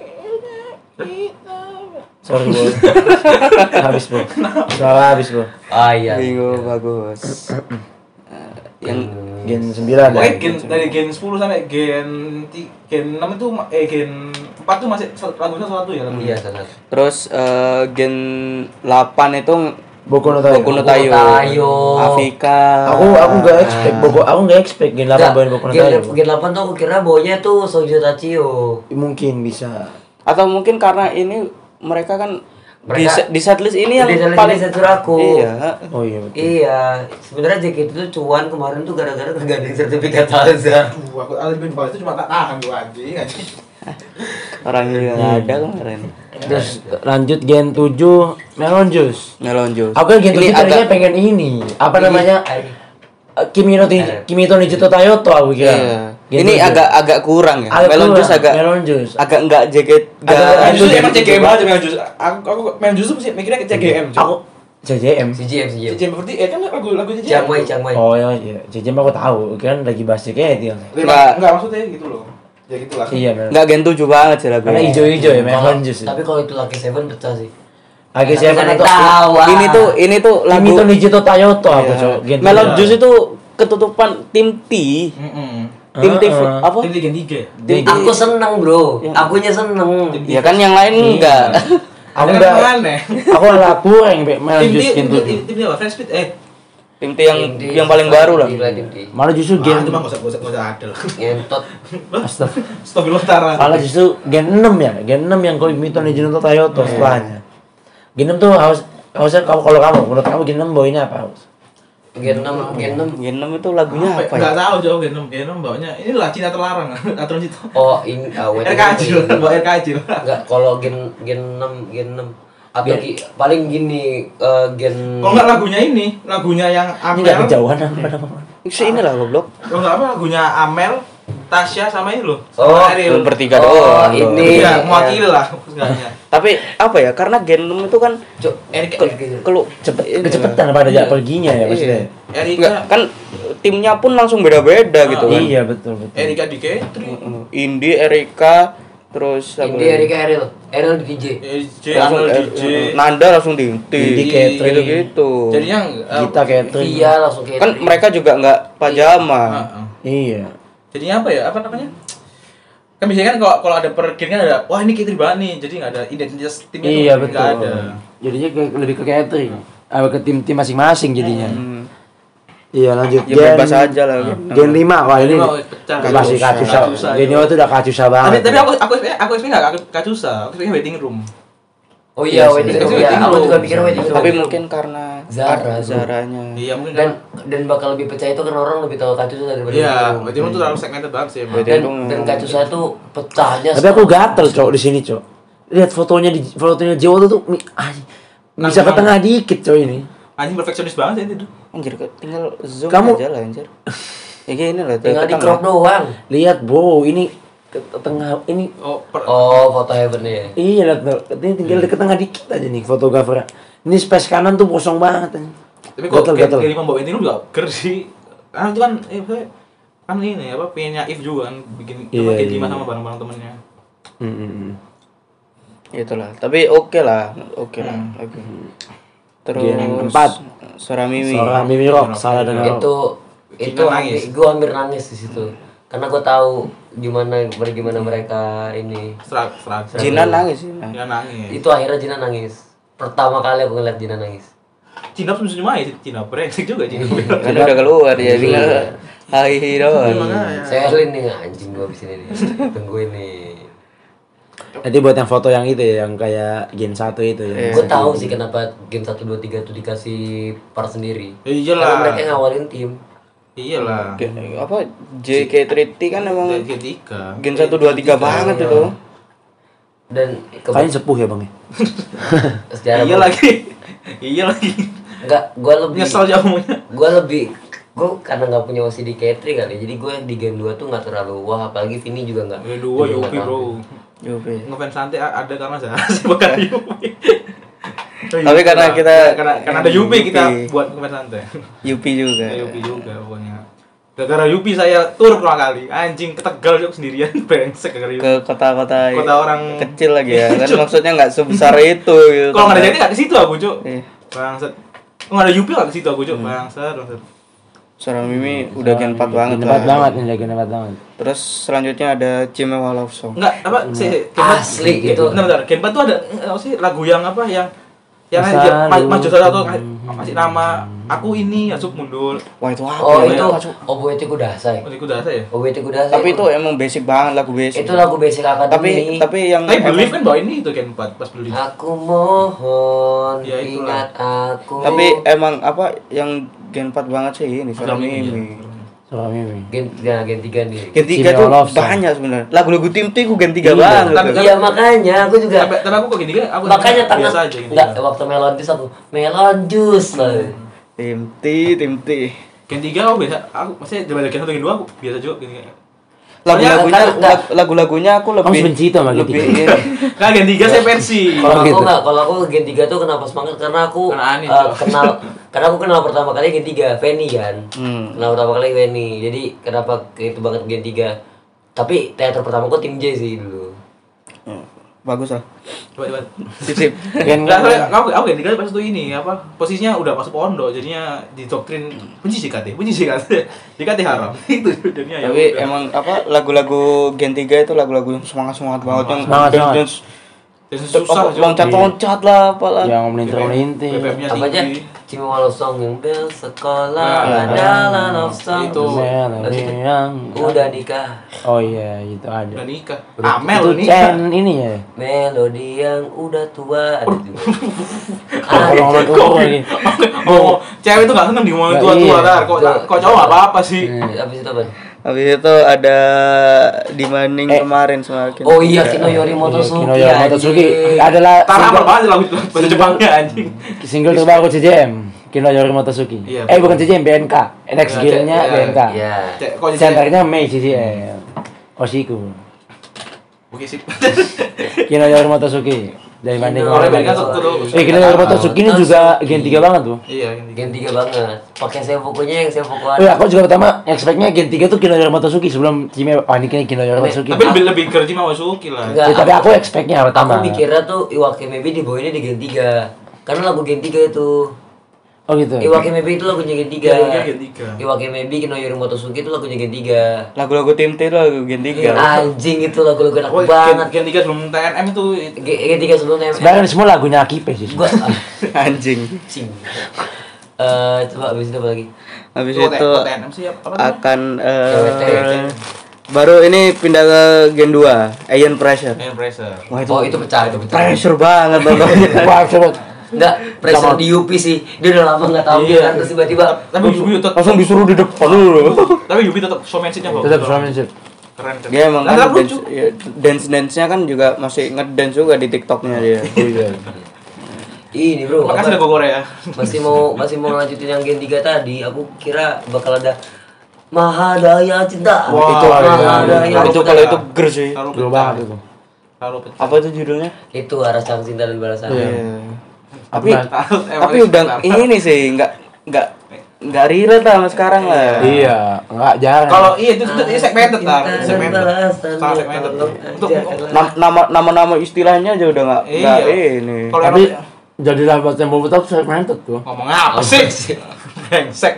A: Sorry, Bro. Habis, Bro. Suara habis, Bro.
B: Ah iya.
C: Bingo bagus. Yang
A: Gen 9
D: Pokoknya
A: ya.
D: dari Gen 10 sampai Gen 6 itu Gen 4 tuh masih lagunya satu ya lagunya.
B: Iya sangat.
C: terus Gen 8 itu
A: Boku no Tayo.
C: Boku no
B: Tayo.
C: Tayo. Afika.
A: Aku enggak expect aku enggak expect Gen 8 bawain Boku no Tayo.
B: Gen 8 tuh aku kira baunya tuh Sojo Tachio.
A: Mungkin bisa.
C: Atau mungkin karena ini mereka kan
B: Mereka-
C: di setlist ini yang
B: Di setlist
C: paling
B: ini Setsuraku.
C: Iya.
A: Oh iya betul.
B: Iya, sebenarnya JKT itu cuan kemarin tuh gara-gara kegandeng sertifikat Alza.
D: Aku alibin bawah itu cuma tak tahan gua anjing.
C: Orang yang nggak ada kemarin.
A: Terus lanjut Gen 7 Melon Juice.
C: Melon Juice.
A: Aku kan Gen 7
C: Ini
A: tadinya
C: agak
A: pengen ini. Apa namanya? Kimi to Nijuto Tayoto aku kira.
C: iya.
A: Gen
C: Ini
A: 7.
C: agak kurang ya.
A: Agak
C: Melon
A: kurang,
C: Juice agak
A: Melon Juice.
C: agak enggak jaket
A: Agak-
C: enggak
D: Justru emang CGM aja main jus. Aku main jus tuh sih mikirnya ke CGM.
A: Aku JJM.
B: CGM.
D: CGM berarti kan lagu CGM.
B: Chiang Mai.
A: Oh iya, JJM aku tahu. Kan lagi bahas JKT.
D: Enggak maksudnya gitu loh. Ya gitulah.
A: Iya, Melon.
C: enggak Gen 7 banget sih lagu.
A: Karena hijau-hijau ya Melon
B: Kalau-
A: Juice.
B: Tapi kalau itu Lucky Seven pecah sih.
A: Lagi
B: Tapi
A: siapa
B: kan
A: atau
B: tawa.
C: Ini tuh lagu
A: Kimi to Nijuto Tayoto aku
C: Iya.
A: cok. Gen
C: Melon
A: 7.
C: Juice itu ketutupan tim T. Tim T apa?
D: Ini Gen 3.
B: Aku seneng bro, akunya seneng.
C: Ya kan yang lain enggak.
A: Aku
D: Ada
A: enggak.
D: kan aneh.
A: Aku malah kurang Melon
D: Tim
A: Juice Gen 7.
D: tim apa? Friends Speed
C: Tim T yang paling baru lah.
B: Tim T.
A: Malah justru
D: Itu
A: Gen
D: mah nggak usah ada lah.
B: Ngentot.
D: Astagfirullah taala.
A: malah justru Gen 6 ya. Gen 6 yang kalau Mito Legend atau Tayoto setelahnya. Gen 6 tuh harusnya kalau kamu menurut kamu Gen 6 bawanya apa?
B: Gen 6
C: Gen 6 itu lagunya apa ya?
D: Enggak tahu jauh Gen 6. Gen 6 bawanya inilah Cina terlarang. Aturan itu.
B: Oh, ini
D: RKJ, bawa RKJ.
B: Enggak, kalau Gen 6 atau paling gini Gen
D: Kalau enggak lagunya yang
A: Ini enggak
D: Amel.
A: kejauhan apa?
C: Ini lah goblok.
D: Kalau enggak apa lagunya Amel, Tasya sama ini loh.
B: Oh,
D: Sama Ariel.
C: Bertiga
B: Oh,
C: doang.
B: ini.
D: Iya, mewakili lah sebenarnya.
C: Tapi apa ya? Karena Gen 6 itu kan kalau
A: Kecepetan pada
D: Iya.
A: perginya ya maksudnya.
D: Erika
C: kan timnya pun langsung beda-beda gitu kan.
A: Iya betul.
D: Erika di Ketri.
C: Indi, Erika, terus apa
B: Indi,
C: lagi?
B: Erika, Eril di DJ.
D: DJ,
C: Langsung
D: Amel DJ.
C: Nanda langsung di
A: Indi, Catherine.
C: gitu-gitu.
D: Jadinya
A: Kita Catherine.
B: Iya, langsung kayak
C: Kan mereka juga nggak pajama.
A: Iya.
D: Jadinya apa ya? Apa namanya? Kan biasanya kan kalau ada perkiranya ada, wah ini Ketri banget nih. Jadi nggak ada identitas timnya tuh
A: Iya
D: nggak
A: betul.
D: ada.
A: Jadinya lebih ke catering. Ke tim-tim masing-masing jadinya. Iya lanjut.
C: Ya bebas aja lah.
A: Gen 5. Wah ini
D: Gen 5 pecah.
A: masih kacusa.
D: Kacusa,
A: Gen 5 itu udah kacusa banget.
D: Tapi aku SP nggak kacusa. Aku SP waiting room.
B: Oh iya,
A: Iya,
B: wedding
D: itu
B: room. Ya,
D: wedding
B: aku
D: room.
B: juga pikir wedding room.
C: Tapi mungkin karena
B: Zara,
C: Zaranya.
D: Iya mungkin
B: dan
D: kan.
B: dan bakal lebih pecah itu karena orang lebih tahu Kacusa daripada
D: Iya,
B: wedding room.
D: waiting room tuh terlalu segmented banget sih emang.
C: Wedding
B: Dan Kacusa itu pecahnya.
A: Tapi aku gatel cok di sini cok. Lihat fotonya Jawa tuh bisa ke tengah dikit cok ini.
D: Anjing perfeksionis banget ya itu.
C: Anjir tinggal zoom
A: Kamu-
C: aja lah anjir. Ya gini lah.
B: tinggal di
C: tengah.
B: crop doang.
A: Lihat bro ini ke tengah ini.
D: Oh,
B: Oh, foto heaven ya.
A: Iya lihat tuh. Ini tinggal ke tengah dikit aja nih fotografer. Ini space kanan tuh kosong banget.
D: tapi kok
A: gatel.
D: kayak lima bawa waiting room juga ger sih. Karena itu kan kan ini apa punya If juga kan bikin
A: Iya,
D: bikin
A: iya,
D: lima
A: iya.
D: sama barang-barang temennya.
C: Itulah. Tapi oke lah. Oke lah. Oke. Terus
A: Gen 4.
C: Suara Mimi.
A: Seorang Mimi Rock salah dengar.
B: Itu
D: nangis.
B: gue hampir nangis di situ. Karena gue tahu gimana mereka ini.
D: Serak.
C: Jinan nangis sih.
D: Dia nangis.
B: Itu akhirnya Jina nangis. Pertama kali aku ngeliat Jina nangis.
D: Cina pun senyum aja Cina brengsek juga Cina.
C: Kan udah keluar ya tinggal hai doang.
B: Selin nih anjing gue abis ini nih. Tungguin nih.
A: Nanti buat yang foto yang itu ya, yang kayak Gen 1 itu ya.
B: Gue tahu sih kenapa game 1 2 3 tuh dikasih part sendiri.
D: Iyalah.
B: Karena mereka ngawalin tim.
D: Iyalah.
C: Apa JK3 kan emang
D: Dan G3.
C: Gen 1 2 3 banget itu.
B: Dan
A: Kalian sepuh ya bang ya?
B: sejarah
D: Iya lagi. Iya lagi.
B: Enggak,
D: Nyesel jauhnya.
B: gue karena nggak punya OCD Katri kali, jadi gue di game 2 tuh nggak terlalu wah, apalagi Vini juga nggak.
D: Gen 2 Yupi bro.
C: Yupi.
D: Ngefans santai ada karena saya bukan Yupi.
C: Tapi karena kita
D: karena ada Yupi kita
C: Yupi.
D: buat ngefans santai.
C: Yupi juga.
D: Yupi juga pokoknya. Gara-gara Yupi saya tur pertama kali. Anjing ke Tegal juga sendirian brengsek gara-gara Yupi.
C: Ke kota-kota
D: Kota orang
C: kecil lagi ya. Kan maksudnya nggak sebesar itu gitu.
D: Kalau nggak ada jadi nggak ke situ aku cuk.
C: Iya.
D: Bangsat. Kalau nggak ada Yupi nggak ke situ aku cuk. Bangsat.
C: Suara Mimi udah Gen 4 banget
A: Gen 4
C: lah.
A: banget nih, Gen 4 banget.
C: Terus selanjutnya ada Cimewa Love Song.
D: Enggak apa sih
B: Asli itu.
D: Bentar, Gen 4 tuh ada apa sih lagu yang apa yang
A: Masa
D: dia
A: lalu.
D: maju satu masih nama aku ini Asup mundur.
C: Wah itu apa?
B: Oh
C: ya?
B: itu Oboete Kudasai.
D: Oh, itu dasar ya.
B: Oboete Kudasai.
C: Tapi itu emang basic banget lagu basic.
B: itu lagu basic akademi.
C: Tapi yang
D: Tapi Believe kan bawa ini itu Gen 4 pas Believe.
B: Aku mohon
D: Ya, itulah.
B: ingat aku.
C: tapi emang apa yang Gen 4 banget sih ini Suara Mimi.
A: Suara Mimi.
B: Gen 3 nih.
C: Gen 3
A: Cimewa
C: tuh
A: Love Song.
C: banyak sebenarnya. Lagu-lagu tim T ku Gen 3
A: Iya,
C: banget.
D: tapi-
B: Iya makanya aku juga.
D: Tapi aku kok gini kan aku
B: Makanya tangan
D: biasa aja gitu.
B: enggak waktu melon jus aku melon jus lah.
C: Tim T.
D: Gen 3 aku biasa aku maksudnya daripada Gen 1 Gen 2 aku biasa juga gini.
C: Lagu-lagunya
B: Enggak.
C: lagu-lagunya aku lebih
A: Kamu benci itu sama Gen
C: lebih
A: 3?
D: Nah, Gen 3 saya pensi.
B: Kalau
A: Oh,
B: aku
A: gitu.
B: enggak, kalau aku Gen 3 tuh kenapa semangat karena aku
D: Karena aneh, Cok.
B: karena aku kenal pertama kali Gen 3, Feni kan.
C: Hmm.
B: Kenal pertama kali Feni. Jadi kenapa itu banget Gen 3. Tapi teater pertama aku tim J sih dulu.
C: bagus lah.
D: Coba.
C: Sip.
A: Gen
D: Enggak, aku Gen 3 pas itu ini apa? Posisinya udah masuk pondok jadinya didoktrin benci JKT. JKT haram. Itu jadinya ya.
C: Tapi
D: udah.
C: emang apa lagu-lagu Gen 3 itu lagu-lagu yang semangat-semangat banget yang
A: Semangat.
D: Dan susah juga.
C: loncat-loncat lah apalah.
A: yang melintir-melintir.
D: BPM-nya
B: Apa aja?
D: tinggi.
B: Cimawalo Song yang bel sekolah adalah love song.
D: Itu.
A: yang
B: Udah nikah.
A: oh iya itu ada
D: Udah nikah.
A: itu
D: Amel nikah.
A: Chen ini ya
B: Melodi yang udah tua. Ada juga.
A: kalau ngomong umur lagi
D: Oh, cewek tuh gak seneng diomongin
A: Nah,
D: tua-tua
A: iya.
D: tar. Kok cowok gak apa-apa sih.
B: Habis itu apa?
C: Habis itu ada dibanding kemarin semakin.
B: Oh iya, Kino Yorimoto Suki.
A: Kino Yorimoto Suki
B: anjing.
A: adalah
D: Karena apa
A: single,
D: banget lagu bahasa Jepangnya anjing.
A: single terbaru CJM Kino Yorimoto Suki
D: Iya,
A: bukan CJM BNK NX
D: Iya,
A: Gear-nya
D: iya.
A: BNK
B: Iya.
D: Kok jadi
A: centernya Mei CJM Oshiku
D: Oke sih.
A: Kino Yorimoto Suki dari banding
B: Kino
D: Orang
A: orang
D: Amerika
B: Yorimoto
D: tuh.
A: Kino Yorimoto Suki ini juga Gen 3 banget tuh.
D: Iya, ini.
B: Gen 3 banget. Pakai Senfokunya yang Senfoku
A: Oh ya, aku juga pertama expect-nya Gen 3 tuh Kino Yorimoto Suki sebelum Cime ini kayaknya Kino Yorimoto Suki.
D: Tapi lebih kerja sama Suki lah.
B: Enggak,
A: Ya, tapi aku expect-nya pertama.
B: Aku mikirnya tuh Iwake Maybe dibawainnya di Gen 3. Karena lagu Gen 3 itu.
A: Oh gitu.
B: Iwake Maybe itu lagunya Gen 3.
D: Iya, lagunya Gen 3.
B: Iwake Maybe Kino Yorimoto Suki itu lagunya Gen 3.
C: Lagu-lagu tim T lagu Gen 3.
B: Anjing itu lagu-lagu enak
D: Oh,
B: banget.
D: Gen 3 sebelum TNM itu
B: Gen 3 sebelum MM.
A: Sebenarnya semua lagunya Akipe sih.
B: Gua
C: Anjing.
B: anjing. Coba abis itu apa lagi?
C: Habis
D: Oh,
C: itu
D: TNM sih apa?
C: akan
B: TWT.
C: baru ini pindah ke Gen 2, Iron Pressure.
D: Yang pressure.
C: Wah
B: Oh itu pecah, itu pecah.
C: pressure banget pokoknya.
A: Wah, coba.
B: Enggak, pressure di UP sih. Dia udah lama enggak tampil
D: Iya.
B: kan terus tiba-tiba
D: Tapi Yubi tetap
A: Langsung disuruh di depan dulu.
D: Tapi Yubi tetap showmanship-nya bagus.
A: Tetap showmanship.
D: Keren.
C: Dia emang
D: Nah,
C: kan
D: tetap lucu.
C: dance-nya kan juga masih ngedance juga di TikToknya dia.
A: Oh iya.
B: ini bro,
D: Makasih
B: apa-
D: udah gue Korea.
B: masih mau lanjutin yang Gen 3 tadi. Aku kira bakal ada Mahadaya Cinta.
D: Wah,
A: itu ada.
B: Mahadaya
C: Itu
B: Cinta.
C: kalau itu ger sih.
D: Terlalu
A: Dulu
D: pecah.
A: banget itu.
D: Terlalu pecah.
C: Apa itu judulnya?
B: Itu Aras Sang Cinta dan Balasan.
A: Iya.
C: Tapi
D: Emang
C: tapi udah ini sih nggak relate sama sekarang lah.
A: Iya, enggak jarang.
D: Kalau iya itu segmented tar,
B: Cinta dan
D: segmented.
B: balasan,
D: Sangat segmented.
B: tolong
D: Untuk
B: ajarkanlah.
C: Nama istilahnya aja udah nggak
D: Iya.
C: ini.
D: Kalau
A: tapi
D: emang
A: jadilah buat yang bobotoh tuh segmented tuh.
D: ngomong apa sih? Brengsek.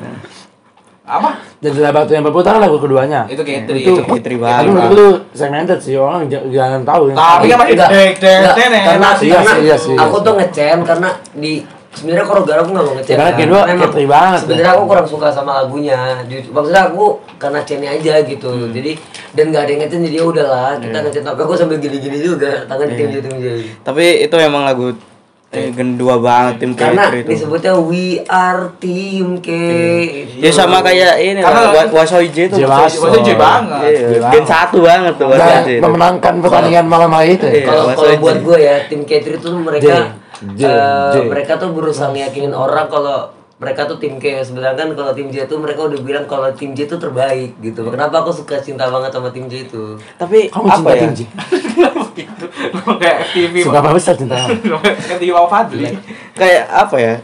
D: Apa?
A: Jadilah batu yang berputar lagu keduanya.
D: Itu kayak itu.
C: Itu Fitri
A: Tapi
C: banget.
A: menurut lu segmented sih orang jangan tahu ya.
D: Tapi kan masih
B: Enggak,
D: dek
B: enggak, karena
A: Iya sih, iya sih.
B: aku tuh ngecen karena di sebenarnya koreografer aku nggak mau ngecen.
A: Karena
B: kan.
A: kedua
B: Memang
A: Katri banget.
B: sebenarnya aku kurang suka sama lagunya. Maksudnya aku karena cennya aja gitu. Jadi dan nggak ada yang ngecen jadi ya udahlah kita ngecen. Tapi aku sambil gini-gini juga tangan tim jadi.
C: Tapi itu emang lagu Gen 2 banget tim
B: Karena
C: K3 itu.
B: disebutnya We Are Team K.
C: Ya sama kayak ini
D: Karena-
C: lah, Wasoi J itu.
A: Jelas.
D: Itu J banget.
C: Iya, Gen 1 banget tuh
A: Dan
C: Wasoi J itu.
A: memenangkan pertandingan malam hari itu.
C: Iya.
B: Kalau
C: Wasoi
B: buat
C: J.
B: gue ya tim K3 itu mereka
A: J.
B: mereka tuh berusaha ngeyakinin orang kalau mereka tuh tim K. Sedangkan kalau tim J tuh mereka udah bilang kalau tim J tuh terbaik gitu. Kenapa aku suka cinta banget sama tim J itu?
C: Tapi
A: Kamu
C: apa
A: cinta
C: ya?
A: tinggi.
D: Gitu. Kayak TV.
A: Suka apa besar cinta kamu?
D: Kayak TV Pak Fadli.
C: Kayak apa ya?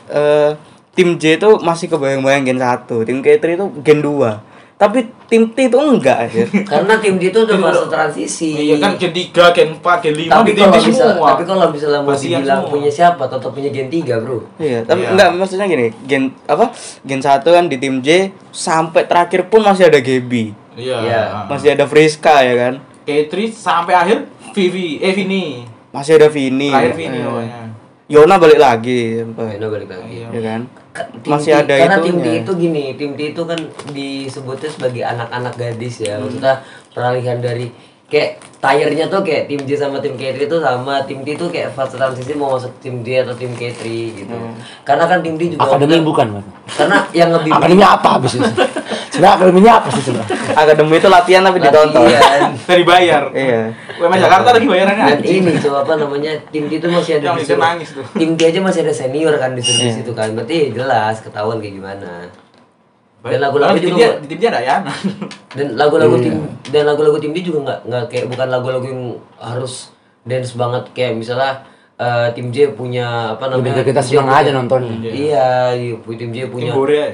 C: Tim J itu masih kebayang-bayang Gen 1, tim K3 itu Gen 2. Tapi tim T itu enggak aja.
B: Karena tim J itu udah fase transisi.
D: Iya kan Gen 3, Gen 4, Gen 5
B: Tapi
D: di
B: kalau
D: TV
B: bisa,
D: semua.
B: tapi kalau misalnya mau
D: Kasihan
B: dibilang
D: semua.
B: punya siapa, tetap punya Gen 3 bro.
C: Iya, tapi
D: Iya.
C: enggak maksudnya gini, Gen 1 kan di tim J sampai terakhir pun masih ada Gaby.
D: Iya.
B: Iya.
C: Masih ada Friska ya kan?
D: K3 sampai akhir Vini.
C: Masih ada Vini.
D: Terakhir Vini pokoknya.
C: Yona balik lagi.
B: Nah, balik lagi.
D: Iya.
C: Ya kan?
B: Tim
C: Masih
B: T-
C: ada
B: karena tim T
C: itunya.
B: itu gini, tim T itu kan disebutnya sebagai anak-anak gadis ya. Maksudnya peralihan dari kayak tire-nya tuh kayak tim J sama tim K3 itu sama, tim T itu kayak fase transisi mau masuk tim J atau tim K3 gitu. Karena kan tim T juga
A: Akademi
B: maksudnya-
A: bukan, Mas.
B: Karena yang ngebimbing
A: Akademi apa habis itu? Sebenarnya akademinya apa sih sebenarnya?
C: Akademi itu latihan tapi ditonton.
B: latihan.
D: Dari bayar.
C: Iya.
D: UMS Jakarta lagi bayarannya
B: Dan
D: anjing.
B: ini coba apa namanya tim T itu masih ada
D: Yang
B: disuruh-
D: nangis tuh.
B: tim T aja masih ada senior kan disuruh di situ kan. Berarti jelas ketahuan kayak gimana. Dan lagu-lagu
D: Karena di tim
B: juga
D: dia, di tim dia ada Yana.
B: dan lagu-lagu tim dia juga nggak kayak bukan lagu-lagu yang harus dance banget kayak misalnya tim J punya apa namanya
A: Lebih ke kita
B: tim J
A: senang
B: punya-
A: aja nontonnya.
B: iya tim J punya
D: Tim Korea.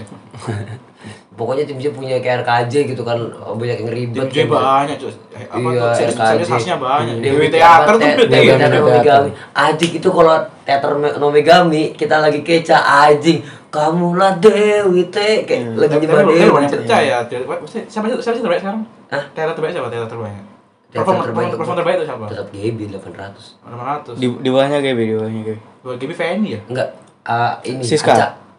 B: pokoknya tim J punya kayak RKJ gitu kan banyak yang ribet
D: Tim J
B: kan.
D: banyak cuy. Apa
B: Iya,
D: tuh?
B: RKJ.
D: Khasnya banyak.
B: Dewi
D: Dewi Teater tuh
B: Dewi
D: udah
B: Teater
A: Dewi
B: Nomegami. Ajik itu kalau teater Nomegami kita lagi keca anjing. Kamulah Dewi Te kayak lagi
D: Tapi
B: nyembah
D: lu
B: Dewi.
D: banyak percaya. Siapa sih terbaik sekarang?
B: Hah?
D: Teater terbaik siapa? Teater terbaik.
B: Teater terbaik.
D: Perform terbaik itu siapa?
B: Tetap GB 800.
D: 800.
C: Di bawahnya Gaby, di bawahnya Gaby.
D: Buat GB Fanny ya?
B: Enggak ini
C: Siska.
B: Aca.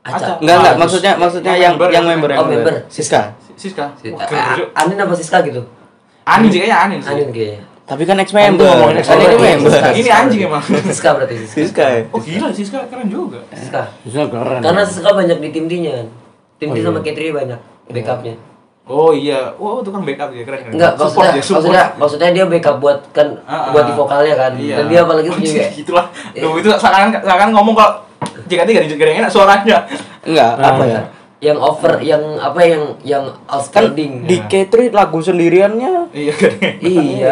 B: Acak.
C: Enggak, maksudnya yang member.
B: Oh, member.
C: Siska.
D: Siska.
B: Anin apa Siska gitu?
D: Anin sih kayaknya Anin sih.
B: Anin kayaknya.
C: Tapi kan ex member.
A: ngomongin ex
C: Ini
A: member.
C: member.
D: Ini anjing emang.
B: Siska berarti Siska.
C: Siska ya.
D: Oh gila Siska keren juga.
B: Siska.
A: Bisa keren.
B: Karena Siska banyak di tim D-nya kan. Tim D sama Katri banyak backupnya.
D: Oh iya. Wow, tukang backup ya keren.
B: Enggak, maksudnya dia backup buat kan buat di vokalnya kan.
D: Iya.
B: Dan dia apalagi punya
D: gitulah. Loh itu seakan ngomong kalau JKT gak enak suaranya.
C: Enggak, apa ya?
B: yang over yang
C: Kan
B: outstanding.
C: di K3 lagu sendiriannya.
D: Iya kan.
B: Iya.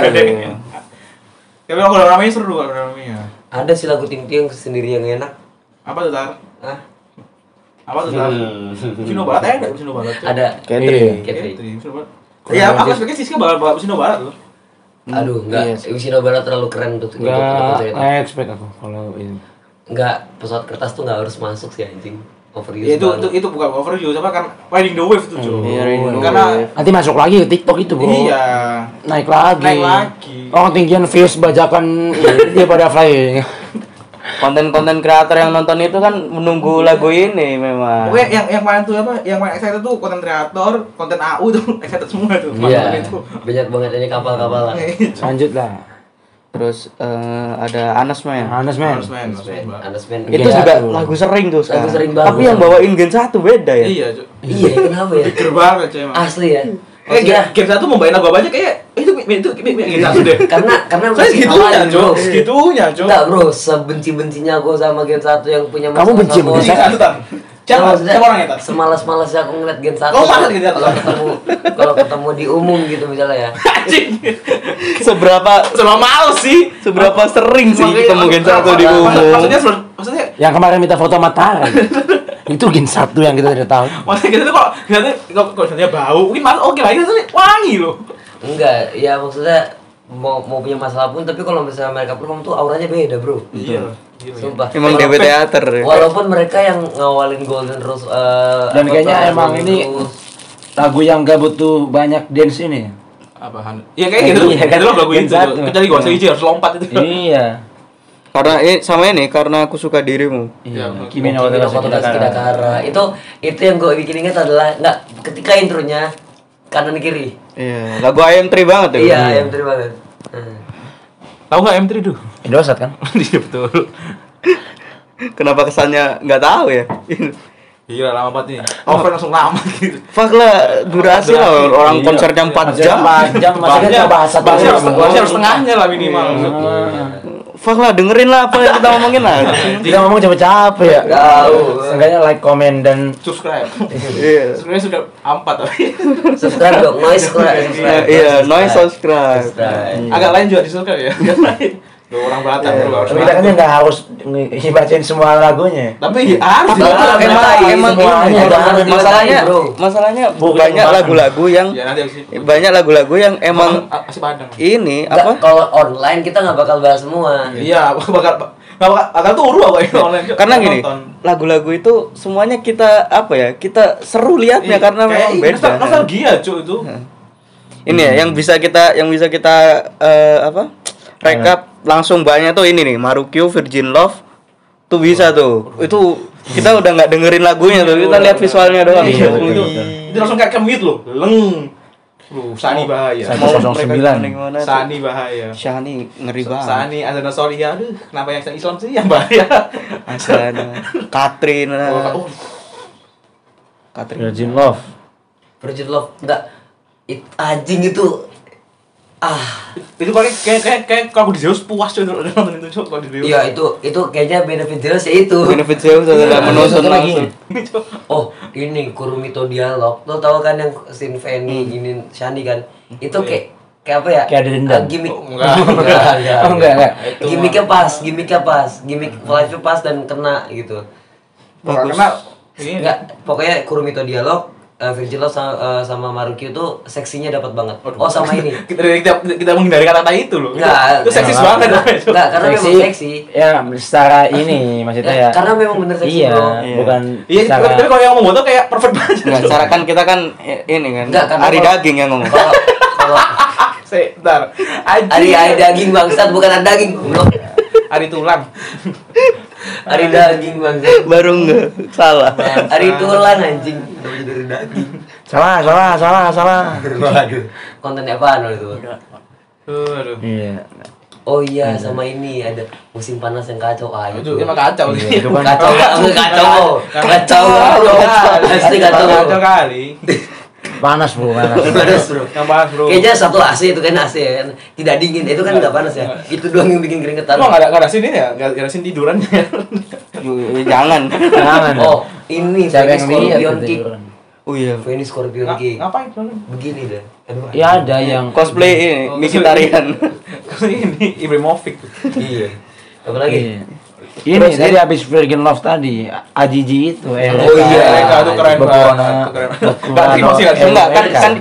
D: Tapi kalau ramenya seru kalau ramenya.
B: Ada sih lagu tim yang sendiri yang enak.
D: Apa tuh Tar?
B: Hah?
D: Apa tuh Tar? Sino Barat ada Sino Barat.
B: Ada
C: K3.
B: Katri.
D: Sino Barat. Ya, aku sebagai Siska bakal Sino Barat loh.
B: Aduh, enggak. Wisino Barat terlalu keren untuk
A: Enggak
B: cerita.
A: expect aku kalau ini.
B: Enggak, pesawat kertas tuh enggak harus masuk sih anjing. Overuse
D: Ya
B: banget.
D: itu bukan overuse apa kan riding the wave itu cuy.
C: Iya, riding the
D: Karena
A: Nanti masuk lagi ke TikTok itu, Bro.
D: iya.
A: Naik lagi.
D: Naik lagi.
A: Oh, ketinggian views bajakan dia pada fly.
C: Konten-konten kreator yang nonton itu kan menunggu lagu ini memang.
D: Pokoknya yang main tuh apa? Yang main excited tuh konten kreator, konten AU tuh excited semua tuh.
B: Iya.
D: Itu.
B: Banyak banget ini kapal-kapalan.
A: Lanjut lah.
C: Terus ada Anas main.
A: Anas men.
B: Anas Men.
C: Itu
A: Gen
C: juga
A: satu.
C: lagu sering tuh sekarang.
B: Lagu sering banget.
C: Tapi yang bawain Gen 1 beda ya.
D: Iya, cuy.
B: Iya, kenapa ya?
D: Ger banget cuy emang.
B: Asli ya.
D: Game satu mau main lagu apa aja kayak itu game satu deh.
B: Karena
D: Saya
B: masih
D: segitunya,
B: awalin, bro.
D: cuy. Segitunya, cuy.
B: Enggak, bro, sebenci-bencinya aku sama Gen 1 yang punya
A: Kamu benci sama
B: favorit.
A: Gen
D: Satu Tan. Siapa orangnya Tan?
B: Semalas-malasnya aku ngeliat Gen 1.
D: Oh, malas Gen 1.
B: Kalau ketemu di umum gitu misalnya ya.
D: Anjing.
C: Seberapa
D: Sama males sih.
C: seberapa sering sih
D: Makanya-
C: ketemu Gen 1 di umum.
D: Maksudnya
A: Yang kemarin minta foto Matahari. Itu Gen 1 yang kita tidak tahu.
D: kita tuh kalau misalnya bau, mungkin mas oke lah itu tuh wangi loh.
B: Enggak, ya maksudnya mau punya masalah pun, tapi kalau misalnya mereka perform tuh auranya beda, bro.
D: Iya.
B: Sumpah.
C: Emang DB
B: Walaupun-
C: teater.
B: Walaupun mereka yang ngawalin Golden Rose
A: Dan kayaknya emang
B: Golden
A: ini
B: Rose.
A: lagu yang gak butuh banyak dance ini.
D: Apaan? Iya kayak gitu.
A: Iya,
D: Kayak gitu lagu
A: Gen
D: itu.
A: satu.
D: Kecuali gua hiji harus lompat itu.
A: Iya.
C: Karena karena aku suka dirimu.
A: Iya.
D: Iya.
A: Kimi no
B: Kimi no
A: Watashi
B: Watashi
A: Kidakara.
B: Kidakara. Itu yang gue bikin ingat adalah ketika intronya kanan kiri.
C: Iya, lagu IM3 banget ya.
B: Iya, yang terima banget.
D: Tahu enggak M3 tuh?
A: Indosat kan?
D: Iya betul.
C: Kenapa kesannya nggak tahu ya?
D: Gila lama banget nih. Over langsung lama gitu.
C: Fuck lah, durasi lah orang
A: Iya.
C: konsernya 4 jam.
A: 4 jam maksudnya bahasa
D: Harus setengahnya lah minimal.
C: Fuck lah, dengerin lah apa yang kita ngomongin lah.
A: Kita ngomong capek-capek ya.
B: Tahu.
A: Seenggaknya like, comment dan
D: Subscribe.
C: Iya.
D: Sebenarnya sudah 4 tapi
B: Subscribe dong, noise subscribe.
C: Iya, noise subscribe.
D: agak lain juga di subscribe ya. Agak lain. Dua orang Batak bro harus.
A: tapi kita kan nggak harus ngebacain semua lagunya.
D: Tapi harus
C: Tapi
D: juga.
C: emang
A: semuanya
C: ini
A: udah
B: harus
C: masalahnya
B: bro.
C: masalahnya
A: Bukan
C: banyak
A: makan.
C: lagu-lagu yang
D: Ya nanti habis ini.
C: banyak lagu-lagu yang emang
D: Asli Padang.
C: ini
B: Nggak,
C: apa?
B: kalau online kita nggak bakal bahas semua.
D: Iya, bakal turu apa ini online. Cuk.
C: Karena gini,
D: Nonton.
C: lagu-lagu itu semuanya kita apa ya? Kita seru liatnya
D: Iya,
C: karena
D: kayak
C: memang beda.
D: nostalgia cuy itu.
C: Ini ya yang bisa kita apa? Rekap langsung banyak tuh ini nih, Marukyu, Virgin Love tuh bisa tuh. Itu kita udah nggak dengerin lagunya tuh, kita lihat visualnya doang.
A: Iya,
D: Itu langsung kayak kemit loh. Leng. Sani bahaya.
A: Sani.
C: Mau
A: 109.
C: mereka gimana tuh?
D: Sani bahaya.
C: Syahni ngeri banget.
D: Sani ada Solia, aduh, kenapa yang Islam sih yang bahaya?
C: Asana. Katrin.
D: Oh,
C: Katrin.
A: Virgin Love.
B: Virgin Love enggak anjing itu
D: itu kayak kalau aku di Zeus puas cuy nonton itu cuy kalau di Zeus.
B: iya itu kayaknya benefit jelas ya itu.
C: Benefit Zeus adalah menonton
A: Satu lagi.
C: langsung.
B: Oh, ini Kurumito Dialog. Lo tau kan yang scene Fanny gini Shani kan? Itu kayak apa ya?
A: Kayak ada dendam.
B: Gimmick.
D: Oh, enggak.
A: Enggak.
D: Itu
B: Gimmicknya pas, gimmick live-nya pas dan kena gitu.
D: karena ini
B: Enggak, pokoknya Kurumito Dialog Virgil Love sama Marukyu tuh seksinya dapat banget. Oh, sama ini.
D: kita menghindari kata itu loh.
B: Enggak,
D: Itu seksis
A: enggak.
D: banget.
B: Enggak, karena memang seksi.
A: Ya, secara ini maksudnya ya.
B: Karena memang bener seksi,
A: iya,
B: bro.
A: bukan
D: Iya,
A: secara
D: tapi kalau yang ngomong tuh kayak perfect banget.
C: Enggak, cara kan kita kan ini kan.
B: Enggak, karena
C: Ari
B: kalau-
C: daging yang ngomong.
B: Kalau
D: Bentar.
B: Ari daging bangsat bukan ada daging. Goblok.
D: Ari tulang.
B: Hari daging bang.
C: Baru nggak salah.
B: Hari tulang anjing. Namanya dari daging.
A: Salah.
B: Waduh. Kontennya apaan waktu itu?
D: Aduh.
A: Iya.
B: Oh iya, sama ini ada musim panas yang kacau. Ah,
D: Itu emang kacau sih.
A: Itu kan
B: Kacau. Pasti kacau.
D: Kacau kali.
A: panas bro.
B: Panas bro.
D: Yang panas, Bro.
B: Kayaknya satu AC itu kan AC ya kan. Tidak dingin, itu kan nggak panas ya. Itu doang yang bikin keringetan.
D: Emang nggak ada sini ya? Nggak ada sini tiduran ya?
C: Jangan.
A: Jangan.
B: Oh, ini
A: Siapa
B: Venus
A: yang lihat
B: Scorpion
A: itu
B: Kick.
A: tiduran?
C: Oh iya.
B: Venus Scorpion Kick.
D: Ngapain Bro?
B: Begini dah. Aduh.
A: Ya ada yang
C: Cosplay ini,
D: Oh,
C: Mkhitaryan.
D: Ini Ibrahimovic.
B: Iya. Apalagi?
A: Iya. Ini tadi habis Virgin Love tadi, Ajiji itu.
B: Oh iya.
D: Mereka itu keren banget. Itu keren. Nggak terima sih, nggak terima.
C: Enggak kan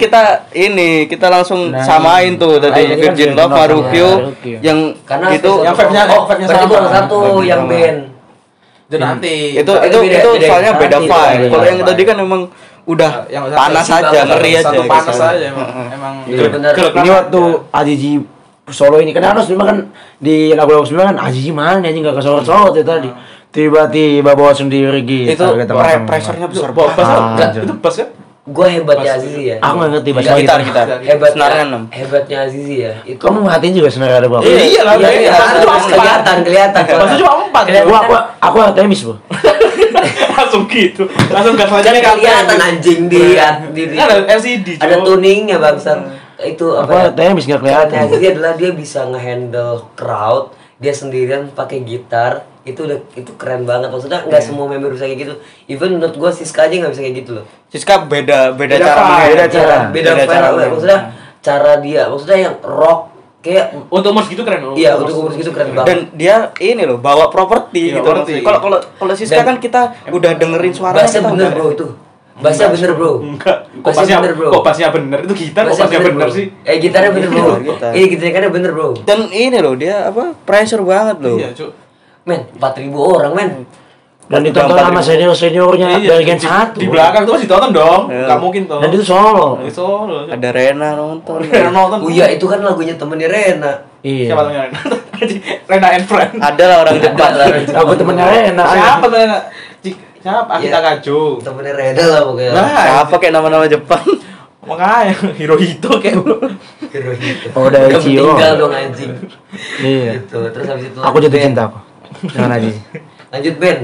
C: kita langsung
A: Nah,
C: samain tuh tadi
A: ini kan
C: Virgin Love, Marukyu
A: Marukyu.
C: yang
B: Karena
C: itu
D: yang vape-nya
B: berarti
D: sama.
B: baru satu yang
C: Sama.
B: band.
D: Itu nanti.
C: itu
B: beda
C: soalnya beda
A: nanti,
C: vibe.
A: beda
C: Kalau yang
A: vibe.
C: tadi kan emang udah
D: Yang
C: panas
B: satu
C: aja,
B: banget,
C: ngeri aja.
D: satu panas
C: gitu.
D: aja emang.
B: Iya, benar.
A: ini waktu Ajiji solo ini kan harus memang kan di lagu-lagu sebelumnya kan Ajiji mana anjing enggak kesorot-sorot ya tadi. Tiba-tiba bawa sendiri gitu.
C: Itu pressure-nya besar
D: Bos
C: banget.
D: kan? Itu bos kan?
B: Gua hebatnya Azizi ya.
A: Aku nggak ngerti bahasa
C: Gitar
A: gitu.
C: gitar. Senarnya 6.
B: Hebatnya Azizi ya. Itu
A: Kamu merhatiin juga sebenarnya ada berapa?
D: Iya lah.
B: iya,
D: Bassnya cuma empat.
B: kelihatan.
D: Bassnya cuma 4.
A: Aku Artemis, Bro.
D: Langsung gitu. Langsung gas aja
B: kan kelihatan anjing di
D: Kan ada LCD.
B: ada tuningnya bangsat. Itu
A: Aku
B: apa ya?
A: Artemis nggak kelihatan.
B: Kerennya Azizi adalah dia bisa ngehandle crowd, dia sendirian pakai gitar. Itu keren banget, maksudnya nggak semua member bisa kayak gitu. Even menurut gua Siska aja nggak bisa kayak gitu loh.
C: Siska beda
D: Beda
C: cara
D: vibe.
C: main.
A: Beda cara.
B: Beda
C: Beda
B: vibe
C: cara
B: lah.
C: main.
B: Maksudnya cara dia, maksudnya yang rock kayak
D: Untuk umur segitu keren loh.
B: iya untuk umur segitu keren banget.
C: Dan dia ini loh bawa properti
D: Iya,
C: gitu.
D: properti.
C: Kalau Siska
B: Dan-
C: kan kita udah dengerin suaranya
B: Bassnya
C: kita
B: bener
C: udah-
B: bro itu. Bassnya bener bro.
D: Enggak. Kok
B: Bassnya
D: pasnya
B: bener, bro.
D: Kok pasnya bener? Itu gitar kok pasnya bener
B: bro.
D: sih?
B: Gitarnya bener bro.
C: Gitar.
B: Gitarnya bener bro.
C: Dan ini loh dia apa pressure banget loh.
D: Iya, Cuk.
B: Men, 4.000 orang men.
A: Dan ditonton sama senior-seniornya dari Gen 1.
D: Di belakang tuh masih ditonton dong.
C: Iya.
D: Enggak mungkin toh.
A: Dan itu solo.
D: Di Solo.
C: Ada Rena nonton.
D: Rena nonton.
B: Oh iya itu kan lagunya temennya Rena.
A: Iya.
D: Siapa namanya Rena? Rena and Friend.
C: Ada lah orang depan.
A: Aku temennya Rena.
D: Siapa tuh Rena? Siapa? Akita
B: Iya.
D: Kaju.
B: Temennya Rena lah pokoknya.
D: Nah,
C: Siapa kayak nama-nama Jepang?
D: makanya Hirohito kayak
B: Hero itu.
A: Oh, dari
B: Udah
A: Ichiro.
B: meninggal dong anjing.
A: Iya.
B: Gitu. Terus habis itu
A: Aku jatuh
B: band.
A: cinta aku. Jangan aja.
B: Lanjut band.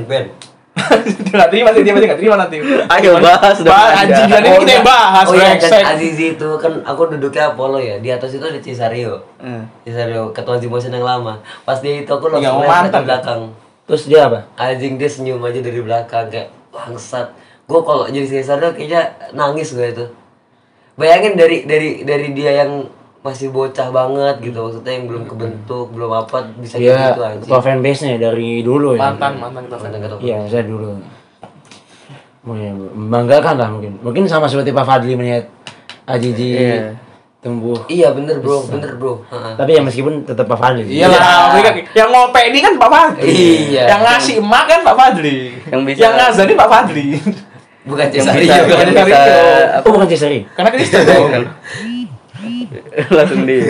D: dia nggak terima sih, dia pasti nggak terima nanti.
C: Ayo bahas dong.
D: Anjing
C: Anda.
D: jadi kita yang bahas.
B: Oh iya,
D: brengsek.
B: dan Azizi itu kan aku duduknya Apollo ya. Di atas itu ada Cesario.
C: Hmm.
B: Cesario ketua Zimotion yang lama. Pas dia itu aku
D: Yang
B: langsung
D: mantan.
B: lihat ke belakang.
A: Terus dia apa?
B: Anjing dia senyum aja dari belakang kayak bangsat. Gue kalau jadi Cesario kayaknya nangis gue itu. Bayangin dari dia yang masih bocah banget gitu, maksudnya yang belum kebentuk, belum apa bisa
A: Dia
B: gitu anjing.
A: ketua fanbase-nya dari dulu ya.
D: Mantan kita.
B: Mantan ketua.
A: Iya, saya dulu. Membanggakan lah mungkin. Mungkin sama seperti Pak Fadli melihat Ajiji
C: Iya.
A: tumbuh.
B: Iya bener bro. Heeh.
A: Tapi ya meskipun tetap Pak Fadli.
D: Iya lah, mereka yang ngope ini kan Pak Fadli.
B: Iya.
D: Yang ngasih emak kan Pak Fadli.
C: Yang bisa-
D: Yang ngazani Pak Fadli.
B: Bukan
C: Yang
B: Cesario.
C: bisa
D: Bukan
C: yang bisa
D: Cesario.
A: Oh, bukan Cesari.
D: Karena Kristen dong.
C: langsung dia.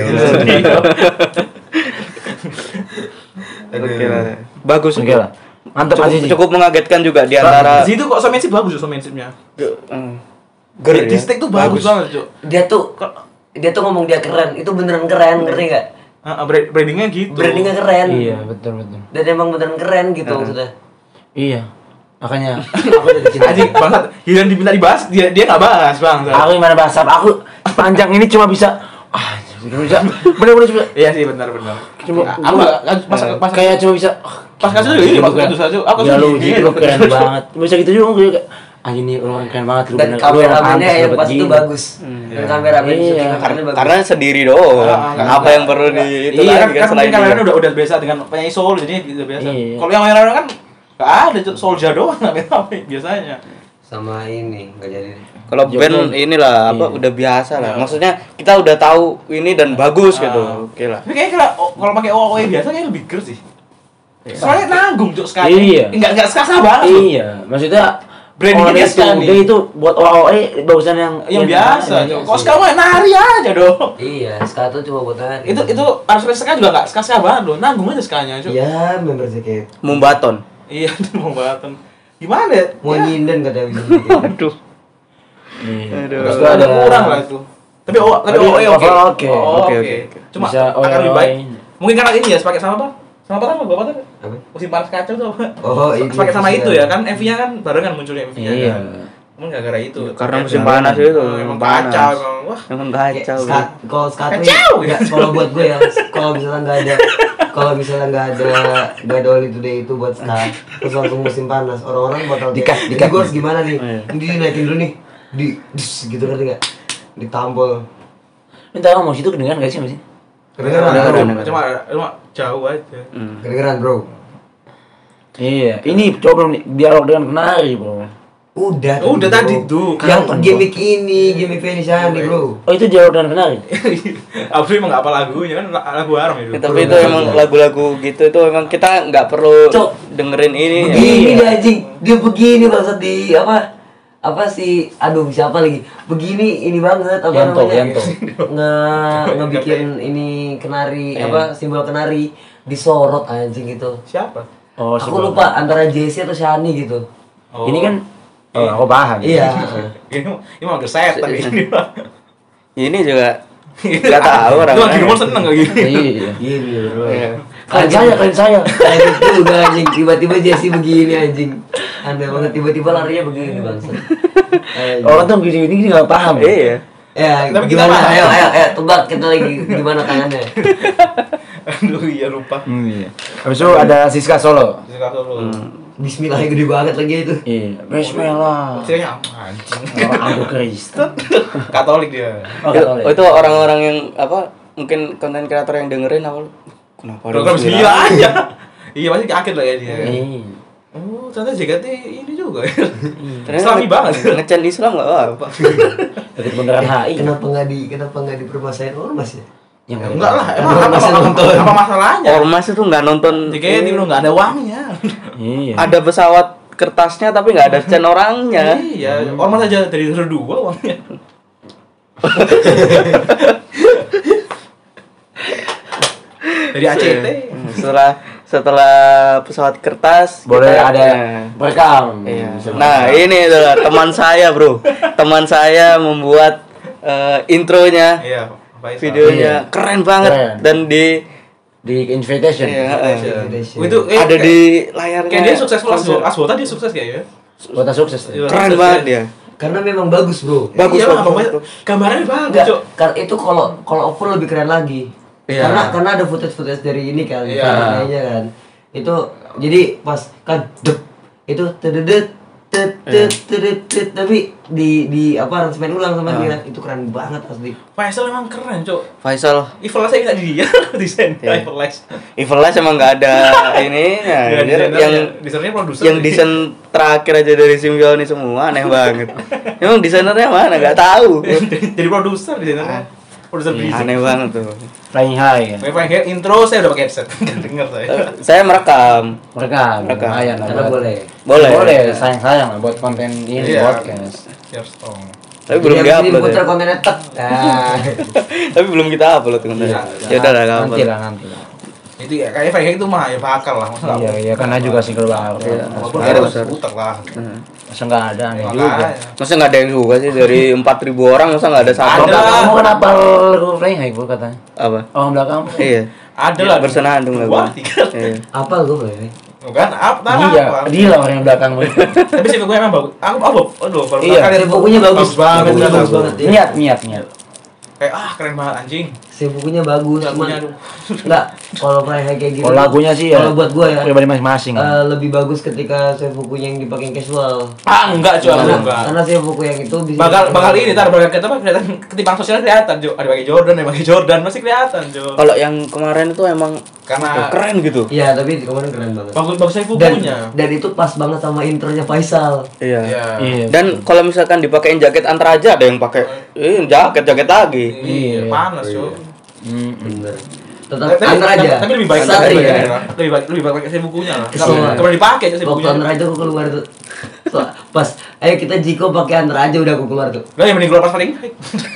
C: Oke lah. Bagus.
A: Oke lah. Mantap
C: Cukup,
A: Ajiji.
C: cukup mengagetkan juga di antara
D: Di situ kok showmanship bagus tuh showmanshipnya.
C: Ger ya.
D: Di stick tuh bagus banget, Cuk.
B: Dia tuh ngomong dia keren, itu beneran keren, ngerti nggak?
D: Brandingnya gitu.
B: Brandingnya keren.
A: Iya, betul.
B: Dan emang beneran keren gitu maksudnya.
A: Iya. Makanya aku jatuh cinta.
D: Anjing bangsat, giliran diminta dibahas dia nggak bahas, Bang.
A: Aku gimana bahasa? Aku panjang ini cuma bisa bisa bener-bener cuma
D: Iya sih benar.
A: Cuma
D: Aku pas
A: kayak cuma bisa
D: pas kasih dulu ini pas itu saja. Aku
A: ya lu
D: gini.
A: gitu lu keren banget. Bisa gitu juga gue kayak ini orang keren banget lu
B: Dan
A: bener.
B: kameramennya yang pas itu bagus. Dan kameramen
A: Iya.
B: syuting kameramennya bagus.
C: Karena sendiri doang.
D: Enggak.
C: Apa yang perlu di itu
D: Iya
C: lagi
D: kan
C: selain
D: kalian
C: dia.
D: udah biasa dengan penyanyi soul jadi udah biasa.
A: Iya.
D: Kalau yang lain kan nggak ada Cuk. Soulja doang rame biasanya.
B: Sama ini nggak jadi.
C: Kalau band inilah apa udah biasa lah. Maksudnya kita udah tahu ini dan bagus gitu. Oke lah.
D: Tapi kayaknya kalau pakai OOE biasa kayak lebih ger sih. Soalnya nanggung Cuk sekali.
A: Iya.
D: Enggak sekasa banget. loh.
A: Iya, maksudnya
D: Brandingnya
A: orang
D: dia
A: itu
D: sekali.
A: dia itu buat OAOE bagusan yang
D: Yang biasa, Cuk. Kalau
A: Cuk.
D: sekarang mah nari aja dong.
B: Iya, ska tuh cuma buat nari.
D: Itu harus ska juga enggak ska banget loh. Nanggung aja skanya, Cuk.
B: Ya, member JKT.
C: Mumbaton.
D: Iya, mau Baton. Gimana ya?
B: Mau
D: Ya,
B: nyinden katanya gitu.
C: Aduh.
A: Iya.
C: Aduh.
A: Terus
D: Ada kurang lah itu. Tapi
A: Tapi
D: oke.
A: overall oke.
D: Oh,
C: Oke,
D: oke.
C: oke.
D: Cuma
A: Bisa
D: akan lebih baik.
A: OI.
D: Mungkin karena ini ya, pakai sama apa? Sama apa kan Bapak tuh?
B: Apa?
D: Musim panas kacau tuh apa?
B: Oh, ini
D: Pakai sama
B: musim
D: itu
B: panas.
D: ya kan MV-nya kan barengan munculnya MV-nya.
A: Iya.
D: Kan? Cuman gara-gara itu.
C: Karena musim panas itu.
D: Emang
C: panas.
D: kacau emang. Wah,
C: Emang
B: Kayak
C: kacau.
B: kalau skateboard
D: Kacau,
B: nggak, kalau buat gue ya, kalau misalnya nggak ada Oli Today itu buat skat, terus langsung musim panas, orang-orang bakal kayak,
A: Dikat.
B: gue harus gimana nih?
C: Iya.
B: Ini dinaikin dulu nih, gitu ngerti nggak? Ditampol.
A: Minta ngomong situ kedengeran gak sih masih?
B: Kedengeran,
D: cuma jauh aja.
B: kedengeran bro.
A: Iya, ini coba belum dialog dengan Kenari, Bro.
B: Udah
D: Udah
B: bro.
D: tadi tuh.
B: Yang
A: Kapan,
B: gimmick ini, gimmick Venetiani bro.
A: Oh, itu dialog dengan Kenari.
D: Aku emang nggak apa lagunya kan lagu Aram itu.
C: Ya, tapi itu emang lagu-lagu gitu itu emang kita nggak perlu
B: Cok.
C: dengerin ini.
B: Begini
A: Iya.
B: dia anjing, dia begini maksud di apa sih, aduh siapa lagi begini ini banget apa
A: Yanto,
B: namanya
A: Yanto.
B: ngebikin ini kenari apa simbol kenari disorot anjing gitu.
D: Siapa?
A: Oh,
B: Aku lupa antara Jesse atau Shani gitu.
D: Oh.
A: Ini kan aku paham.
B: Iya.
D: Ini mah geset tapi ini mah.
C: Ini juga nggak tahu orang.
D: Itu lagi rumor seneng kayak gini.
A: Iya.
B: Gini bro.
C: Iya.
A: Kalian saya.
B: Kayak gitu udah anjing, tiba-tiba Jesse begini anjing. Aneh banget tiba-tiba larinya begini bangsa.
A: Orang tuh gini nggak paham.
C: Iya.
B: Ya,
D: Tapi kita
B: gimana?
D: paham.
B: Ayo, tebak kita lagi gimana tangannya.
D: Aduh iya lupa.
A: Iya. Habis itu ada Siska Solo.
D: Siska dulu.
B: Bismillah gede banget lagi itu.
A: Iya. Bismillah.
D: Maksudnya anjing.
A: Orang Aku Kristen.
D: Katolik dia.
A: Oh,
C: Itu,
A: Katolik.
C: itu orang-orang yang apa? Mungkin konten kreator yang dengerin awal. Kenapa ada
D: Program
C: bismillah?
D: gila aja. Iya pasti kaget lah ya dia.
A: Iya.
D: Oh, ternyata JKT ini juga ya.
C: Ternyata
D: Islami banget.
C: Ngecen Islam nggak apa?
A: Dari Bundaran HI.
B: Kenapa nggak dipermasalahin ormas ya?
A: Yang
D: Ya, enggak lah, emang
B: Orang masih nonton.
D: apa masalahnya?
C: Ormas itu nggak nonton.
D: JKT lu nggak ada uangnya.
A: Iya.
C: Ada pesawat kertasnya tapi nggak ada cen orangnya.
D: Iya, ormas aja dari 2 uangnya. Dari ACT.
C: Setelah pesawat kertas
A: Boleh
C: kita-
A: ada
C: Nah,
A: merekam.
C: iya.
A: Bisa
C: Nah,
A: merekam.
C: ini adalah teman saya, Bro. Teman saya membuat intronya,
D: Iya, Faisal.
C: videonya
A: Iya.
C: keren banget
A: Keren.
C: dan di
A: di invitation.
C: Iya.
B: Invitation.
D: Oh, itu
C: ada di layarnya.
D: kayak dia sukses loh. Aswota dia sukses kayaknya.
A: Buat sukses.
D: Iya.
C: Keren
D: Sukses,
C: banget
D: ya.
C: dia.
B: Karena memang bagus bro.
C: Bagus,
D: Iya,
C: bagus,
D: Bang, gambarnya bagus,
B: Enggak,
D: Cok.
B: karena itu kalau OVO lebih keren lagi.
D: Iya.
B: Karena ada footage dari ini kan,
D: Iya.
B: kameranya kan. Itu jadi pas kan dep itu tededet tededet tapi di apa aransemen ulang sama dia itu keren banget asli.
D: Faisal emang keren, Cok.
C: Faisal
D: Evil saya minta di dia desain
C: Iya.
D: Evil Lies.
C: Evil Lies emang nggak ada ini ya, yang
D: desainernya produser.
C: yang desain terakhir aja dari Simbioni semua aneh banget. Emang desainernya mana nggak tahu.
D: jadi produser desainernya. Produser Blizzard.
C: Aneh banget tuh.
A: Flying high kan.
D: Pakai intro saya udah pakai headset. Enggak denger saya.
C: Saya merekam.
A: Merekam.
C: Merekam.
A: Lumayan lah.
B: Karena
A: buat-
B: boleh.
C: Boleh.
A: Boleh, sayang-sayang lah buat konten ini
D: Iya.
A: podcast.
D: Share
C: Tapi belum
B: Jadi habis ini
C: diupload.
B: diputar
C: Ya.
B: kontennya tek. Nah.
C: Tapi belum kita upload konten.
D: Iya.
C: Ya udah lah nggak
A: Nanti
C: apa-apa.
A: lah nanti lah.
D: Itu ya kayak Faisal itu mah ya bakal lah. Masa nggak
A: Iya,
D: boleh?
A: iya karena juga single baru.
D: Walaupun
C: Iya,
D: harus
C: besar.
D: putar lah.
A: Masa nggak ada aneh juga.
D: Makanya.
C: Masa nggak ada yang suka sih dari 4.000 orang masa nggak ada satu?
D: Ada.
A: Kamu kan apal lagu Flying high gue katanya.
C: Apa?
A: Orang belakang.
C: Iya.
D: Ada lah
C: Bersenandung lah.
D: Dua, tiga.
C: Iya.
B: Apa gue boleh?
D: Bukan apa?
A: Iya, dia lah orang yang belakang.
D: Tapi sih gue emang bagus. Aku aduh baru
A: Iya,
D: kali
B: bukunya bagus.
D: banget.
B: Bukunya
D: ternyata.
B: bagus banget. Ya.
A: Niat.
D: Kayak keren banget anjing.
B: Bukunya bagus, cuman
D: Lagunya, aduh.
B: enggak kalau kayak gitu.
A: Kalau lagunya sih ya.
B: Kalau buat gua ya
A: pribadi masing-masing.
B: lebih bagus ketika bukunya yang dipakai casual.
D: Enggak cuy,
B: Karena,
D: enggak.
B: karena buku yang itu bisa
D: Bakal ini tar bakal kita kelihatan ketimbang sosial kelihatan, Jo. Ada pakai Jordan masih kelihatan, Jo.
C: Kalau yang kemarin itu emang
D: Karena
C: keren gitu.
B: Iya, tapi kemarin keren banget.
D: bagus saya
B: Dan,
D: bukunya.
B: dan itu pas banget sama intronya Faisal.
C: Iya.
A: Iya.
C: Dan kalau misalkan dipakein jaket antar aja ada yang pakai jaket lagi.
D: Iya, panas, Jo.
B: Bener. Tetap antar aja.
D: Tapi lebih baik
B: Santri ya.
D: lebih baik pakai saya bukunya lah.
B: Kesel.
D: Kalau dipakai saya
B: Waktu
D: bukunya.
B: antar aja aku keluar tuh. Pas ayo kita Jiko pakai antar aja udah aku keluar tuh.
D: Lah yang mending keluar pas paling baik.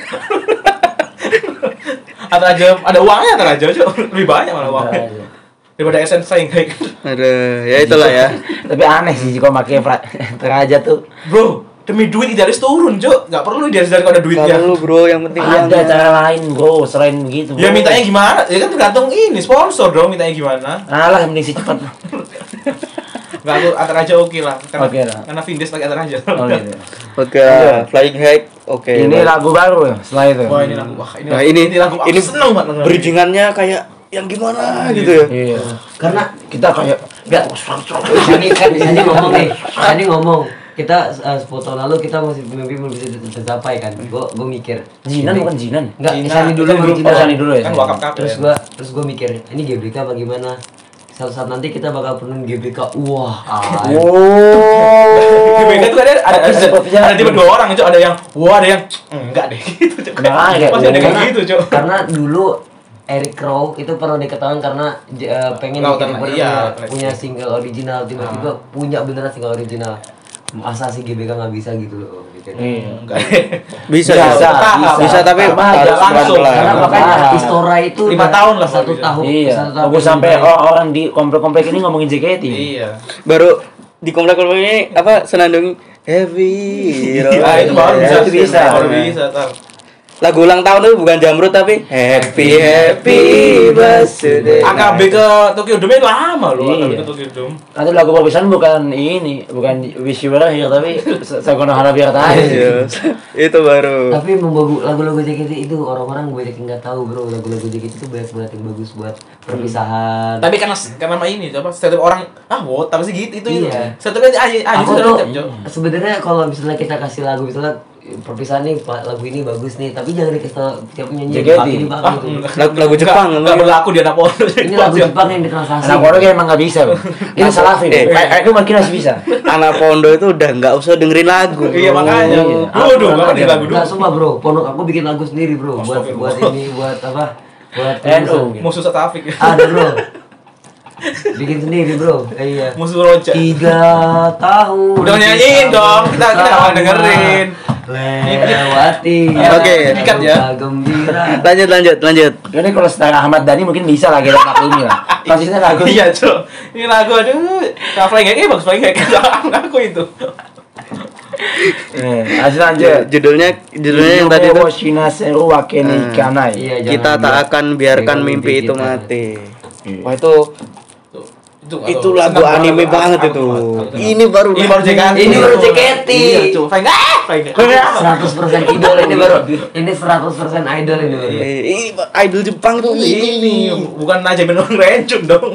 D: Atau aja ada uangnya atau aja, Jo. Lebih banyak malah uangnya. daripada Essence Fahrenheit.
C: Aduh, ya itulah ya.
A: Tapi aneh sih kalau pakai Teraja tuh.
D: Bro, demi duit idealis turun, Cok. Enggak perlu idealis dari kalau ada duitnya.
C: Kalau lu bro, yang penting
A: Ada
C: uangnya.
A: cara lain bro, selain begitu.
D: Ya
A: bro.
D: mintanya gimana? Ya kan tergantung ini sponsor dong, mintanya gimana?
A: Alah, yang mending sih cepat.
D: Enggak, aku antar aja oke lah. Karena,
A: Oke lah.
D: Karena Vindes pakai antar aja.
A: Oh gitu.
C: Oke, Flying High. Oke.
A: Ini
C: baik.
A: lagu baru ya, setelah itu.
D: Wah, ini lagu. Wah,
C: Nah, ini
D: lagu. Aku seneng banget dengerin.
C: bridgingannya kayak yang gimana gitu ya.
A: Iya. Karena kita kayak biar
B: Sani ngomong nih, Sani ngomong kita 10 tahun lalu kita masih mimpi belum bisa tercapai kan. Gue mikir
A: Jinan bukan Jinan.
B: enggak,
D: Jinan.
B: Sani dulu baru
A: Oh,
B: Jinan.
A: Sani dulu ya.
D: Kan wakaf kabel.
B: Terus gue mikir ini GBK apa gimana? Suatu saat nanti kita bakal penuhin GBK. Wah,
A: Oh.
D: GBK itu ada
A: sepertinya
D: ada tipe dua orang, Cok. Ada yang wah, ada yang enggak deh gitu, Cok.
A: Nah, kayak
D: Pasti ada kayak
B: Karena-
D: gitu, Cok.
B: Karena dulu Eric Crow itu pernah diketahui karena pengen
D: Lautan,
B: bikin
D: iya.
B: punya single original, tiba-tiba punya beneran single original. Masa sih GBK nggak bisa gitu loh gitu.
A: Iya.
D: Enggak.
C: Bisa,
A: Bisa,
C: bisa tapi
A: Sama
C: harus
A: aja langsung.
C: pelan-pelan.
B: Karena
A: Nah,
B: makanya
A: nah.
B: Istora itu
D: 5 tahun lah kalau
B: 1
D: bisa.
B: tahun.
A: Iya.
B: 1 tahun
A: Aku sampai
B: lebih baik.
A: orang di komplek-komplek ini ngomongin JKT.
D: Iya.
C: Baru di komplek-komplek ini apa senandung heavy.
D: Ah, itu baru
C: Ya,
D: bisa,
A: itu bisa.
D: Baru bisa, tar.
C: Lagu ulang tahun itu bukan Jamrut tapi happy birthday.
D: AKB ke Tokyo Dome lama loh, AKB
A: Iya.
D: ke Tokyo Dome.
A: Nanti lagu perpisahan bukan ini, bukan Wish You Were Here tapi Sagono Harabiar tadi.
C: Iya, itu baru.
B: Tapi membagu lagu-lagu JKT itu orang-orang banyak yang nggak tahu bro, lagu-lagu JKT itu banyak banget yang bagus buat perpisahan.
D: Tapi karena ini apa setiap orang what apa sih gitu itu.
B: Iya.
D: Setiap aja
B: Aku
D: sudah
B: tuh
D: Cok.
B: sebenarnya kalau misalnya kita kasih lagu misalnya perpisahan nih lagu ini bagus nih, tapi jangan dikasih tau tiap penyanyi
A: JKT.
B: Pak, ini Pak,
D: Ah,
B: gitu.
C: Lagu Jepang
D: enggak berlaku di anak pondok.
B: Ini lagu Jepang yang ditranslasi.
A: Anak orang emang nggak bisa loh. Ini salah Vin. Kayak aku makin masih bisa.
C: Anak Pondo itu udah nggak usah dengerin lagu.
D: Iya makanya.
A: Iya.
D: Waduh, enggak ada lagu dulu.
B: Enggak sumpah bro, pondok aku bikin lagu sendiri bro, buat
D: Astagfirullah.
B: ini buat apa? Buat
A: NU.
D: Musuh Satafik.
B: Ada bro. Bikin sendiri bro. Iya.
D: Musuh Roja.
B: 3 tahun.
D: Udah nyanyiin dong. Kita nggak dengerin.
B: Lewati.
C: Oke.
D: Dikat ya.
B: Gembira.
C: Lanjut.
A: Ini kalau setara Ahmad Dhani mungkin bisa lah kita maklumi lah. Konsisten lagu.
D: Iya, Cok. Ini lagu aduh. Flying High bagus Flying High. Aku itu.
A: Lanjut.
C: Judulnya yang tadi itu
A: Shinaseru Wakeni Kanai.
B: Iya,
C: kita
B: jangan
C: tak
B: biar-
C: akan biarkan
B: jangan
C: mimpi itu
B: kita.
C: mati.
A: Iya.
C: Wah itu itu lagu anime banget itu. Ini baru
D: JKT.
B: Ini baru JKT.
D: Iya, Cok. Flying High.
B: 100% idol ini baru. Ini 100% idol ini baru.
C: Ini idol Jepang tuh
D: Ini bukan aja minum rencun dong.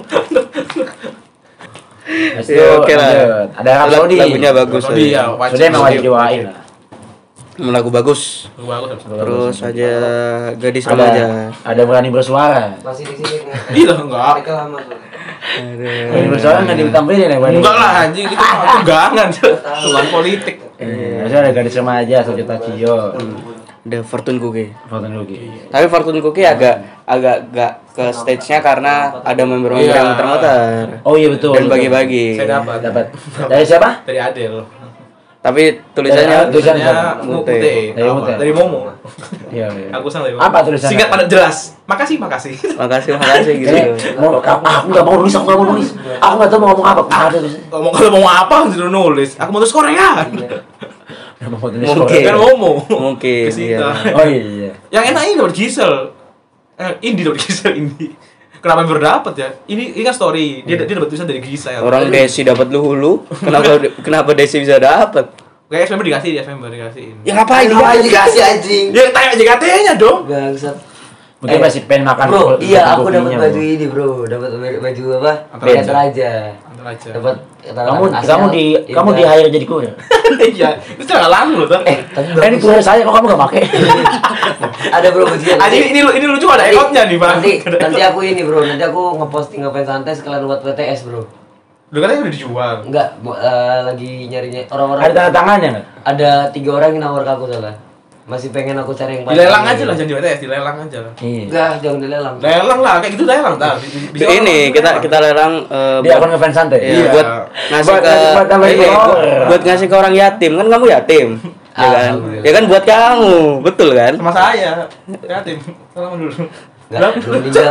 C: Ya, oke lah.
A: Ada Rhapsody.
C: Lagunya bagus.
D: Rhapsody,
C: ya.
D: ya.
A: Sudah emang wajib diwain lah.
C: Lagu bagus.
D: Bagus.
C: Terus aja gadis
A: Ada
C: remaja.
A: ada berani bersuara.
B: Masih di sini.
D: Iya enggak.
B: Mereka lama soalnya.
A: Berani bersuara nggak ditampilin ya berani.
D: Enggak lah anjing itu tunggangan. Tugan politik.
A: Maksudnya ada gadis remaja, Sojota Chiyo,
C: Ada Fortune Cookie.
A: Fortune Cookie.
C: Tapi Fortune Cookie agak gak ke stage-nya karena ada member-member
D: Iya.
C: yang muter-muter.
A: Oh iya betul.
C: Dan
A: betul.
C: bagi-bagi.
D: Saya dapat.
A: Dapat. Dari siapa?
D: Dari Adel.
C: Tapi tulisannya
A: Tulisannya
C: Mute.
A: Dari Mute.
D: Dari Momo.
A: Iya, iya.
D: Aku sama dari Momo.
A: Apa tulisannya?
D: Singkat padat jelas. Makasih.
C: Makasih gitu.
A: Aku nggak mau nulis, aku nggak mau nulis. Aku nggak tahu mau ngomong apa. Nggak ada tulisannya.
D: Kalau mau apa disuruh nulis. Aku mau tulis Korea.
A: Mau tulis
C: Mungkin.
A: Korea.
D: Kan Momo.
C: Mungkin,
D: Kesita.
C: iya.
A: Oh iya.
D: Yang enak ini dapat Gisel. Indi dapat Gisel Indi. Kenapa baru dapat ya? Ini kan story. Dia dapat tulisan dari Gisel.
C: Orang Desi dapat luhulu. Kenapa Desi bisa dapat?
D: Kayak SPM dikasih, dikasihin.
C: Ya ngapain
B: dikasih anjing?
D: Dia tanya JKT-nya dong.
B: Bangsat.
A: Mungkin masih pengen makan.
B: Bro, iya aku dapat
A: kopinya,
B: baju
A: bro.
B: ini bro, dapat baju apa?
D: Antar
B: Beda
D: aja.
B: aja.
D: Antar aja.
B: Dapat
A: Kamu di hire jadi kurir.
D: Iya, itu nggak lalu loh, Tan.
B: tapi
A: Ini kurir saya kok kamu nggak pakai?
B: ada bro bajunya.
D: Anjing ini lucu ada ekotnya nih, Bang.
B: Nanti aku ini bro, nanti aku ngeposting ngefans santai sekalian buat WTS bro.
D: Udah katanya udah dijual.
B: Enggak, lagi nyarinya orang-orang.
A: Ada tanda tangannya nggak?
B: Ada 3 orang yang nawar ke aku salah. Masih pengen aku cari yang paling.
D: Dilelang aja lah, jangan di WTS, dilelang aja lah.
A: Iya.
B: Enggak, jangan dilelang.
D: Lelang lah, kayak gitu lelang, Tan. Bisa
C: Ini
D: orang
C: kita lelang
A: Dia akan ngefans santai.
C: iya,
D: Iya.
C: buat ngasih
A: Buat-
C: ke
A: buat tambahin
C: iya,
A: follower.
C: buat ngasih ke orang yatim. Kan kamu yatim. Ya kan?
B: Alhamdulillah.
C: Ya kan buat kamu. Betul kan?
D: sama saya. Kreatif. Salam dulu.
B: Enggak, belum meninggal.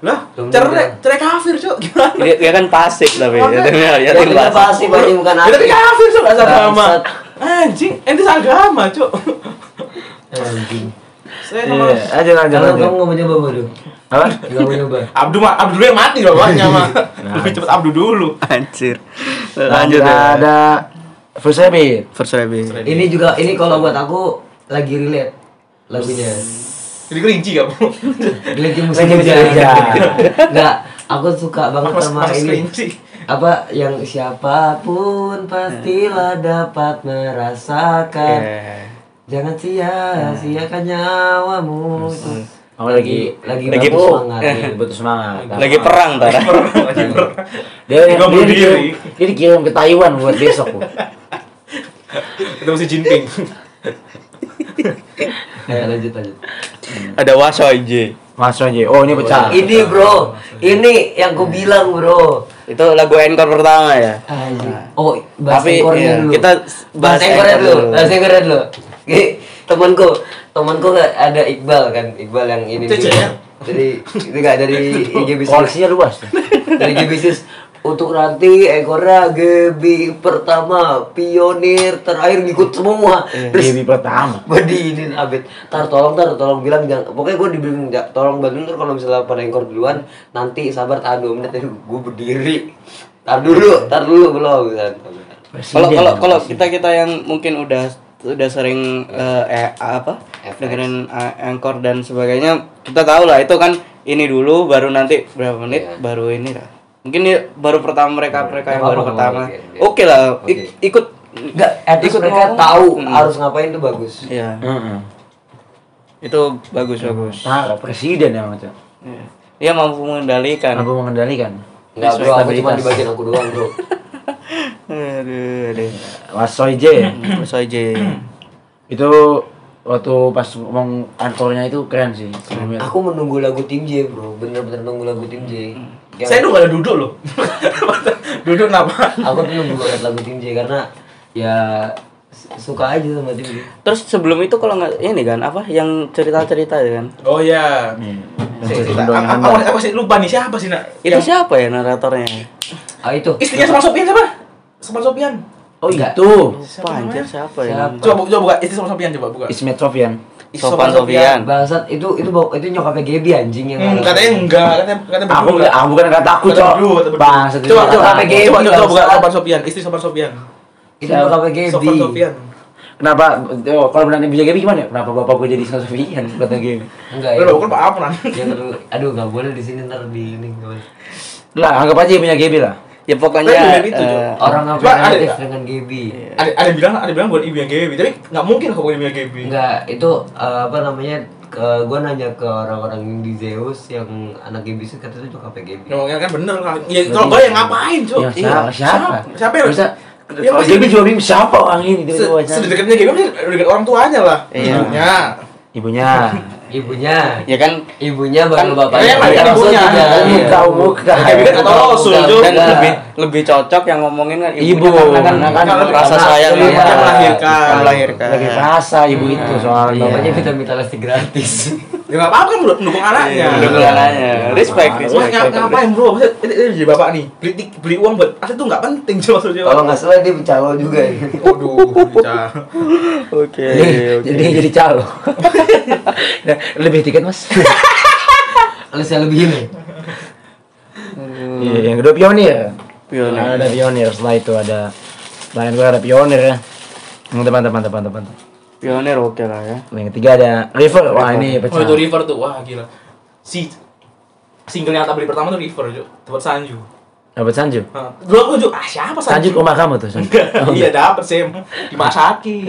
D: Lah,
B: Belum
D: cerai kafir, Cuk. Gimana?
C: Dia kan pasif tapi
B: Ya
C: yatim
B: tidak
C: pasif.
B: pasti banyak bukan
D: Ya, tapi kafir, Cuk, enggak seagama.
B: Bangsat.
D: Anjing, ente seagama, Cuk.
B: Anjing.
D: Saya
A: Iya,
D: sama
A: lanjut lanjut
B: Kalau
A: lanjut.
B: kamu nggak mau coba bodoh,
A: Apa?
B: nggak mau coba.
D: Abdu dulu yang mati bapaknya mah. Lebih cepet Abdu dulu.
C: Anjir. Lanjut ya.
A: Ada First Rabbit.
C: First Rabbit.
B: Ini juga ini kalau buat aku lagi relate lagunya.
D: Jadi kelinci kamu.
B: Relate musim
A: Lagi
B: hujan.
A: hujan.
B: Enggak, aku suka banget sama
D: Mas
B: ini.
D: kelinci.
B: Apa yang siapapun pastilah dapat merasakan. Jangan sia-siakan nyawamu.
A: Oh lagi
C: Lagi
B: bagus semangat.
A: butuh semangat.
C: Lagi perang tar.
D: Lagi perang.
A: Dia
D: Gua bunuh
A: dikirim,
D: diri.
A: dia dikirim ke Taiwan buat besok. Bu.
D: Ketemu si Jinping.
B: Lanjut.
C: Ada Wasoije.
A: Mas aja. Oh ini pecah.
B: Ini bro, ini yang ku bilang bro.
C: Itu lagu encore pertama ya.
B: Oh, bahas
C: Tapi
B: engkornya
C: iya,
B: dulu.
C: kita
B: bahas engkornya dulu. Bahas engkornya dulu. Temanku nggak ada Iqbal kan, Iqbal yang ini.
D: Cece ya?
B: Jadi itu nggak dari IG Bisnis.
A: Koleksinya luas.
B: Dari IG Bisnis. Untuk nanti ekornya GB pertama, pionir, terakhir ngikut semua.
A: Baby pertama.
B: Badiinin Abed. Tolong bilang jangan. Pokoknya gue dibilang tolong bantuin ntar kalau misalnya pada engkor duluan, nanti sabar tahan 2 menit tadi gue berdiri. Tar dulu belum.
C: Kalau kita yang mungkin udah sering dengerin encore dan sebagainya, kita tahu lah itu kan ini dulu baru nanti berapa menit
B: Iya.
C: baru ini lah. Mungkin ini baru pertama mereka yang
B: Nggak
C: baru
B: apa-apa,
C: pertama.
B: oke.
C: Oke lah,
B: Oke.
C: ikut
B: Enggak, at least
C: ikut
B: mereka
C: ngomong.
B: tahu harus ngapain tuh bagus.
C: Iya,
A: Heeh.
C: itu bagus.
A: Nah, presiden yang macam.
C: Iya. Dia mampu mengendalikan.
A: Mampu mengendalikan.
B: Enggak bro, aku cuma
A: Stabilitas.
B: di bagian aku doang bro.
C: Aduh.
A: Wasoije.
C: Wasoije.
A: Itu waktu pas ngomong ankornya itu keren sih.
B: Aku menunggu lagu Tim J bro, bener-bener nunggu lagu Tim J. Yang-
D: Saya tuh gak ada duduk loh. Duduk kenapa?
B: Aku tuh nunggu banget lagu Tim J karena ya suka aja sama Tim J.
C: Terus sebelum itu kalau nggak ini kan apa yang cerita-cerita ya kan?
D: Oh iya. Aku masih lupa nih siapa sih nak?
C: Itu siapa ya naratornya?
B: Itu.
D: Istrinya sama Sopian siapa? Sama Sopian.
A: Oh
B: Enggak.
A: itu.
C: Lupa anjir siapa ya?
B: Siapa?
D: Coba buka istri sama Sopian coba buka.
A: Ismet Sofyan.
C: Sopan Sofian.
B: Bangsat itu nyokapnya Gaby anjing yang
D: Katanya enggak, katanya
A: Aku
D: berdua.
A: bukan kata aku, Cok. Bang,
D: Coba
B: Sopan Gaby,
D: coba buka
B: bangsat.
D: Sopan Sopian, istri Sopan Sopian.
B: itu nyokapnya Gaby.
D: Sopan Sopian.
A: Kenapa? Kalau benar punya Gaby gimana? Kenapa bapak gue jadi Sofyan kata Gaby?
B: Enggak ya.
D: Lu kan apa nan?
B: Yang kedua, aduh nggak boleh di sini ntar di ini nggak boleh.
A: Lah, anggap aja punya Gaby lah.
C: Ya pokoknya
D: Tapi itu, Cok.
B: Orang apa
D: Coba,
B: yang
D: ada
B: negatif
D: nggak?
B: dengan Gaby?
D: Ada bilang buat ibu yang Gaby, tapi nggak mungkin aku bukan ibu yang Gaby.
B: Enggak, itu apa namanya? Gue nanya ke orang-orang di Zeus yang anak Gaby itu katanya nyokapnya Gaby.
D: Ngomongnya kan bener kan. Ya kalau gue yang ngapain, Cok?
A: Ya, siapa?
D: Siapa yang
A: Bisa
D: Ya,
A: kalau
D: pasti-
A: Gaby juga bingung siapa orang ini tiba-tiba wawancara.
D: Sedekatnya Gaby pasti dekat orang tuanya lah.
C: Iya.
D: Ibunya.
B: Ibunya,
C: ya kan
B: ibunya baru
C: Kan-
B: bapaknya.
D: kan ibunya.
A: Muka.
D: Gaby kan atau Rasul, Cok.
C: dan
B: Enggak.
C: lebih cocok yang ngomongin kan
A: Ibu,
C: ibunya
A: karena kan
C: rasa sayang
D: Iya,
C: yang
D: yang melahirkan.
C: yang melahirkan.
A: Lagi rasa ibu itu soalnya.
B: Bapaknya minta lesti gratis.
D: Ya nggak apa-apa kan mendukung anaknya.
C: Mendukung anaknya. Respect,
D: Wah,
C: respect.
D: ngapain bro? Maksudnya ini jadi bapak nih, beli uang buat asli tuh nggak penting cuma maksudnya.
B: Kalau nggak salah dia pencalon juga.
D: Waduh, Ica.
C: Oke,
A: Jadi jadi calo. Nah, lebih tiket mas.
B: Lalu saya lebih ini.
A: Iya, yang kedua pionir.
C: Pionir.
A: Nah, ada pionir. Setelah itu ada selain gue ada pionir ya. Yang teman.
C: Pionir oke lah ya.
A: Yang ketiga ada River. Wah ini
D: Oh
A: pecah.
D: itu River tuh, wah gila. Si single yang tak beli pertama tuh River, Cuk. Tempat Sanju.
A: Dapat Sanju.
D: Nah, dulu aku tuh siapa
A: Sanju
D: Sanju?
A: ke rumah kamu tuh Sanju.
D: Iya dapat sih, dimasakin.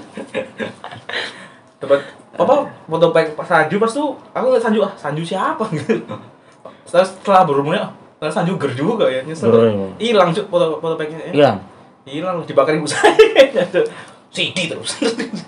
D: Dapat apa foto baik pas Sanju pas tuh aku ngeliat Sanju siapa gitu. Setelah berumurnya ternyata Sanju ger juga ya, nyesel.
A: Ger.
D: Hilang Cuk foto baiknya.
A: Hilang.
D: Hilang dibakar ibu saya. CD terus.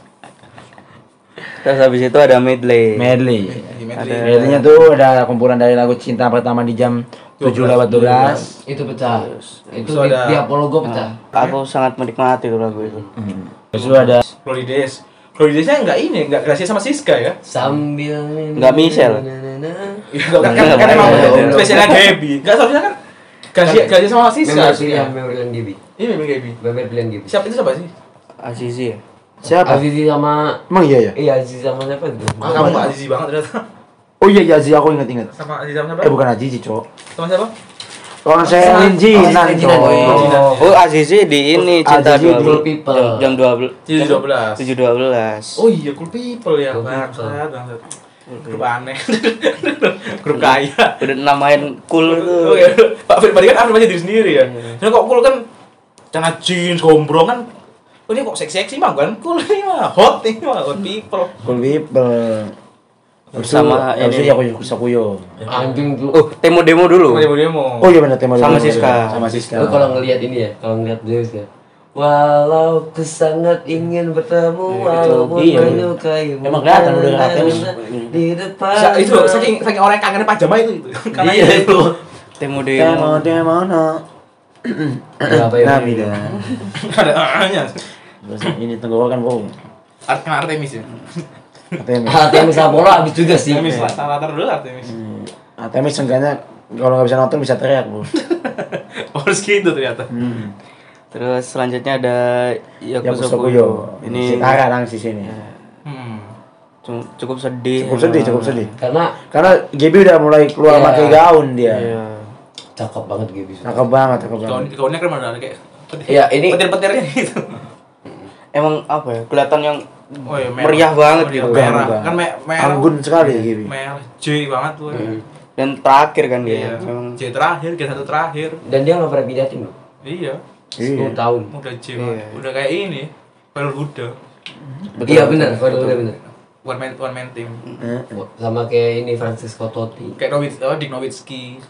C: Terus habis itu ada medley.
A: Medley.
D: Medley.
A: Medleynya tuh ada kumpulan dari lagu cinta pertama di jam 7:12.
B: Itu pecah. Itu
D: Terus ada-
B: di Apollo gue pecah.
C: Aku sangat menikmati tuh lagu itu.
A: Terus itu ada
D: Glory Days. Glory Days-nya enggak ini, enggak Gracia sama Siska ya.
B: Sambil
C: Nggak Michelle.
D: Kan emang spesialnya Gaby. Enggak seharusnya kan gaji sama Siska.
B: Member pilihan Gibi.
D: Ini memang Gaby.
B: Member pilihan Gibi.
D: Siapa itu siapa sih?
C: Azizi ya.
A: Siapa?
B: Azizi sama
A: Emang iya ya?
B: iya Azizi sama siapa itu?
D: Kamu Pak Azizi banget ternyata.
A: Oh iya Azizi, aku ingat.
D: Sama Azizi sama siapa?
A: Bukan Azizi, Cok.
D: Sama siapa?
A: Kalau saya Jinan, Cok.
C: Oh, Azizi di ini cinta
A: Azizi
C: 12
B: di People.
C: jam 12.
D: 712.
C: 7.12.
D: Oh iya, Cool People ya.
B: Cool
D: Bangsat. Grup aneh. Grup kaya.
C: Udah namain cool
D: Oh
C: tuh.
D: iya, Pak Firman kan afirmasi diri sendiri ya. Soalnya kok cool kan celana jeans, gombrong kan. Oh ini kok seksi-seksi mah kan cool ini mah hot hot people.
A: Cool People.
C: Sama
A: ini
C: ini.
A: aku Sakuyo.
B: Anjing tuh.
C: Oh, demo dulu.
D: Demo.
A: Oh iya benar tema
C: Sama
A: dulu.
C: Siska.
A: Sama Siska.
B: Lu kalau ngelihat ini ya, kalau ngelihat Zeus ya. Walau ku sangat ingin bertemu walaupun
A: Iya.
B: menyukaimu.
A: Emang kelihatan udah ngeliatin.
B: Di depan.
D: Itu saking orang yang kangen pajama itu. Karena
B: Iya itu.
C: Demo
A: Demo no.
B: Apa ya?
A: Nabi dah.
D: ada A-nya.
A: Terus ini tenggorokan bro.
D: Artemis ya.
A: Artemis.
B: Hati misal bola habis juga sih.
D: Artemis lah, latar dulu Artemis.
A: Artemis seenggaknya kalau nggak bisa nonton bisa teriak bro.
D: Harus gitu ternyata.
C: Terus selanjutnya ada Yakuza
A: Yakuza
C: Kuyo.
A: Kuyo.
C: Ini
A: Sekarang nangis sini.
C: cukup sedih.
A: Cukup sedih.
B: Karena
A: Karena Gaby udah mulai keluar
B: Iya.
A: pakai gaun dia.
C: Iya.
B: cakep banget gitu.
A: Cakep banget.
D: Gaunnya keren banget kayak.
B: Iya, ini-
D: petir-petirnya gitu.
C: Emang apa ya? Kelihatan yang
D: Oh iya,
C: meriah banget gitu.
D: Merah.
A: Merah.
D: Kan merah.
A: Anggun sekali Gaby.
D: Merah J banget tuh.
C: Dan terakhir kan dia.
D: Iya.
C: Memang
D: J terakhir, G satu terakhir.
B: Dan dia nggak pernah pindah tim loh.
D: Iya.
B: 10 tahun.
D: Udah J
C: Iya.
D: banget. Udah kayak ini. Padahal Huda.
B: Iya benar, benar.
D: One man team.
B: Sama kayak ini Francisco Totti.
D: Kayak Dick Nowitzki.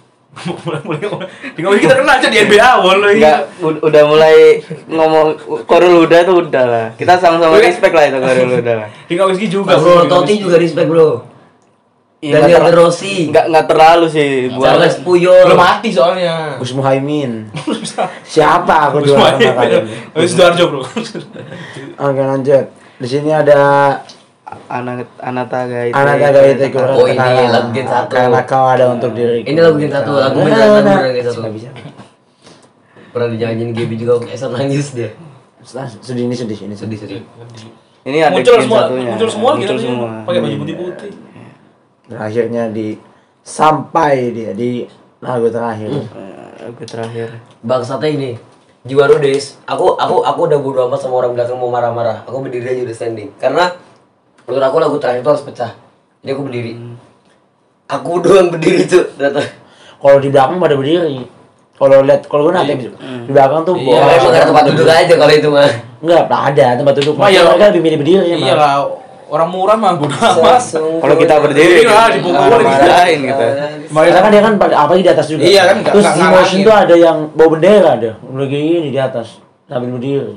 D: Dick Nowitzki terkenal aja di NBA awal loh.
C: enggak udah mulai ngomong Korul Huda tuh udah lah. Kita sama-sama respect lah itu Korul Huda lah.
D: Dick Nowitzki juga.
B: Bro, Totti juga respect bro.
C: Iya,
B: Daniel
C: nggak ter-
B: Rossi.
C: Enggak terlalu sih buat
B: Charles Puyol.
D: Belum mati soalnya.
A: Gus Muhaimin. Siapa aku juara sama kali ini?
D: Sidoarjo bro.
A: Oke lanjut. Di sini ada
C: Anata Gaite.
A: anak agak itu
B: Oh, ini lagu Gen 1.
A: Karena kau ada untuk diriku.
B: Ini lagu Gen 1, lagu beneran Gen 1.
A: Nggak bisa.
B: Pernah dinyanyiin Gaby juga waktu Esa nangis dia.
A: Sedih ini sedih.
B: Sedih.
C: Ini ada
D: Muncul
C: Gen
D: semua,
C: satunya.
D: muncul semua gitu.
C: Muncul semua.
D: Pakai baju putih-putih.
A: Dan akhirnya sampai dia di lagu terakhir.
C: Lagu terakhir.
B: Bangsatnya ini. Jiwa Rudes, aku udah bodo amat sama orang belakang mau marah-marah. Aku berdiri aja udah standing. Karena menurut aku lagu terakhir itu harus pecah. Jadi aku berdiri. Aku doang berdiri tuh ternyata.
A: Kalau di belakang pada berdiri. Kalau gue nanti di belakang tuh
B: Ya emang ada tempat duduk aja kalau itu mah.
A: enggak ada tempat duduk.
D: Wah, iya.
A: Mereka lebih milih berdiri
D: Iya
A: emang.
D: lah, orang murah mah bodo amat.
C: Kalau kita berdiri
D: Iya, dipukul,
C: marahin gitu.
A: Mereka kan dia kan apalagi di atas juga.
D: Iya kan, nggak
A: Terus di motion
D: ngalangin.
A: tuh ada yang bawa bendera ada. Lagi ini di atas sambil berdiri.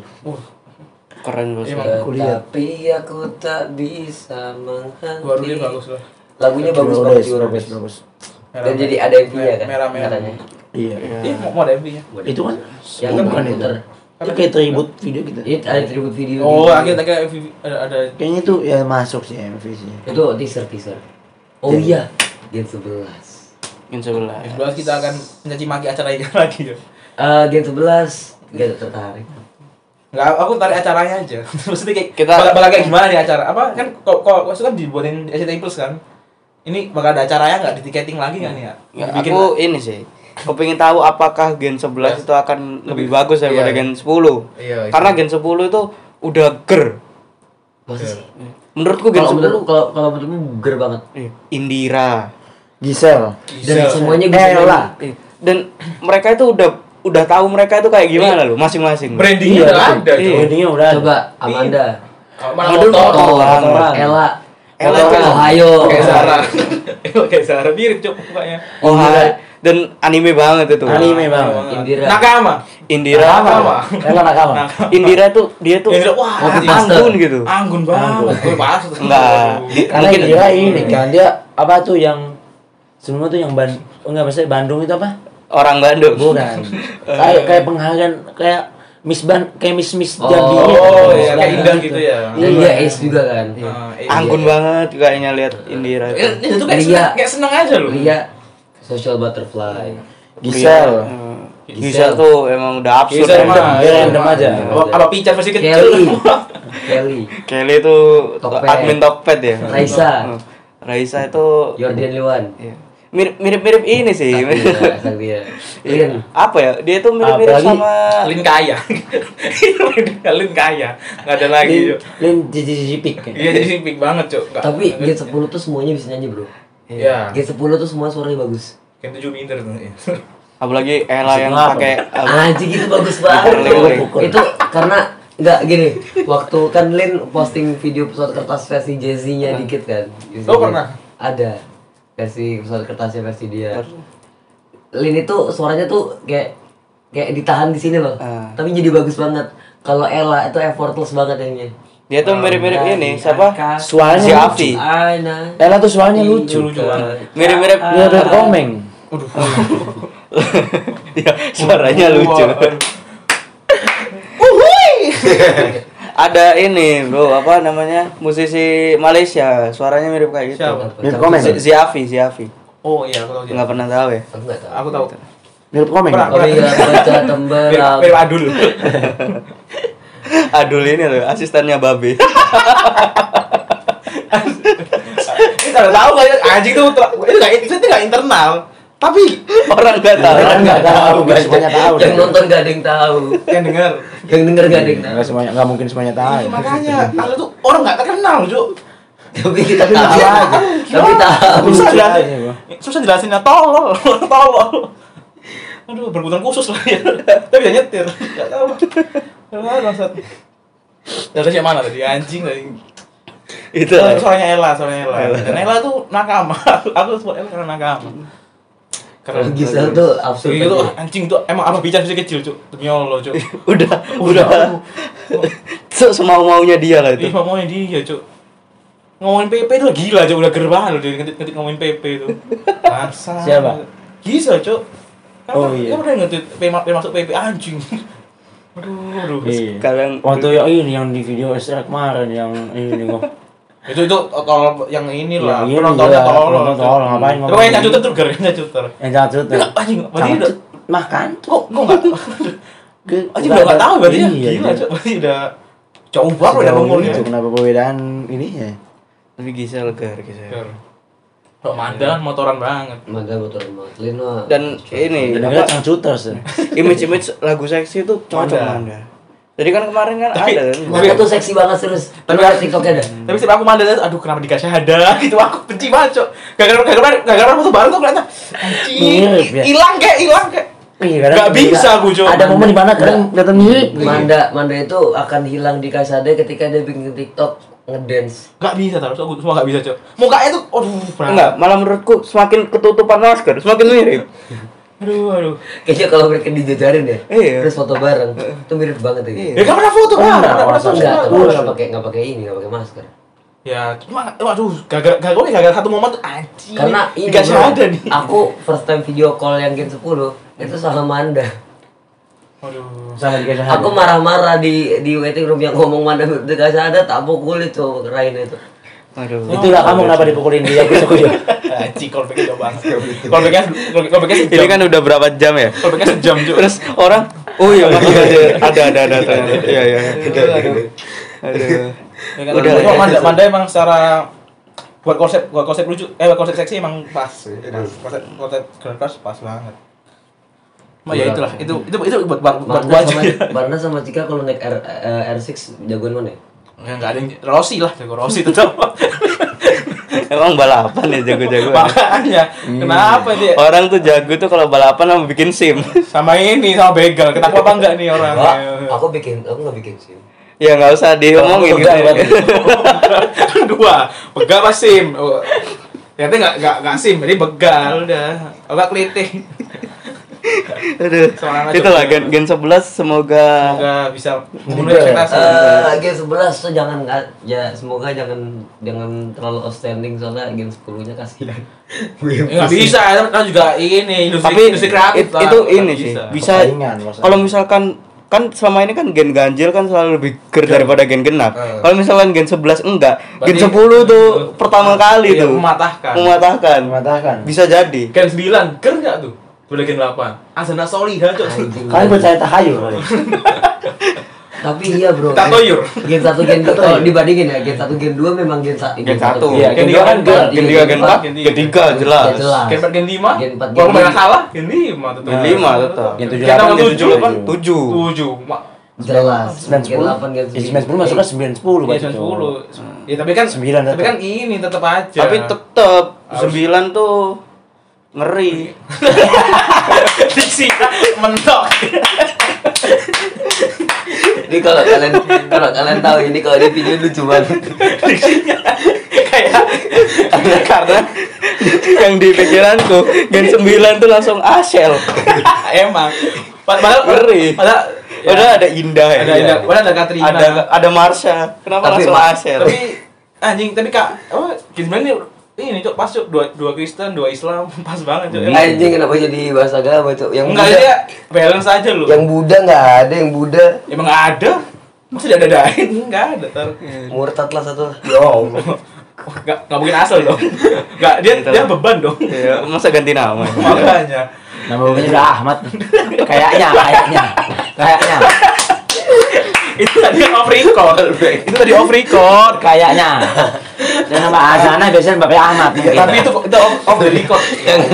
C: Keren bos.
D: Emang.
A: Aku lihat.
B: Tapi aku tak bisa
D: Gua dulu
B: menghenti.
D: bagus lah.
B: Lagunya bagus banget Jiwa Rudes.
A: bagus.
B: Dan jadi ada MV-nya kan
D: Merah-merah.
B: katanya.
A: Iya.
D: Iya, mau ada MV-nya.
A: Itu kan
B: Yang
A: bukan itu.
B: muter.
A: Itu kayak tribute video gitu.
B: Itu ada tribute video.
D: Oh,
B: gitu.
D: akhirnya MV ada
A: Kayaknya itu ya masuk sih MV sih.
B: Itu teaser. Oh iya, Gen 11.
C: Gen 11.
D: Sebelah kita akan mencaci maki acara ini lagi ya.
B: Gen 11 gak tertarik.
D: Enggak, aku tarik acaranya aja. Maksudnya kayak
C: Kita-
D: bakal kayak gimana nih acara? Apa kan kalau itu kan dibuatin SCTV Plus kan. Ini bakal ada acaranya nggak di tiketing lagi nggak nih ya?
C: Ya,
D: Dibikin-
C: aku ini sih. Aku pengen tahu apakah Gen 11 itu akan lebih bagus daripada
D: Iya.
C: Gen 10.
D: Iya, iya.
C: Karena Gen 10 itu udah ger.
B: Masa sih?
C: Menurutku Gen
B: Kalau
C: 10
B: menurutku kalau menurutku ger banget.
C: Indira.
A: Gisel.
B: Dan semuanya bisa
A: Ella.
C: Iya. Dan mereka itu udah tahu mereka itu kayak gimana loh masing-masing.
D: brandingnya udah
A: betul.
D: ada.
C: Iya.
D: Coy.
A: Brandingnya udah ada.
B: Coba Amanda,
D: Mana
C: Aduh,
D: motor?
C: motoran.
B: Ella,
C: Ella itu
B: Ohio.
D: Kayak Sarah. Kayak Sarah mirip cok mukanya.
C: Oh, dan anime banget itu.
A: Anime banget.
B: Indira.
D: Nakama.
C: Indira.
D: Nakama.
A: Ella Nakama.
C: Indira tuh dia tuh
D: Indira, wah,
B: Kopi
D: anjing.
B: Master.
C: anggun gitu.
D: Anggun banget. Gue pas.
C: Enggak.
A: Karena
C: Mungkin
A: Indira ini kan dia apa tuh yang semua tuh yang enggak maksudnya Bandung itu apa?
C: orang Bandung.
A: Bukan. Kayak penghargaan kayak kayak Miss
B: Oh,
A: Jambi.
D: Oh,
A: Miss
D: iya, kayak
A: Jambi
D: Indah gitu ya.
B: Iya, dia Ace juga kan.
C: Anggun banget kayaknya lihat Indira itu.
D: Itu kayak
B: Lia.
D: seneng aja loh.
B: Lia social butterfly.
A: Gisel.
C: Gisel tuh emang udah absurd.
D: Gisel
C: emang.
D: mah
A: random aja.
D: Apa Picar versi kecil.
B: Kelly.
C: Kelly tuh
B: Tokped.
C: admin Tokped ya.
B: Raisa.
C: Raisa itu
B: Jordan Liwan.
C: iya. Mirip-mirip ini sih.
B: Saktia.
C: Iya.
B: Lin.
C: Apa ya? Dia tuh mirip-mirip
A: Apalagi
C: sama
D: Lin kaya. Lin kaya. Enggak ada lagi, Cuk.
A: Lin Jijipik.
D: Iya jadi simpik banget, Cuk. Nggak-
B: Tapi Gen 10 tuh semuanya bisa nyanyi, Bro.
D: Iya.
B: Gen 10 tuh semua suaranya bagus.
D: Yang 7 meter tuh.
C: apalagi Ella yang
A: Apa?
C: pakai
B: Anjing itu bagus banget.
C: Pukul.
B: Itu karena enggak gini. Waktu kan Lin posting video pesawat kertas versi Jay-Z-nya dikit kan.
D: Oh, pernah?
B: Ada. Versi pesawat kertasnya versi dia. Lin itu suaranya tuh kayak ditahan di sini loh.
C: Ah.
B: Tapi jadi bagus banget. Kalau Ella itu effortless banget nyanyinya.
C: dia tuh mirip-mirip ini siapa?
A: Suaranya
C: Si
A: lucu.
C: Afi.
B: Aina.
A: Ella tuh suaranya lucu.
D: Lucu banget.
C: Mirip-mirip
A: Mirip Komeng.
C: ya, suaranya lucu. Ada ini bro, apa namanya, musisi Malaysia, suaranya mirip kayak gitu.
D: Siapa?
A: Mirip Komeng.
C: Ziafi.
D: Oh iya, aku tahu dia.
C: Nggak pernah tahu ya.
B: Aku enggak tahu.
D: Aku tahu.
A: Mirip Komeng.
D: Pernah.
B: Oh iya, baca tembelam.
D: Mirip Adul.
C: Adul ini loh, asistennya Babe.
D: Kita udah tahu kayak anjing tuh itu nggak internal. Tapi
C: Orang nggak tahu.
A: Orang nggak tahu, nggak semuanya tahu.
B: Yang nonton gak ada yang tahu.
D: yang dengar.
B: Yang denger gak ada yang tahu.
A: Nggak semuanya, nggak mungkin semuanya tahu.
D: Iya, makanya aku tuh orang nggak terkenal, Cuk.
B: Tapi kita tahu aja. Tapi tahu.
D: Susah
A: Lucu
D: jelasin.
A: aja, gua.
D: Susah jelasinnya tolol. Aduh, berkebutuhan khusus lah ya. Tapi bisa nyetir. Enggak tahu. Enggak bangsat. Dari siapa mana tadi anjing tadi.
C: Itu lah.
D: Soalnya Ella. Dan Ella tuh nakama. Aku sebut Ella karena nakama.
B: Kalau Gisel tuh absurd.
D: Itu
B: aja.
D: anjing tuh emang apa bicara masih kecil, Cuk. Demi Allah, Cuk.
C: Udah. Semau-maunya dia lah
D: Ih,
C: itu.
D: ngomongin dia, Cuk. Ngomongin PP itu gila, Cuk. Udah gerbahan loh dia ngetik ngomongin PP itu. Bangsa.
A: Siapa?
D: Gisel, Cuk.
A: Oh, iya.
D: Kan udah ngetik masuk PP anjing. Aduh.
A: Iya.
C: Sekarang
A: Waktu yang ini yang di video Esra kemarin yang ini kok.
D: Itu kalau yang ini lah,
A: Yang ini,
D: penontonnya
A: iya,
D: tolol.
A: penonton tolol, ngapain
D: Tapi
A: ngomong
D: yang
A: gitu?
D: cacuter tuh gara-gara cacuter.
A: Yang cacut tuh.
D: Anjing, berarti udah
A: makan.
D: kok enggak anjing udah enggak tahu berarti ya.
A: Iya,
D: Gila,
A: iya.
D: Cuk. Berarti udah jauh banget udah umurnya.
A: Itu kenapa perbedaan ini ya?
C: tapi Gisel.
D: Kok Mandan motoran banget.
B: Manda motor banget. Lin mah.
C: Dan ini
A: Dengar
C: apa,
A: cacuter sih.
C: image lagu seksi itu cocok
D: Manda.
C: Manda. Jadi kan kemarin kan
D: Tapi-
C: ada kan.
B: Manda tuh seksi banget terus. Tapi ada TikToknya ada.
D: Tapi setiap aku Mandan aduh kenapa dikasih ada gitu aku benci banget, Cuk. Gara-gara foto baru tuh kelihatan anjing.
A: Mirip, ya?
D: Hilang kayak.
A: Iya,
D: Nggak bisa aku, Cuk.
A: Ada momen di mana kadang kelihatan mirip.
B: Manda itu akan hilang di kasade ketika dia bikin TikTok ngedance.
D: Enggak bisa terus aku semua enggak bisa, Cuk. Mukanya tuh aduh, berat.
C: Enggak, malah menurutku semakin ketutupan masker, semakin mirip.
D: Aduh.
B: Kayaknya kalau mereka dijajarin ya,
C: Iya.
B: terus foto bareng, itu mirip banget itu.
D: Ya kan pernah foto kan?
A: Pernah,
D: Pernah
A: masa
D: foto.
B: Enggak, tapi
A: Enggak.
B: nggak pakai ini, nggak pakai masker.
D: Ya, cuma waduh, gara-gara satu momen tuh anjing.
B: Karena ini
D: dikasih
B: bro,
D: ada nih.
B: aku first time video call yang Gen 10 itu sama Manda.
D: Waduh.
A: Sama dikasih
B: Aku marah-marah di waiting room yang ngomong Manda dikasih ada tak pukulin tuh Rain itu.
C: Aduh.
A: Itulah kamu kenapa dipukulin dia besok ya.
D: Anjing, callback-nya jauh banget. Callback-nya
C: Ini
D: sejam.
C: kan udah berapa jam ya?
D: Callback-nya sejam, Cuk.
C: Terus orang, oh iya masih ada ternyata. Iya. Aduh.
D: Ya kan,
C: Udah,
D: cuma
C: ya.
D: Manda emang secara buat konsep lucu, konsep seksi emang pas. Konsep keras pas banget. Ya itulah, itu buat
B: Manda
D: gua aja.
B: sama Manda sama Cika kalau naik R6 jagoan mana?
D: Ya enggak ada yang Rossi lah, jago Rossi tetap.
C: Emang balapan ya jago-jago.
D: Makanya, kenapa dia
C: Orang tuh jago tuh kalau balapan sama bikin SIM.
D: sama ini sama begal, ketawa apa enggak nih orang?
B: Aku nggak bikin sih.
C: Ya nggak usah diomongin gitu.
D: Dua, begal apa sim? Oh, ternyata nggak sim, jadi begal udah. Agak keliting.
C: Aduh.
D: Soalnya
C: Itulah
D: coba.
C: Gen 11 semoga
D: Semoga bisa memenuhi ekspektasi.
B: Gen 11 tuh jangan ya semoga jangan terlalu outstanding soalnya Gen 10-nya kasihan.
D: Nggak bisa, kan juga ini industri
C: tapi
D: industri kreatif lah.
C: itu
D: Nggak
C: ini sih bisa
A: Persaingan, maksudnya.
C: kalau misalkan kan selama ini kan gen ganjil kan selalu lebih ger daripada gen genap. Kalau misalkan gen 11 enggak, gen 10 tuh pertama kali
D: Iya,
C: tuh
D: mematahkan.
A: Mengatakan.
C: Bisa jadi.
D: Gen 9 ger enggak tuh? Udah gen 8. Azana Soliha, Cok.
A: Kalian percaya tahayul kali.
B: Tapi iya bro.
D: Tatoyur.
B: Gen 1 gen 2 kalau dibandingin ya, gen 1 gen 2 memang gen 1.
C: Gen 1.
A: Iya,
D: Gen
A: gen 2 kan
D: tiga,
A: ger.
C: Gen 3 gen 4, gen 3 jelas.
B: Jelas.
D: Gen 4 gen 5.
B: Gen 4,
D: Kalau
B: gen
D: nggak
B: 5.
D: salah, gen 5 tetap.
C: Gen 5 tetap.
A: Gen 7,
D: Gen
A: 8,
D: 7,
C: 7.
D: 7.
B: Jelas.
A: 9, 10.
B: Gen 8 gen 9.
A: 9, 10 masuknya 9, 10
D: Iya, 10. Ya tapi kan
A: 9
D: tapi kan ini tetap aja.
C: Tapi tetep 9 tuh ngeri.
D: diksi mentok.
B: Ini kalau kalian tahu ini kalau di video lucu banget.
D: Diksinya kayak
C: Karena yang di pikiranku gen 9 tuh langsung Asel.
D: emang. Padahal
C: Ngeri.
D: Padahal
C: Udah ada Indah ya.
D: Padahal ada Katrina.
C: Ada Marsha. Kenapa
B: Tapi
C: langsung Asel?
D: Tapi anjing, tapi Kak, Gen 9 ini Cok, pas Cok, dua Kristen, 2 Islam, pas banget Cok.
B: Anjing kenapa jadi bahasa agama itu? Yang
D: Enggak,
B: Buddha,
D: dia balance aja loh.
B: yang Buddha nggak ada, yang Buddha
D: Emang nggak ada? Masa diada-adain? Nggak ada, tar.
B: murtad lah satu.
D: Yo. Nggak mungkin asal dong. Nggak, dia beban dong.
C: Iya, masa ganti nama?
D: Makanya.
A: Nama bapaknya udah Ahmad. Kayaknya.
D: Itu tadi off record. Itu tadi off record.
A: Kayaknya. Dan nama Azana biasanya bapaknya Ahmad.
D: Tapi itu off the record.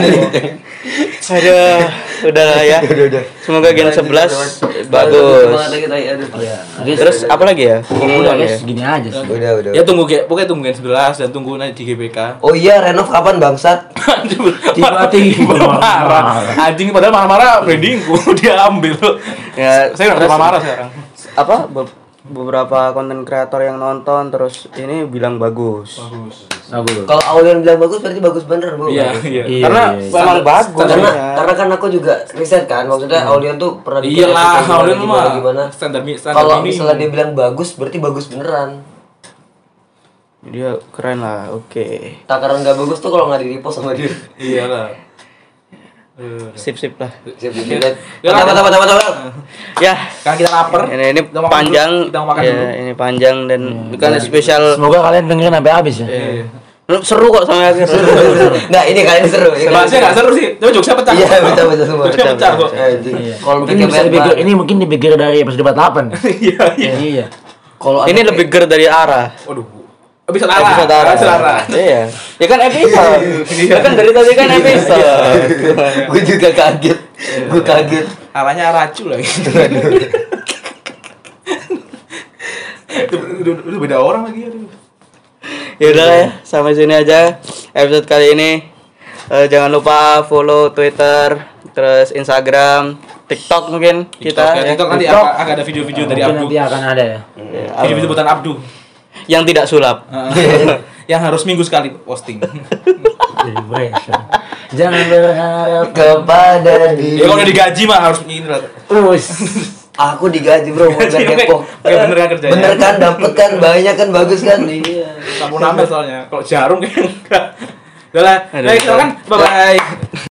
C: Aduh, udah lah ya. Semoga gen 11 bagus. Terus apa lagi ya?
A: Udah guys, segini aja sih.
B: Udah.
D: Ya tunggu pokoknya tunggu gen 11 dan tunggu nanti di GBK.
B: Oh iya, renov kapan bangsat?
A: Tiba-tiba
D: marah. Anjing padahal marah-marah brandingku dia ambil.
C: Ya,
D: Saya nggak marah sekarang.
C: apa beberapa konten kreator yang nonton terus ini bilang bagus.
A: Bagus.
B: Kalau Aulion bilang bagus berarti bagus bener, Bro.
D: Iya.
C: Karena
A: Iya.
C: memang bagus.
B: Karena kan aku juga riset kan, maksudnya Aulion tuh pernah
D: Iyalah, Aulion mah
B: gimana.
D: standar
B: Kalau
D: minimum.
B: misalnya dia bilang bagus berarti bagus beneran.
C: Dia keren lah, oke.
B: Takaran nggak bagus tuh kalau nggak di repost sama dia.
D: Iyalah.
C: Sip lah.
B: Apa.
C: Ya,
D: Karena kita lapar.
C: ini
D: Kita makan
C: panjang.
D: dulu. Kita mau makan
C: Ya,
D: dulu.
C: ini panjang dan bukan spesial.
A: Semoga kalian dengerin sampai habis ya.
C: Seru kok sampai akhir.
B: Nggak, ini kalian seru.
D: Bahasnya nggak seru sih. Coba jokesnya pecah.
B: Iya, betul semua.
D: Jokesnya pecah kok.
B: Kalau
A: Mungkin bisa dipikir, ini mungkin dipikir dari episode 48.
D: Iya.
A: Iya.
B: kalau
C: Ini lebih ger dari arah.
D: Waduh. Episode arah.
C: Episode arah.
D: Arah.
C: Iya. Ya kan episode. Ya kan dari tadi kan episode.
B: gue juga kaget. Gue kaget.
D: Arahnya racu lagi. Itu udah beda orang lagi. Aduh.
C: Ya udah lah ya, sampai sini aja episode kali ini. Jangan lupa follow Twitter, terus Instagram, TikTok mungkin kita. ya.
D: TikTok nanti akan ada video-video dari
A: Mungkin
D: Abdu.
A: nanti akan ada ya.
D: Video-video buatan Abdu.
C: Yang tidak sulap.
D: Yang harus minggu sekali posting.
A: Jadi brengsek. Jangan berharap
B: Kepada
D: Ya kalau udah digaji mah harus ini lah.
B: Aku digaji, Bro, mau
D: Gaji,
B: Depok.
D: bener kan kerjanya.
B: Bener kan, dapet kan, banyak kan, bagus kan. Iya.
D: Sampun nambah soalnya. Kalau jarum kayak enggak. Udah lah. Baik, silakan. Bye bye.